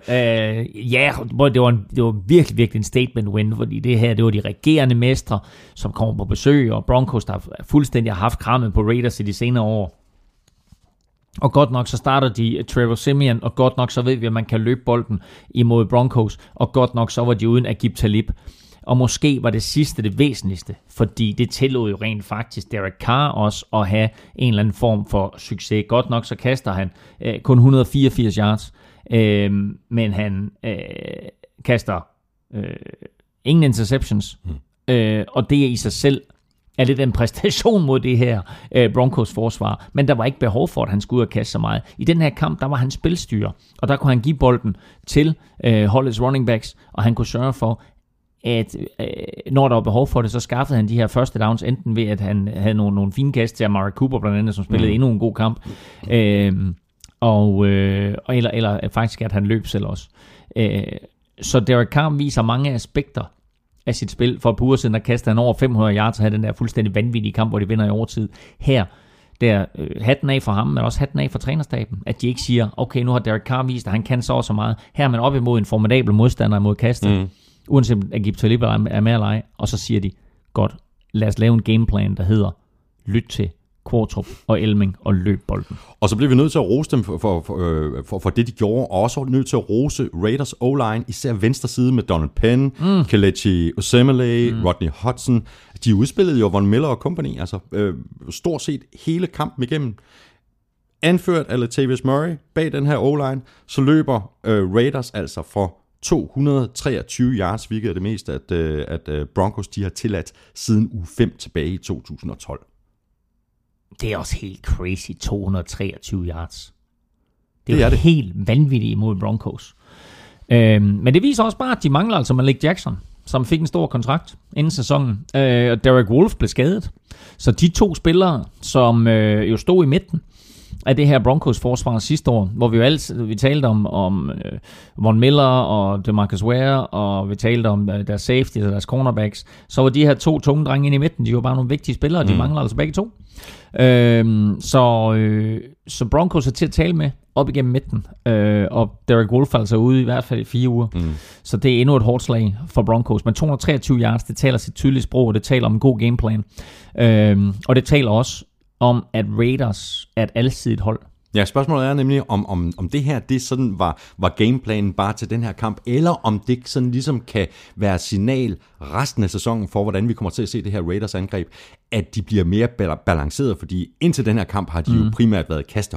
Det var virkelig, virkelig en statement win, fordi det her, det var de regerende mestre, som kommer på besøg, og Broncos, der fuldstændig har haft krammet på Raiders i de senere år. Og godt nok så starter de Trevor Siemian, og godt nok så ved vi, at man kan løbe bolden imod Broncos, og godt nok så var de uden Aqib Talib. Og måske var det sidste det væsentligste, fordi det tillod jo rent faktisk Derek Carr også at have en eller anden form for succes. Godt nok så kaster han kun 184 yards, men han kaster ingen interceptions, og det er i sig selv er lidt en præstation mod det her Broncos forsvar, men der var ikke behov for, at han skulle ud og kaste så meget. I den her kamp, der var han spilstyrer, og der kunne han give bolden til holdets running backs, og han kunne sørge for, at når der var behov for det, så skaffede han de her første downs, enten ved, at han havde nogle fine kast til Amari Cooper, blandt andet, som spillede endnu en god kamp, eller faktisk, at han løb selv også. Så Derek Carr viser mange aspekter af sit spil. For et par uger siden, der kastede han over 500 yards og havde den der fuldstændig vanvittige kamp, hvor de vinder i overtid. Her, der hatten af for ham, men også hatten af for trænerstaben, at de ikke siger, okay, nu har Derek Carr vist, at han kan så meget. Her er man op imod en formidabel modstander imod kastet, uanset at Aqib Talib er med eller ej, og så siger de, godt, lad os lave en gameplan, der hedder, lyt til Kvartrup og Elming og løb bolden. Og så bliver vi nødt til at rose dem for det, de gjorde, og også nødt til at rose Raiders O-line, især venstre side med Donald Penn, Kelechi Osemele, Rodney Hudson. De udspillede jo Von Miller og company, altså stort set hele kampen igennem. Anført af Latavius Murray bag den her O-line, så løber Raiders altså for 223 yards, hvilket er det mest, at Broncos de har tilladt siden uge 5 tilbage i 2012. Det er også helt crazy, 223 yards. Det er helt vanvittigt imod Broncos. Men det viser også bare, at de mangler altså Malik Jackson, som fik en stor kontrakt inden sæsonen. Og Derek Wolfe blev skadet. Så de 2 spillere, som jo stod i midten af det her Broncos forsvar sidste år, hvor vi talte om Von Miller og DeMarcus Ware, og vi talte om deres safety og deres cornerbacks, så var de her 2 tunge drenge inde i midten, de var bare nogle vigtige spillere, og de mangler altså begge 2. Så Broncos er til at tale med op igennem midten, og Derek Wolfe altså ude i hvert fald i 4 uger. Så det er endnu et hårdt slag for Broncos. Men 223 yards, det taler sit tydelige sprog, og det taler om en god gameplan. Og det taler også om, at Raiders er et alsidigt hold. Ja, spørgsmålet er nemlig, om det her det sådan var gameplanen bare til den her kamp, eller om det sådan ligesom kan være signal resten af sæsonen for, hvordan vi kommer til at se det her Raiders angreb, at de bliver mere balanceret, fordi indtil den her kamp har de jo primært været kastehold.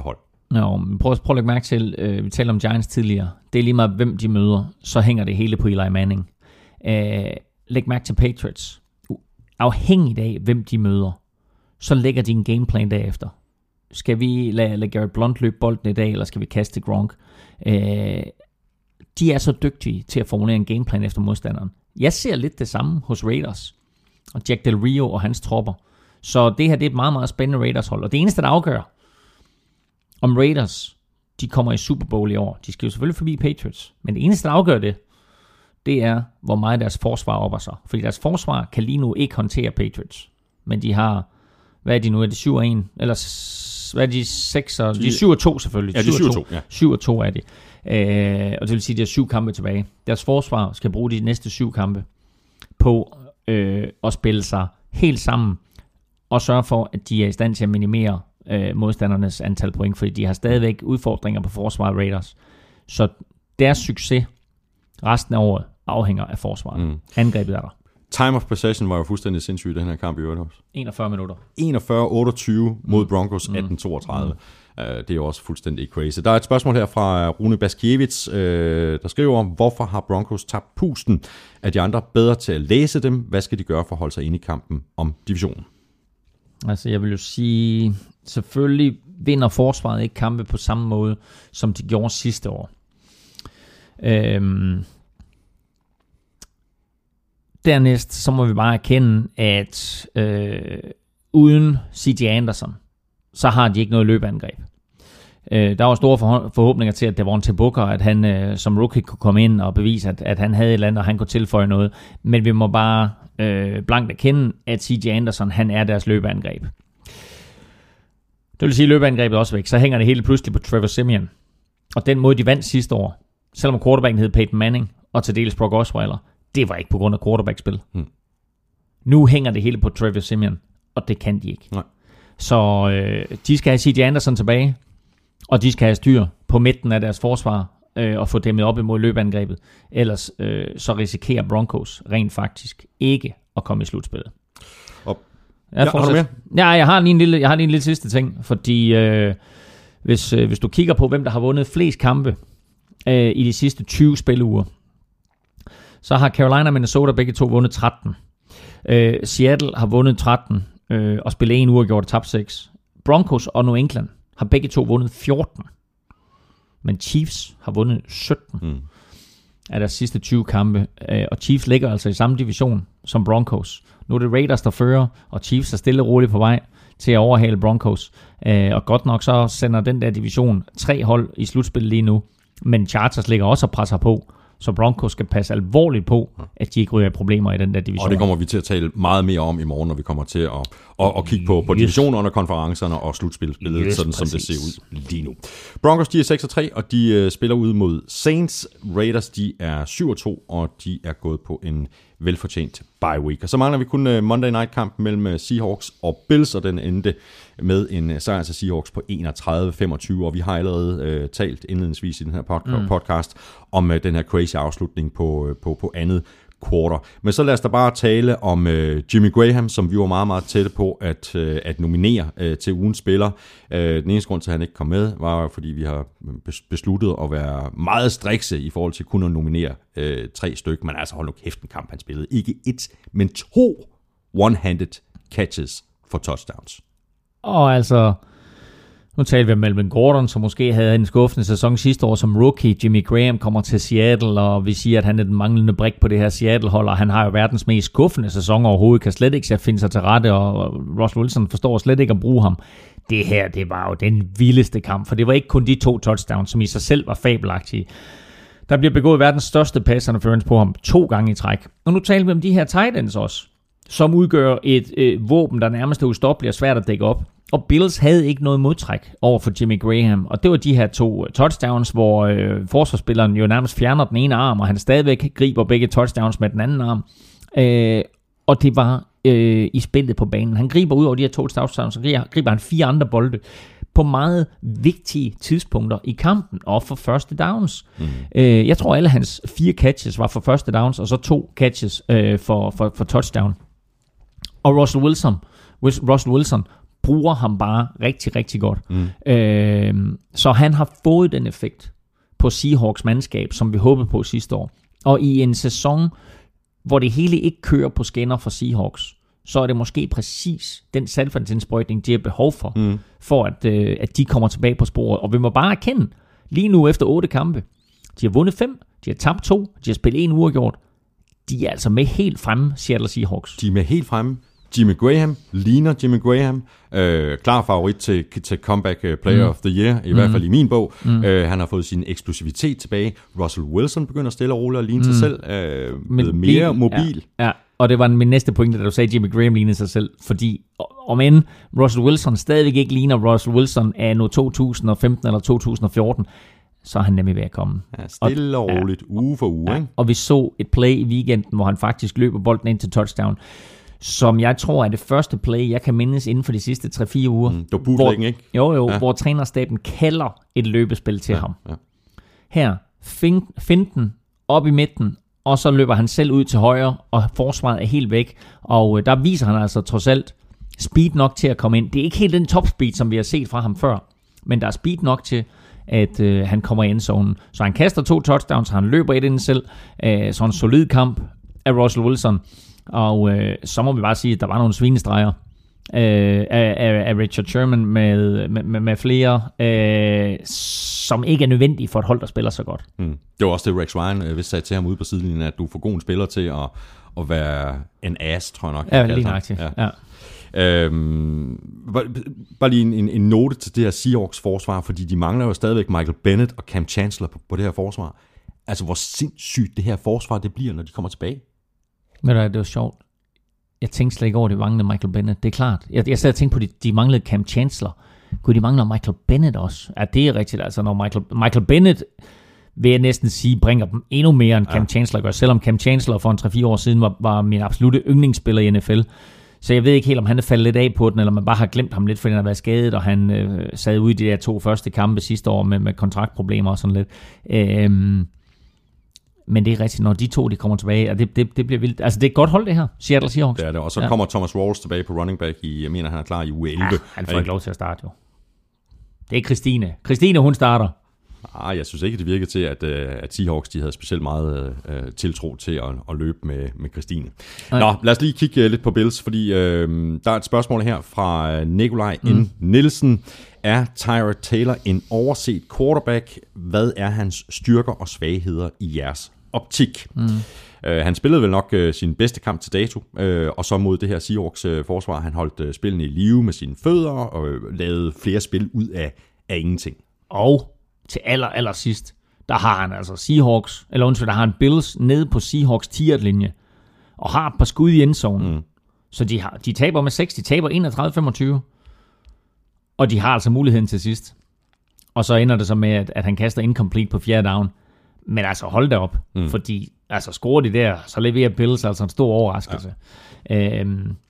Nå, men prøv at lægge mærke til, vi talte om Giants tidligere. Det er lige meget, hvem de møder, så hænger det hele på Eli Manning. Læg mærke til Patriots. Afhængigt af, hvem de møder, så lægger de en gameplan derefter. Skal vi lade Garrett Blount løbe bolden i dag, eller skal vi kaste til Gronk? De er så dygtige til at formulere en gameplan efter modstanderen. Jeg ser lidt det samme hos Raiders og Jack Del Rio og hans tropper. Så det her det er et meget, meget spændende Raiders-hold. Og det eneste, der afgør, om Raiders de kommer i Super Bowl i år, de skal jo selvfølgelig forbi Patriots, men det eneste, der afgør det er, hvor meget deres forsvar opper sig. Fordi deres forsvar kan lige nu ikke håndtere Patriots. Men de har, hvad er de nu? Er de 7-1? Eller hvad er de 6? De er 7-2 selvfølgelig. Ja, de er 7-2 er de. Og det vil sige, at de har 7 kampe tilbage. Deres forsvar skal bruge de næste 7 kampe på at spille sig helt sammen og sørge for, at de er i stand til at minimere modstandernes antal point, fordi de har stadigvæk udfordringer på forsvaret Raiders. Så deres succes resten af året afhænger af forsvaret. Angrebet er der. Time of possession var jo fuldstændig sindssygt, den her kamp i øvrigt også. 41 minutter. 41-28 mod Broncos 18-32. Det er jo også fuldstændig crazy. Der er et spørgsmål her fra Rune Baskiewicz, der skriver, hvorfor har Broncos tabt pusten? Er de andre bedre til at læse dem? Hvad skal de gøre for at holde sig inde i kampen om divisionen? Altså jeg vil jo sige, selvfølgelig vinder forsvaret ikke kampe på samme måde, som de gjorde sidste år. Dernæst så må vi bare erkende, at uden C.J. Anderson, så har de ikke noget løbeangreb. Der var store forhåbninger til, at Devontae Booker, at han som rookie kunne komme ind og bevise, at han havde et eller andet, og han kunne tilføje noget. Men vi må bare blankt erkende, at C.J. Anderson, han er deres løbeangreb. Det vil sige, at løbeangrebet også væk. Så hænger det hele pludselig på Trevor Siemian. Og den måde, de vandt sidste år, selvom quarterbacken hed Peyton Manning, og til dels Brock Osweiler, det var ikke på grund af quarterback-spil. Nu hænger det hele på Trevor Siemian, og det kan de ikke. Nej. Så de skal have C.J. Anderson tilbage, og de skal have styr på midten af deres forsvar, og få dæmmet op imod løbeangrebet. Ellers så risikerer Broncos rent faktisk ikke at komme i slutspillet. Har du mere? Ja, jeg har lige en lille sidste ting, fordi hvis du kigger på, hvem der har vundet flest kampe i de sidste 20 spilleuger, så har Carolina og Minnesota begge to vundet 13. Seattle har vundet 13 og spillet 1 uafgjort og tabt 6. Broncos og New England har begge to vundet 14. Men Chiefs har vundet 17 af deres sidste 20 kampe. Og Chiefs ligger altså i samme division som Broncos. Nu er det Raiders, der fører, og Chiefs er stille og roligt på vej til at overhale Broncos. Og godt nok så sender den der division 3 hold i slutspil lige nu. Men Chargers ligger også og presser på. Så Broncos skal passe alvorligt på, at de ikke ryger problemer i den der division. Og det kommer vi til at tale meget mere om i morgen, når vi kommer til at kigge på divisionerne, konferencerne og slutspillet, sådan som det ser ud lige nu. Broncos, de er 6-3, og de spiller ud mod Saints. Raiders, de er 7-2, og de er gået på en velfortjent bye week. Og så mangler vi kun Monday Night kamp mellem Seahawks og Bills, og den endte med en sejr til Seahawks på 31-25, og vi har allerede talt indledningsvis i den her podcast om den her crazy afslutning på andet quarter. Men så lad os da bare tale om Jimmy Graham, som vi var meget, meget tætte på at nominere til ugens spiller. Den eneste grund til, at han ikke kom med, var fordi vi har besluttet at være meget strikse i forhold til kun at nominere 3 stykker. Men altså hold nu kæft en kamp, han spillede. Ikke 1, men 2 one-handed catches for touchdowns. Og altså, nu taler vi om Melvin Gordon, som måske havde en skuffende sæson sidste år som rookie. Jimmy Graham kommer til Seattle, og vi siger, at han er den manglende brik på det her Seattle-hold, og han har jo verdens mest skuffende sæson overhovedet, kan slet ikke finde sig til rette, og Russell Wilson forstår slet ikke at bruge ham. Det her, det var jo den vildeste kamp, for det var ikke kun de 2 touchdowns, som i sig selv var fabelagtige. Der bliver begået verdens største pass interference på ham 2 gange i træk. Og nu taler vi om de her tight ends også, som udgør et våben, der nærmest er ustoppeligt og svært at dække op. Og Bills havde ikke noget modtræk over for Jimmy Graham. Og det var de her 2 touchdowns, hvor forsvarsspilleren jo nærmest fjerner den ene arm, og han stadigvæk griber begge touchdowns med den anden arm. Og det var i spillet på banen. Han griber ud over de her 2 touchdowns, og griber han 4 andre bolde på meget vigtige tidspunkter i kampen og for første downs. Jeg tror, alle hans 4 catches var for første downs, og så 2 catches for touchdown. Og Russell Wilson bruger ham bare rigtig, rigtig godt. Så han har fået den effekt på Seahawks mandskab, som vi håbede på sidste år. Og i en sæson, hvor det hele ikke kører på skinner for Seahawks, så er det måske præcis den saltvandsindsprøjtning, de har behov for, for at de kommer tilbage på sporet. Og vi må bare erkende, lige nu efter 8 kampe, de har vundet 5, de har tabt 2, de har spillet 1 uafgjort. De er altså med helt fremme, Seattle Seahawks. De er med helt fremme. Jimmy Graham ligner Jimmy Graham. Klar favorit til comeback player of the year, i hvert fald i min bog. Han har fået sin eksplosivitet tilbage. Russell Wilson begynder stille og roligt at ligne sig selv. Blevet mere mobil. Ja, og det var min næste pointe, da du sagde, at Jimmy Graham lignede sig selv. Fordi om end Russell Wilson stadigvæk ikke ligner Russell Wilson af nu 2015 eller 2014, så er han nemlig ved at komme. Ja, stille og roligt, uge for uge. Ikke? Og vi så et play i weekenden, hvor han faktisk løber bolden ind til touchdown, som jeg tror er det første play, jeg kan mindes inden for de sidste 3-4 uger. Det var bootleggen, ikke? Jo, hvor trænerstaben kalder et løbespil til ham. Ja. Her, finten op i midten, og så løber han selv ud til højre, og forsvaret er helt væk. Og der viser han altså trods alt speed nok til at komme ind. Det er ikke helt den topspeed, som vi har set fra ham før, men der er speed nok til, at han kommer i endzonen. Så han kaster 2 touchdowns, han løber et ind selv. Så en solid kamp af Russell Wilson. Og så må vi bare sige, at der var nogle svinestreger af Richard Sherman med flere, som ikke er nødvendige for et hold, der spiller så godt. Det var også det, Rex Ryan sagde til ham ude på sidelinjen, at du får god en spiller til at være en ass, tror jeg nok. Ja, lige nøjagtigt. Ja. Bare lige en note til det her Seahawks forsvar, fordi de mangler jo stadigvæk Michael Bennett og Cam Chancellor på det her forsvar. Altså, hvor sindssygt det her forsvar det bliver, når de kommer tilbage. Men det var sjovt. Jeg tænkte slet ikke over, at det manglede Michael Bennett. Det er klart. Jeg sad og tænkte på, at de manglede Cam Chancellor. Gud, de mangler Michael Bennett også. Ja, det er rigtigt. Altså, når Michael Bennett, vil jeg næsten sige, bringer dem endnu mere, end Cam Chancellor gør. Selvom Cam Chancellor for en 3-4 år siden var min absolutte yndlingsspiller i NFL. Så jeg ved ikke helt, om han er faldet lidt af på den, eller man bare har glemt ham lidt, fordi han har været skadet, og han sad ude i de der 2 første kampe sidste år med kontraktproblemer og sådan lidt. Men det er rigtigt, når de 2 de kommer tilbage, og det bliver vildt. Altså, det er et godt hold, det her. Seattle Seahawks. Det er det, og så kommer Thomas Rawls tilbage på running back jeg mener, han er klar i uge 11. Ja, han får ikke lov til at starte, jo. Det er Christine. Christine, hun starter. Jeg synes ikke, det virkede til, at Seahawks de havde specielt meget tiltro til at løbe med Christine. Nå, lad os lige kigge lidt på Bills, fordi der er et spørgsmål her fra Nikolaj N. Nielsen. Er Tyrod Taylor en overset quarterback? Hvad er hans styrker og svagheder i jeres optik? Han spillede vel nok sin bedste kamp til dato, og så mod det her Seahawks forsvar. Han holdt spillene i live med sine fødder og lavede flere spil ud af ingenting. Og til aller sidst, der har han altså Seahawks, eller undskyld, der har han Bills nede på Seahawks tier-linje, og har et par skud i endzonen. Så de taber med 6, de taber 31-25, og de har altså muligheden til sidst. Og så ender det så med, at han kaster incomplete på 4. down. Men altså, hold da op, fordi altså, scorer de der, så leverer Bills altså en stor overraskelse. Ja.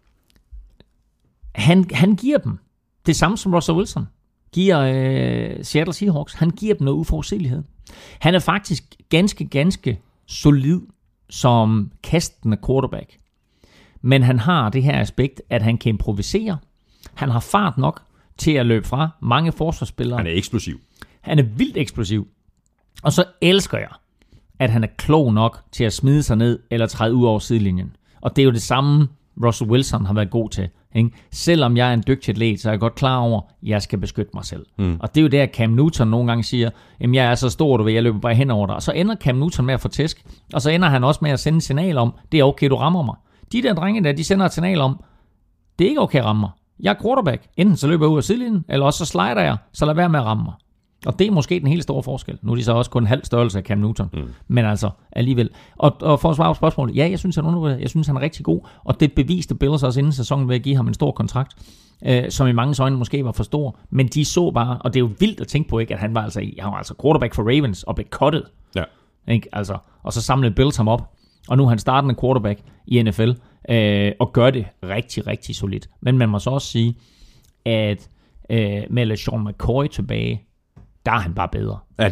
Han giver dem det samme som Russell Wilson giver Seattle Seahawks. Han giver dem noget uforudsigelighed. Han er faktisk ganske solid som kastende quarterback. Men han har det her aspekt, at han kan improvisere. Han har fart nok til at løbe fra mange forsvarsspillere. Han er eksplosiv. Han er vildt eksplosiv. Og så elsker jeg, at han er klog nok til at smide sig ned eller træde ud over sidelinjen. Og det er jo det samme, Russell Wilson har været god til. Ikke? Selvom jeg er en dygtig atlet, så er jeg godt klar over, at jeg skal beskytte mig selv. Og det er jo det, at Cam Newton nogle gange siger, jamen jeg er så stor, du ved, jeg løber bare hen over dig. Og så ender Cam Newton med at få tæsk, og så ender han også med at sende et signal om, det er okay, du rammer mig. De der drenge der, de sender et signal om, det er ikke okay at ramme mig. Jeg er quarterback. Enten så løber jeg ud af sidelinjen, eller også så slider jeg, så lad være med at ramme mig. Og det er måske den helt store forskel. Nu er de så også kun en halv størrelse af Cam Newton. Men altså alligevel. Og for at svare på spørgsmålet, ja, jeg synes han er rigtig god. Og det beviste Bills også inden sæsonen ved at give ham en stor kontrakt, som i mange øjne måske var for stor. Men de så bare, og det er jo vildt at tænke på, ikke, at han var altså quarterback for Ravens og blev cuttet. Ja. Ikke? Altså, og så samlede Bills ham op. Og nu er han startende quarterback i NFL, og gør det rigtig solidt. Men man må så også sige, at med LeSean McCoy tilbage, der er han bare bedre. Ja, det er han.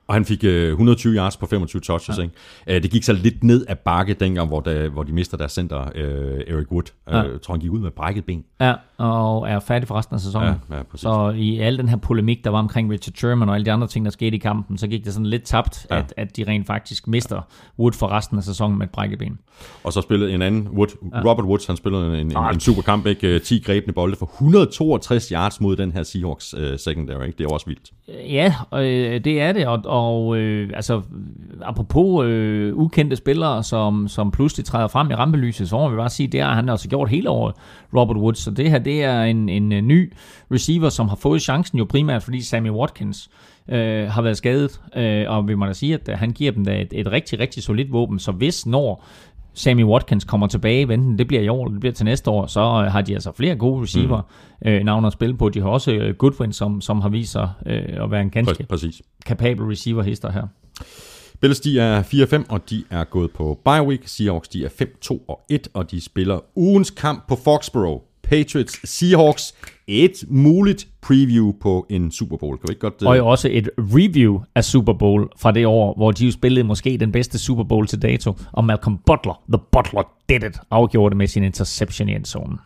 Og han fik 120 yards på 25 touches. Ikke? Det gik så lidt ned ad bakke dengang, hvor de mister deres center, Eric Wood. Jeg tror, han gik ud med brækket ben. Ja, og er færdig for resten af sæsonen. Ja, så i al den her polemik, der var omkring Richard Sherman og alle de andre ting, der skete i kampen, så gik det sådan lidt tabt, at de rent faktisk mister Wood for resten af sæsonen med et brækket ben. Og så spillede en anden, Robert Woods, han spillede en super kamp, ikke? 10 grebne bolde for 162 yards mod den her Seahawks secondary. Ikke? Det er også vildt. Ja, det er det, og altså, apropos ukendte spillere, som pludselig træder frem i rampelyset, så må vi bare sige, det har han også gjort hele året, Robert Woods. Så det her, det er en ny receiver, som har fået chancen jo primært, fordi Sammy Watkins har været skadet, og vi må da sige, at han giver dem da et rigtig, rigtig solidt våben, så når Sammy Watkins kommer tilbage, enten det bliver i år, eller det bliver til næste år, så har de altså flere gode receiver navne at spille på. De har også Goodwin, som har vist sig at være en ganske kapabel receiver-hister her. Bills, de er 4-5, og de er gået på bye week. Seahawks, de er 5-2-1, og de spiller ugens kamp på Foxborough. Patriots, Seahawks, et muligt preview på en Super Bowl. Kan vi ikke godt... Og også et review af Super Bowl fra det år, hvor de jo spillede måske den bedste Super Bowl til dato, og Malcolm Butler, the Butler did it, afgjorde det med sin interception i endzonen.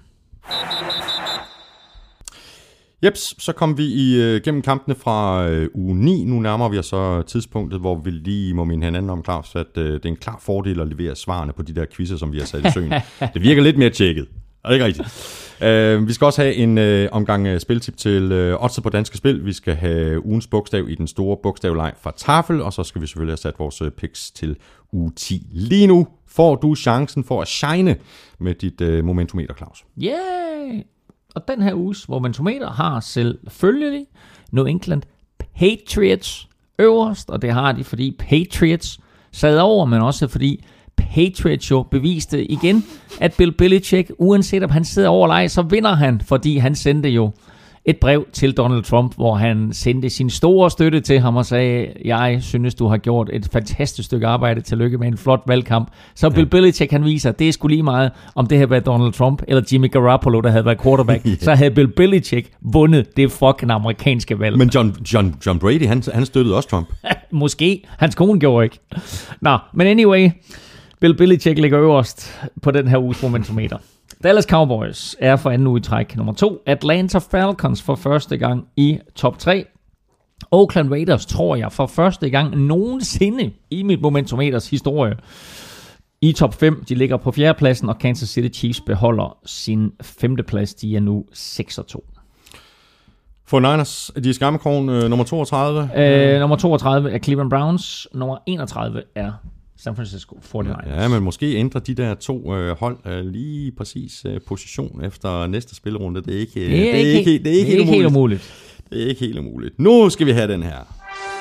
Jeps, så kom vi igennem kampene fra uge 9. Nu nærmer vi os så tidspunktet, hvor vi lige må minde hinanden om, Claus, at det er en klar fordel at levere svarene på de der quizzer, som vi har sat i søen. Det virker lidt mere tjekket. Er det ikke rigtigt? Vi skal også have en omgang spiltip til Odds på Danske Spil. Vi skal have ugens bogstav i den store bogstavleg fra Tafel, og så skal vi selvfølgelig have sat vores picks til uge 10. Lige nu får du chancen for at shine med dit momentometer, Claus. Yeah! Og den her uges momentometer har selvfølgelig New England Patriots øverst, og det har de, fordi Patriots sad over, men også fordi Patriots jo beviste igen, at Bill Belichick, uanset om han sidder over eller ej, så vinder han, fordi han sendte jo et brev til Donald Trump, hvor han sendte sin store støtte til ham og sagde, jeg synes, du har gjort et fantastisk stykke arbejde, tillykke med en flot valgkamp. Så Bill Belichick, han viser, det er sgu lige meget, om det havde været Donald Trump eller Jimmy Garoppolo, der havde været quarterback, så havde Bill Belichick vundet det fucking amerikanske valg. Men John Brady, han støttede også Trump. Måske. Hans kone gjorde ikke. Nå, men anyway, Bill Belichick ligger øverst på den her uges momentometer. Dallas Cowboys er for anden uge i træk nummer 2. Atlanta Falcons for første gang i top 3. Oakland Raiders, tror jeg, for første gang nogensinde i mit momentometers historie i top 5. De ligger på 4. pladsen, og Kansas City Chiefs beholder sin 5. plads. De er nu 6-2. For Niners, de er skammekrogen nummer 32. Nummer 32 er Cleveland Browns. Nummer 31 er San Francisco 49ers. Ja, men måske ændrer de der to hold lige præcis position efter næste spillerunde. Det er ikke helt umuligt. Det er ikke helt umuligt. Nu skal vi have den her.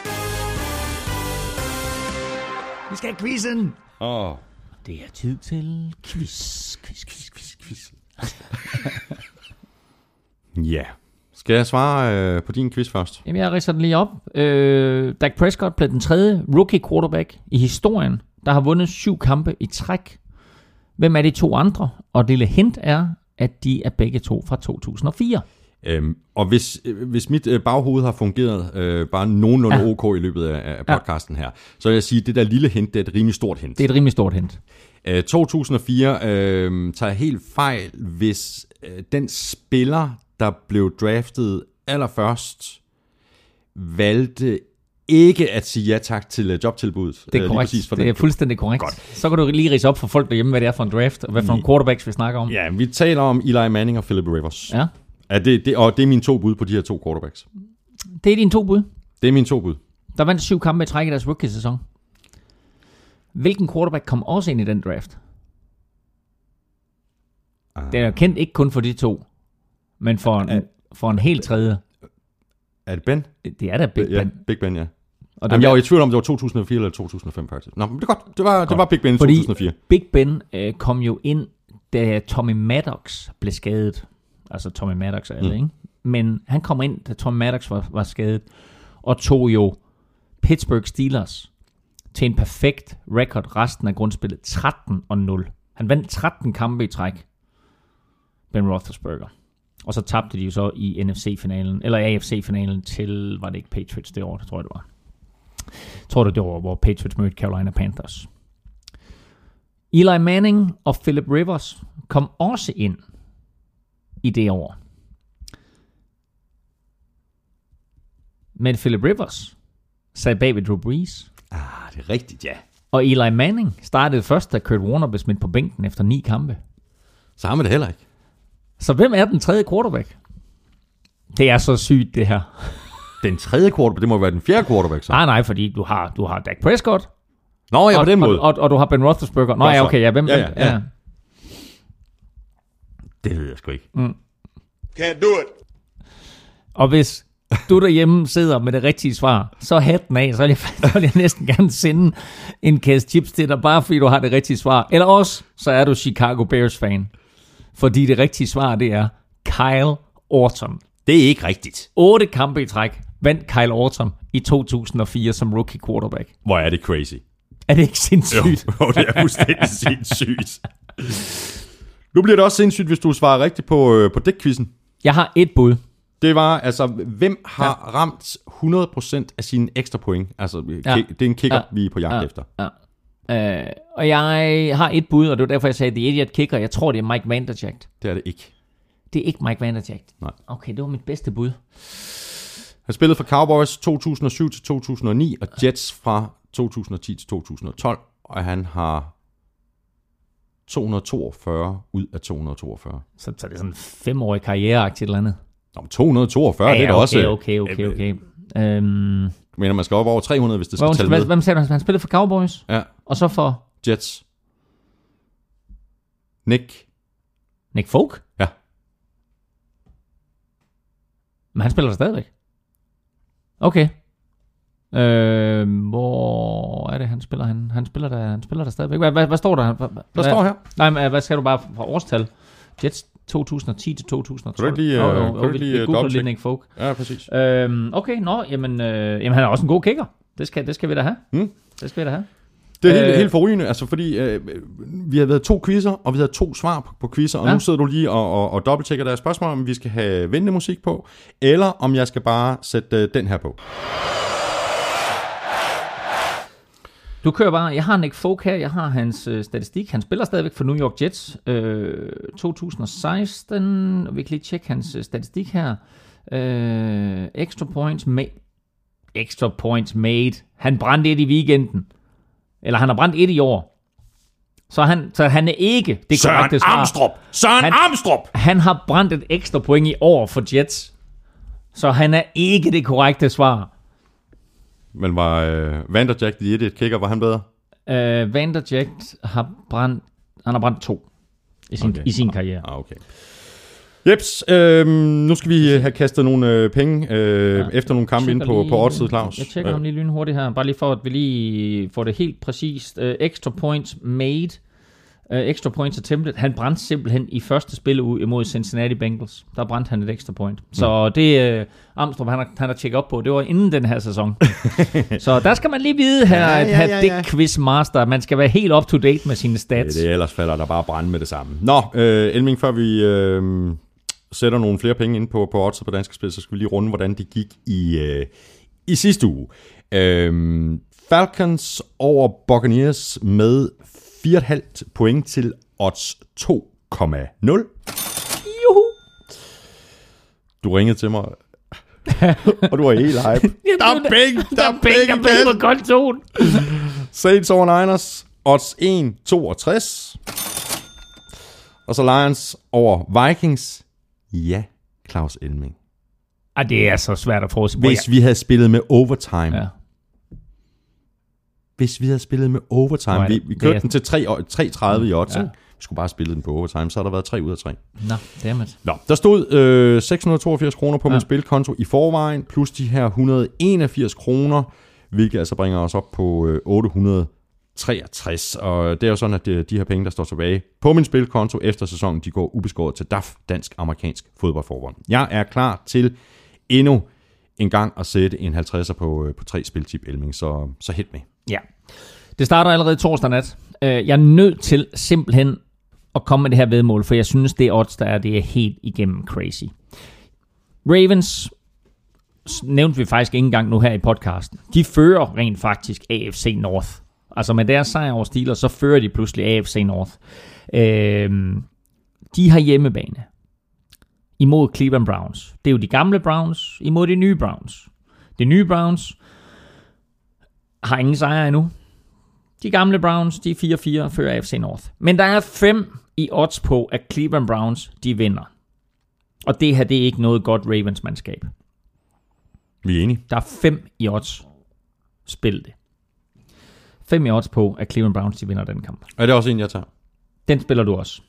Vi skal have quizzen. Det er tid til quiz. Ja. Skal jeg svare på din quiz først? Jamen, jeg ridser den lige op. Dak Prescott blev den 3. rookie quarterback i historien, der har vundet 7 kampe i træk. Hvem er de 2 andre? Og det lille hint er, at de er begge 2 fra 2004. Og hvis mit baghoved har fungeret bare nogenlunde ok i løbet af podcasten her, så vil jeg sige, at det der lille hint, det er et rimelig stort hint. Det er et rimelig stort hint. 2004 tager helt fejl, hvis den spiller, der blev draftet allerførst, valgte ikke at sige ja tak til jobtilbuddet. Det er korrekt. Det er fuldstændig korrekt. Godt. Så kan du lige ridse op for folk derhjemme, hvad det er for en draft, og hvad for nogle quarterbacks vi snakker om. Ja, vi taler om Eli Manning og Philip Rivers. Ja. Og det er mine 2 bud på de her 2 quarterbacks. Det er dine 2 bud? Det er mine 2 bud. Der vandt 7 kampe i træk i deres rookie-sæson. Hvilken quarterback kom også ind i den draft? Det er kendt ikke kun for de 2, men for en helt tredje. Er det Ben? Det er da Big Ben. Ja, Big Ben, ja. Og jeg var i tvivl om, det var 2004 eller 2005 faktisk. Nå, men det er godt. Det var Big Ben i 2004. Big Ben kom jo ind, da Tommy Maddox blev skadet. Altså Tommy Maddox er det, ikke? Men han kom ind, da Tommy Maddox var skadet, og tog jo Pittsburgh Steelers til en perfekt record resten af grundspillet. 13-0. Han vandt 13 kampe i træk, Ben Roethlisberger. Og så tabte de jo så i NFC-finalen, eller AFC-finalen til, var det ikke Patriots det år, det tror jeg det var. tror du, det var, hvor Patriots mødte Carolina Panthers. Eli Manning og Philip Rivers kom også ind i det år. Men Philip Rivers sad bag ved Drew Brees. Det er rigtigt, ja. Og Eli Manning startede først, da Kurt Warner blev smidt på bænken efter 9 kampe. Så har man det heller ikke. Så hvem er den tredje quarterback? Det er så sygt, det her. Den tredje quarterback, det må være den fjerde quarterback, så. Nej, fordi du har Dak Prescott. Nå, ja, på den måde. Og du har Ben Roethlisberger. Nå, ja, okay, ja. Hvem? Ja. Det ved jeg sgu ikke. Can't do it. Og hvis du derhjemme sidder med det rigtige svar, så hatten af, så vil jeg næsten gerne sende en kasse chips til dig, bare fordi du har det rigtige svar. Eller også, så er du Chicago Bears-fan. Fordi det rigtige svar, det er Kyle Orton. Det er ikke rigtigt. 8 kampe i træk vandt Kyle Orton i 2004 som rookie quarterback. Hvor er det crazy. Er det ikke sindssygt? Jo, det er fuldstændig sindssygt. Nu bliver det også sindssygt, hvis du svarer rigtigt på dækquizzen. Jeg har et bud. Det var, altså, hvem har ramt 100% af sine ekstra point? Altså, det er en kicker, vi er på jagt efter. Og jeg har et bud, og det var derfor, jeg sagde, The Idiot Kicker. Jeg tror, det er Mike Vanderjagt. Det er det ikke. Det er ikke Mike Vanderjagt? Nej. Okay, det var mit bedste bud. Han spillede for Cowboys 2007 til 2009, og Jets fra 2010 til 2012, og han har 242 ud af 242. Så det er sådan en 5-årig karriereaktie eller andet. Nå, 242, det er da okay, også... Okay. Du mener, man skal op over 300, hvis det skal tælle med. Hvem sagde du? Han spillede for Cowboys? Ja. Og så for? Jets. Nick Folk? Ja. Men han spiller der stadigvæk? Okay. Hvor er det, han spiller? Han spiller der stadigvæk. Hvad står der? Hvad står her? Nej, men hvad skal du bare fra årstal? Jets 2010 til 2012. Kan du ikke lige googler Nick Folk. Ja, præcis. Okay, jamen han er også en god kicker. Det skal vi da have. Det skal vi da have. Det er helt forrygende, altså fordi vi har været 2 quizzer, og vi havde 2 svar på quizzer, og nu sidder du lige og dobbelttjekker deres spørgsmål, om vi skal have ventemusik på, eller om jeg skal bare sætte den her på. Du kører bare. Jeg har Nick Folk her. Jeg har hans statistik. Han spiller stadigvæk for New York Jets. 2016. Vi kan lige tjekke hans statistik her. Extra points made. Han brændte 1 i weekenden. Eller han har brændt 1 i år. Så han er ikke det korrekte svar. Søren Armstrong! Han har brændt et ekstra point i år for Jets. Så han er ikke det korrekte svar. Men var Vanderjagt the Idiot Kicker, var han bedre? Vanderjagt har brændt 2 i sin karriere. Okay. Jeps, nu skal vi have kastet nogle penge efter nogle kampe ind på oddset, Claus. Jeg tjekker ham lige lynhurtigt her, bare lige for at vi lige får det helt præcist. Extra points made, extra points attempted. Han brændte simpelthen i første spil ud imod Cincinnati Bengals. Der brændte han et ekstra point. Så det Armstrong, han har tjekket op på, det var inden den her sæson. Så der skal man lige vide her, at det quizmaster, man skal være helt up to date med sine stats. Det ellers falder der bare brænde med det samme. Nå, Elming, før vi sætter nogle flere penge ind på oddset på Danske Spil, så skal vi lige runde, hvordan det gik i sidste uge. Falcons over Buccaneers med 4,5 point til odds 2,0. Juhu! Du ringede til mig, og du var helt hype. Der er penge på kontoen. Saints over Niners, odds 1,62. Og så Lions over Vikings. Ja, Claus Elming. Det er så svært at forudse. Hvis vi havde spillet med overtime. Ja. Hvis vi havde spillet med overtime. Vi kørte den til 3,30 i odds. Ja. Vi skulle bare spille den på overtime, så har der været 3 ud af 3. Nå, dammit. Nå, der stod 682 kroner på min spilkonto i forvejen, plus de her 181 kroner, hvilket altså bringer os op på 863. Og det er jo sådan, at de her penge, der står tilbage på min spilkonto efter sæsonen, de går ubeskåret til DAF, Dansk-Amerikansk Fodboldforbund. Jeg er klar til endnu en gang at sætte en 50'er på 3 spiltip, Elming, så hit med. Ja, det starter allerede torsdag nat. Jeg er nødt til simpelthen at komme med det her vedmål, for jeg synes, det odds, der er, det er helt igennem crazy. Ravens nævnte vi faktisk ikke engang nu her i podcasten. De fører rent faktisk AFC North. Altså med deres sejr over Steelers, så fører de pludselig AFC North. De har hjemmebane imod Cleveland Browns. Det er jo de gamle Browns imod de nye Browns. De nye Browns har ingen sejre endnu. De gamle Browns, de er 4-4, fører AFC North. Men der er 5 i odds på, at Cleveland Browns, de vinder. Og det her, det er ikke noget godt Ravens-mandskab. Vi er enige. Der er 5 i odds. Spil det. 5 i odds på, at Cleveland Browns, de vinder den kamp. Er det også en, jeg tager? Den spiller du også.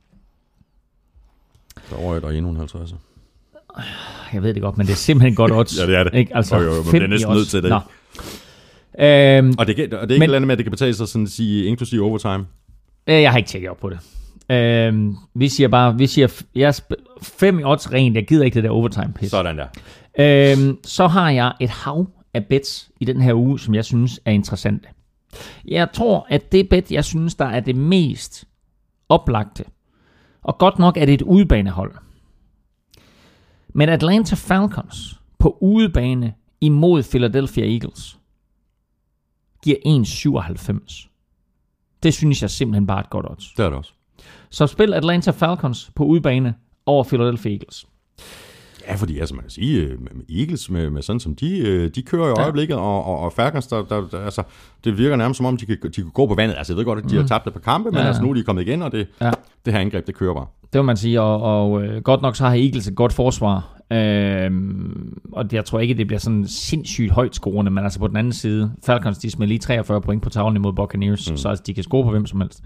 Der er over et og 51. Jeg ved det godt, men det er simpelthen godt odds. Ja, det er det. Ikke? Altså, jo, men det er næsten nødt til det. Og det er ikke et eller andet med, at det kan betale sig sådan at sige, inklusive overtime? Jeg har ikke tjekket op på det. Vi siger 5 i odds rent. Jeg gider ikke det der overtime pis. Sådan der. Så har jeg et hav af bets i den her uge, som jeg synes er interessante. Jeg tror, at det bet, jeg synes, der er det mest oplagte, og godt nok er det et udebanehold. Men Atlanta Falcons på udebane imod Philadelphia Eagles giver 1,97. Det synes jeg simpelthen bare er et godt odds. Det er det også. Så spil Atlanta Falcons på udebane over Philadelphia Eagles. Ja, fordi altså man kan sige, med Eagles, med sådan som de kører i øjeblikket, og Falcons, der altså, det virker nærmest som om, de kan gå på vandet. Altså jeg ved godt, at de har tabt et par kampe, men altså nu er de kommet igen, og det her angreb, det kører bare. Det må man sige, og godt nok så har Eagles et godt forsvar, og jeg tror ikke, det bliver sådan sindssygt højt scorende, men altså på den anden side, Falcons, de smed lige 43 point på tavlen imod Buccaneers, så altså, de kan score på hvem som helst.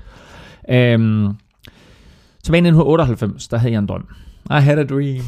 Tilbage i 1998, der havde jeg en drøm. I had a dream.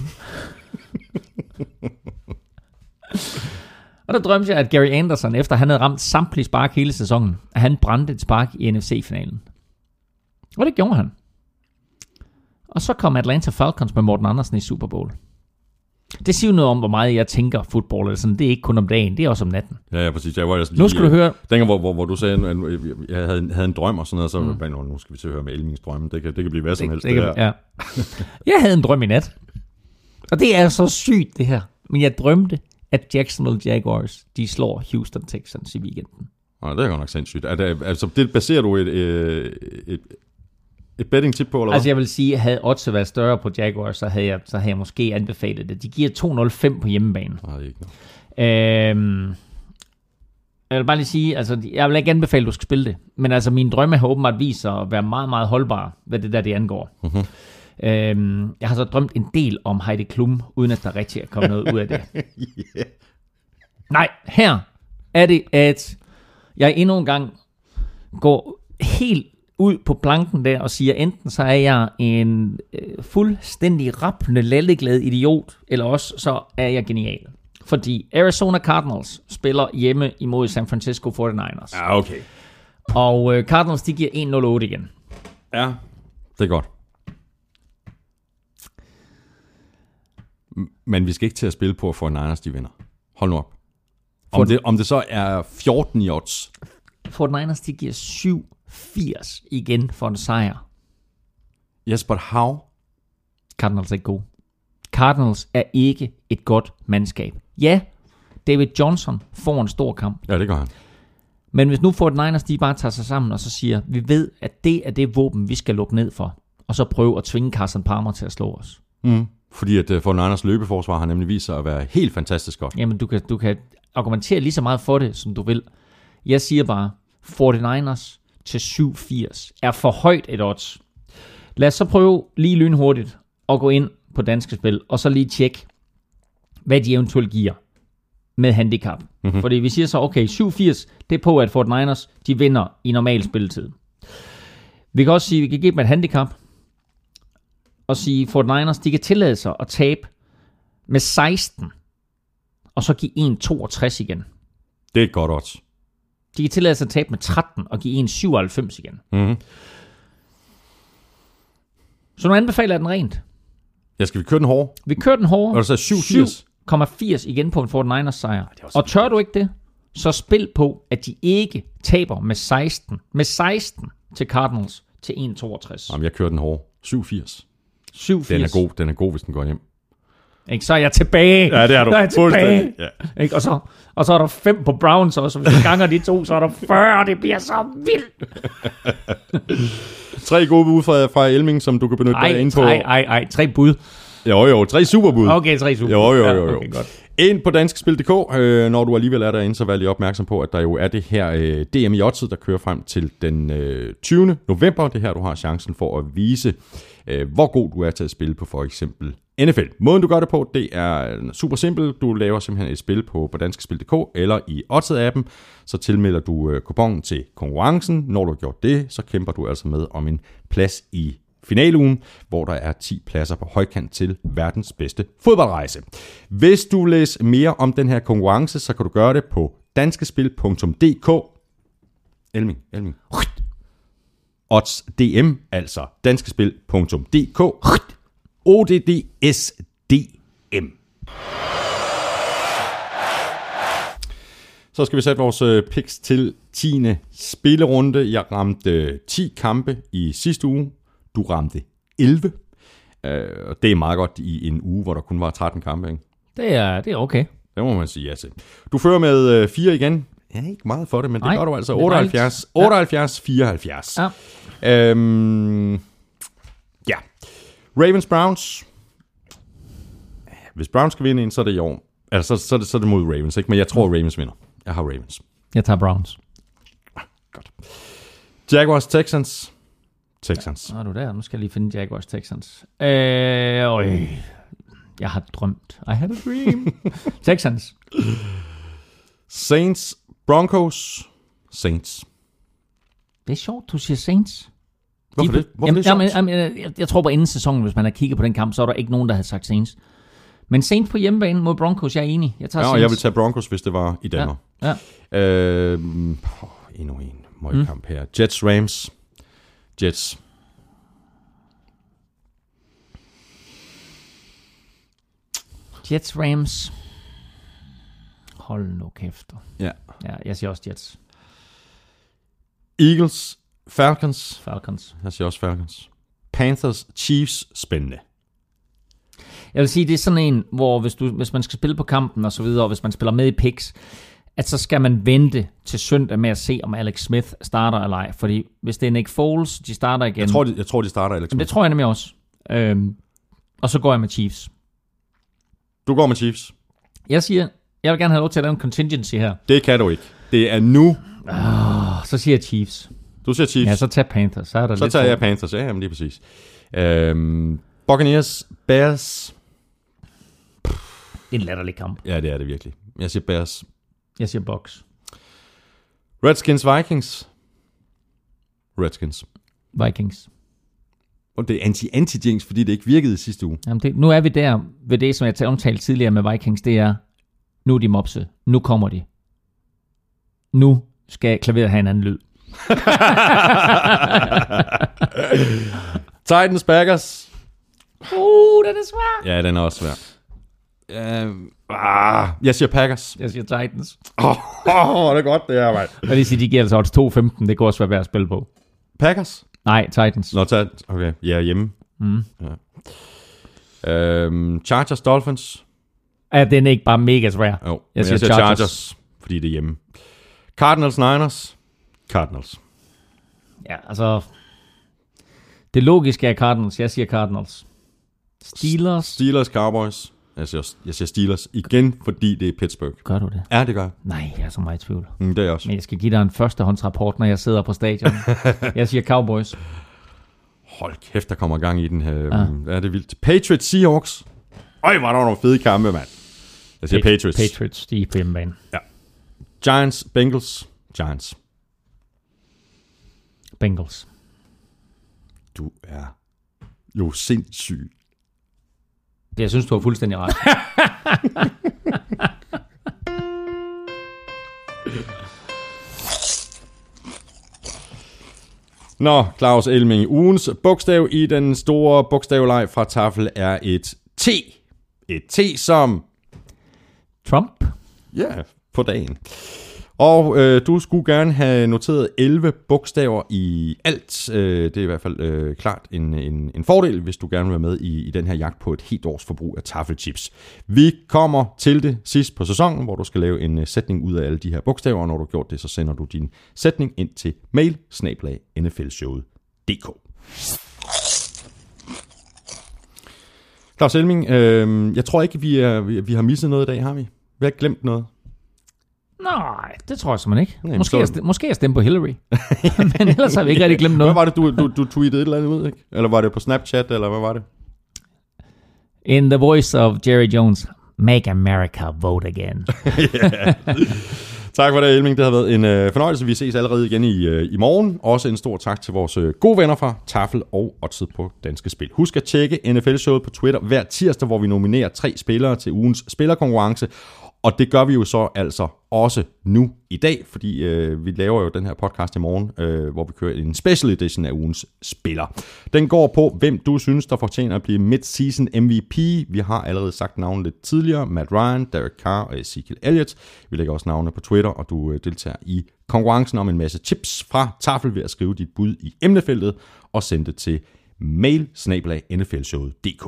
Og der drømte jeg, at Gary Anderson, efter han havde ramt samtlige spark hele sæsonen, at han brændte et spark i NFC-finalen. Og det gjorde han. Og så kom Atlanta Falcons med Morten Andersen i Super Bowl. Det siger jo noget om, hvor meget jeg tænker fodbold. Eller sådan. Det er ikke kun om dagen, det er også om natten. Ja, præcis. Jeg var nu skal du høre. Dengang, hvor du sagde, at jeg havde en drøm og sådan noget, så nu skal vi til at høre med Elmings drømme. Det kan blive hvad som helst. Ja. Jeg havde en drøm i nat. Og det er så sygt, det her. Men jeg drømte, at Jacksonville Jaguars, de slår Houston Texans i weekenden. Nej, det er godt nok sindssygt. Altså, det baserer du et betting-tip på, eller hvad? Altså, jeg vil sige, at havde oddset været større på Jaguars, så havde jeg måske anbefalet det. De giver 2,05 på hjemmebane. Nej, det er ikke noget. Jeg vil bare lige sige, altså, jeg vil ikke anbefale, at du skal spille det. Men altså, mine drømme har åbenbart vist sig at være meget, meget holdbare, hvad det angår. Mm-hmm. Jeg har så drømt en del om Heidi Klum, uden at der rigtig er kommet noget ud af det. Yeah. Nej, her er det, at jeg endnu en gang går helt ud på planken der og siger, enten så er jeg en fuldstændig rappende, lalleglad idiot, eller også så er jeg genial. Fordi Arizona Cardinals spiller hjemme imod San Francisco 49ers. Ja, okay. Og Cardinals, de giver 1,08 igen. Ja, det er godt. Men vi skal ikke til at spille på, at 49ers de vinder. Hold nu op. Om det så er 14 i odds. 49ers, de giver 7,80 igen for en sejr. Yes, but how? Cardinals er ikke gode. Cardinals er ikke et godt mandskab. Ja, David Johnson får en stor kamp. Ja, det gør han. Men hvis nu 49ers, de bare tager sig sammen og så siger, vi ved, at det er det våben, vi skal lukke ned for. Og så prøve at tvinge Carson Palmer til at slå os. Fordi at 49ers løbeforsvar har nemlig vist sig at være helt fantastisk godt. Jamen, du kan argumentere lige så meget for det, som du vil. Jeg siger bare, 49ers til 7,80 er for højt et odds. Lad os så prøve lige lynhurtigt at gå ind på Danske Spil, og så lige tjekke, hvad de eventuelt giver med handicap. Mm-hmm. Fordi vi siger så, okay, 7,80, det er på, at 49ers, de vinder i normal spilletid. Vi kan også sige, at vi kan give dem et handicap, og sige, at 49ers, de kan tillade sig at tabe med 16, og så give 1,62 igen. Det er et godt odds. De kan tillade sig at tabe med 13, og give 1,97 igen. Mm-hmm. Så nu anbefaler jeg den rent. Ja, skal vi køre den hårde? Vi kører den hårde. Og så 7,80 igen på en 49ers sejr. Og tør du ikke det, så spil på, at de ikke taber med 16. Med 16 til Cardinals til 1,62. Jamen, jeg kører den hårde. 7,80. 7,80. Den er god, hvis den går hjem. Ikke? Så er jeg tilbage. Ja, det er du. Så er jeg tilbage. Ja. Ikke? Og så er der 5 på Browns også. Hvis du ganger de 2, så er der 40. Det bliver så vildt. 3 gode bud fra Elming, som du kan benytte dig ind på. Nej. 3 bud. Jo, 3 superbud. Okay, 3 super. Jo. Ja, okay, godt. Ind på danskspil.dk, når du alligevel er derinde, så vær lige opmærksom på, at der jo er det her DM i oddset, der kører frem til den 20. november. Det er her, du har chancen for at vise, hvor god du er til at spille på for eksempel NFL. Måden du gør det på, det er super simpel. Du laver simpelthen et spil på danskspil.dk eller i oddset-appen, så tilmelder du kuponen til konkurrencen. Når du har gjort det, så kæmper du altså med om en plads i finaleugen, hvor der er 10 pladser på højkant til verdens bedste fodboldrejse. Hvis du vil læse mere om den her konkurrence, så kan du gøre det på danskespil.dk. Elming. OddsDM, altså danskespil.dk. ODDSDM. Så skal vi sætte vores picks til 10. spillerunde. Jeg ramte 10 kampe i sidste uge. Du ramte 11. Det er meget godt i en uge, hvor der kun var 13 kampe, ikke? Det er okay. Det må man sige ja til. Du fører med 4 igen. Ja, ikke meget for det, men det gør du altså. 78-74. Ja. Ja. Ravens-Browns. Hvis Browns skal vinde en, så er det i år. Altså, så er det mod Ravens, ikke? Men jeg tror, Ravens vinder. Jeg har Ravens. Jeg tager Browns. Godt. Jaguars-Texans. Ja, du der. Nu skal jeg lige finde Jaguars Texans. Jeg har drømt. I had a dream. Texans. Saints Broncos. Saints. Det er sjovt, du siger Saints. Hvorfor det? Jeg tror på inden sæsonen, hvis man har kigget på den kamp, så er der ikke nogen, der havde sagt Saints. Men Saints på hjemmebane mod Broncos, jeg er enig. Jeg tager Saints. Jeg vil tage Broncos, hvis det var i Danmark. Ja. Endnu en møgkamp her. Jets Rams. Jets. Jets Rams. Hold nu kæft. Ja, jeg siger også Jets. Eagles Falcons. Jeg siger også Falcons. Panthers Chiefs. Spændende. Jeg vil sige, det er sådan en, hvor hvis man skal spille på kampen og så videre, og hvis man spiller med i picks, at så skal man vente til søndag med at se, om Alex Smith starter eller ej. Fordi hvis det er Nick Foles, de starter igen. Jeg tror, de starter Alex Smith. Det tror jeg nemlig også. Og så går jeg med Chiefs. Du går med Chiefs? Jeg siger, jeg vil gerne have lov til at lave en contingency her. Det kan du ikke. Det er nu. Så siger jeg Chiefs. Du siger Chiefs? Ja, så tag Panthers. Så tager jeg Panthers, ja, jamen lige præcis. Buccaneers, Bears. Det er en latterlig kamp. Ja, det er det virkelig. Jeg siger Bears. Jeg siger Bucks. Redskins, Vikings. Redskins. Vikings. Og det er anti-jinx, fordi det ikke virkede i sidste uge. Jamen nu er vi der ved det, som jeg omtalte tidligere med Vikings. Det er, nu er de mopse. Nu kommer de. Nu skal klaveret have en anden lyd. Titans, Packers. Den er svær. Ja, den er også svær. Jeg siger Packers. Jeg siger Titans. Det er godt, det er, mand. Jeg vil sige, de giver altså odds 2-15. Det kunne også være værd at spille på. Packers? Nej, Titans. Okay, ja, hjemme. Ja. Chargers, Dolphins. Ja, den er ikke bare mega svær. Jo, jeg siger Chargers, fordi det er hjemme. Cardinals, Niners. Cardinals. Ja, altså... Det logiske er Cardinals. Jeg siger Cardinals. Steelers, Cowboys. Jeg siger Steelers igen, fordi det er Pittsburgh. Gør du det? Ja, det gør jeg. Nej, jeg er så meget i tvivl. Det er jeg også. Men jeg skal give dig en førstehåndsrapport, når jeg sidder på stadion. Jeg siger Cowboys. Hold kæft, der kommer gang i den her. Ja, det er vildt. Patriots, Seahawks. Var der nogle fede kampe, mand. Jeg siger Patriots. Patriots, de er på hjemmebane. Ja. Giants, Bengals. Giants. Bengals. Du er jo sindssyg. Jeg synes, du har fuldstændig ret. Nå, Claus Elming. Ugens bogstav i den store bogstavleg fra Tafel er et T. Et T som... Trump? Ja, på dagen. Og du skulle gerne have noteret 11 bogstaver i alt. Det er i hvert fald klart en fordel, hvis du gerne vil være med i den her jagt på et helt års forbrug af taffelchips. Vi kommer til det sidst på sæsonen, hvor du skal lave en sætning ud af alle de her bogstaver, og når du har gjort det, så sender du din sætning ind til mail@nflshowet.dk. Claus Elming, jeg tror ikke, vi har misset noget i dag, har vi? Vi har ikke glemt noget. Nej, det tror jeg simpelthen ikke. Nej, Måske jeg stemte på Hillary. Men ellers har vi ikke rigtig glemt noget. Hvad var det, du tweetede et eller andet ud, ikke? Eller var det på Snapchat, eller hvad var det? In the voice of Jerry Jones, make America vote again. Tak for det, Elming. Det har været en fornøjelse. Vi ses allerede igen i morgen. Også en stor tak til vores gode venner fra Tafel og Oddset på Danske Spil. Husk at tjekke NFL-showet på Twitter hver tirsdag, hvor vi nominerer 3 spillere til ugens spillerkonkurrence. Og det gør vi jo så altså også nu i dag, fordi vi laver jo den her podcast i morgen, hvor vi kører en special edition af ugens spiller. Den går på, hvem du synes, der fortjener at blive mid-season MVP. Vi har allerede sagt navnet lidt tidligere. Matt Ryan, Derek Carr og Ezekiel Elliott. Vi lægger også navne på Twitter, og du deltager i konkurrencen om en masse tips fra Tafel ved at skrive dit bud i emnefeltet og sende det til mail@nflshowet.dk.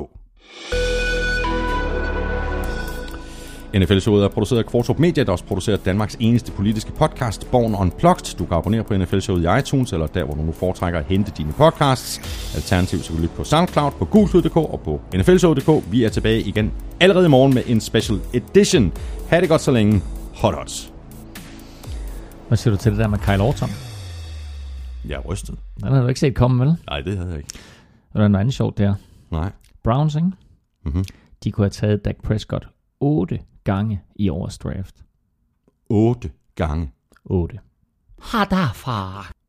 NFL-showet er produceret af Kvartrup Media, der også producerer Danmarks eneste politiske podcast, Born Unplugged. Du kan abonnere på NFL-showet i iTunes, eller der, hvor du nu foretrækker at hente dine podcasts. Alternativt så kan du lytte på SoundCloud, på gulklud.dk og på nflshowet.dk. Vi er tilbage igen allerede i morgen med en special edition. Ha' det godt så længe. Hot odds. Hvad siger du til det der med Kyle Orton? Jeg er rystet. Den har du ikke set komme, vel? Nej, det havde jeg ikke. Og der er noget andet sjovt der. Nej. Browns, ikke? Mm-hmm. De kunne have taget Dak Prescott 8 gange i årets draft. 8 gange. 8. Ha derfra.